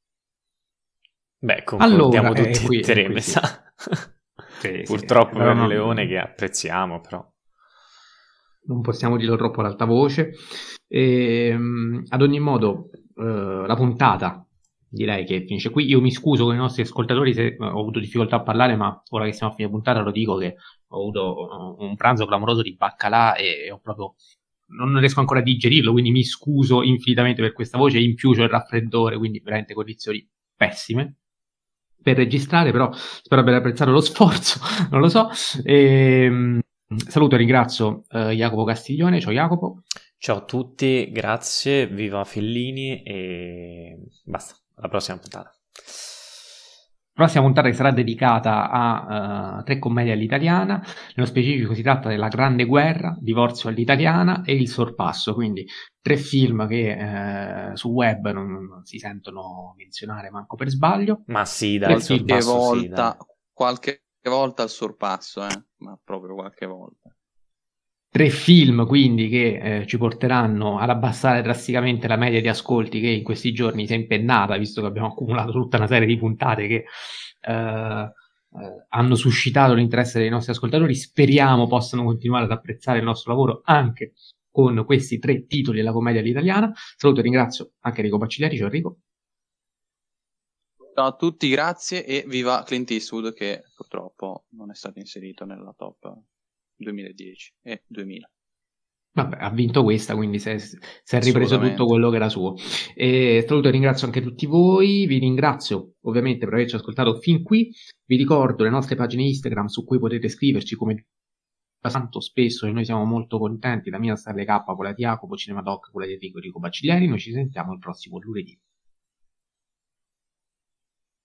Beh, concordiamo allora, tutti eh, qui, e tre, eh, mi sì. sa. Sì, Purtroppo sì, per non, Leone che apprezziamo, però. Non possiamo dirlo troppo ad alta voce. E, ad ogni modo, eh, la puntata direi che finisce qui. Io mi scuso con i nostri ascoltatori se ho avuto difficoltà a parlare, ma ora che siamo a fine puntata lo dico che ho avuto un pranzo clamoroso di baccalà e ho proprio non riesco ancora a digerirlo, quindi mi scuso infinitamente per questa voce. In più c'ho il raffreddore, quindi veramente condizioni pessime per registrare, però spero aver apprezzato lo sforzo, non lo so. E, saluto e ringrazio eh, Jacopo Castiglione. Ciao Jacopo. Ciao a tutti, grazie, viva Fellini e basta, alla prossima puntata. La prossima puntata che sarà dedicata a uh, tre commedie all'italiana, nello specifico si tratta della Grande Guerra, Divorzio all'italiana e Il Sorpasso, quindi tre film che uh, su web non, non si sentono menzionare manco per sbaglio. Ma sì, dai, il qualche Sorpasso volta, sì, dai. qualche volta il Sorpasso, eh? Ma proprio qualche volta. Tre film quindi che eh, ci porteranno ad abbassare drasticamente la media di ascolti che in questi giorni si è impennata, visto che abbiamo accumulato tutta una serie di puntate che eh, eh, hanno suscitato l'interesse dei nostri ascoltatori. Speriamo possano continuare ad apprezzare il nostro lavoro anche con questi tre titoli della commedia all'italiana. Saluto e ringrazio anche Enrico Bacciglieri. Ciao Enrico. Ciao a tutti, grazie e viva Clint Eastwood che purtroppo non è stato inserito nella top duemiladieci e duemila. Vabbè, ha vinto questa, quindi si è, si è ripreso tutto quello che era suo. E saluto e ringrazio anche tutti voi. Vi ringrazio ovviamente per averci ascoltato fin qui. Vi ricordo le nostre pagine Instagram su cui potete scriverci come tanto spesso e noi siamo molto contenti. La mia Starle K, quella di Jacopo, Cinemadoc, quella di Enrico Enrico Bacciglieri. Noi ci sentiamo il prossimo lunedì.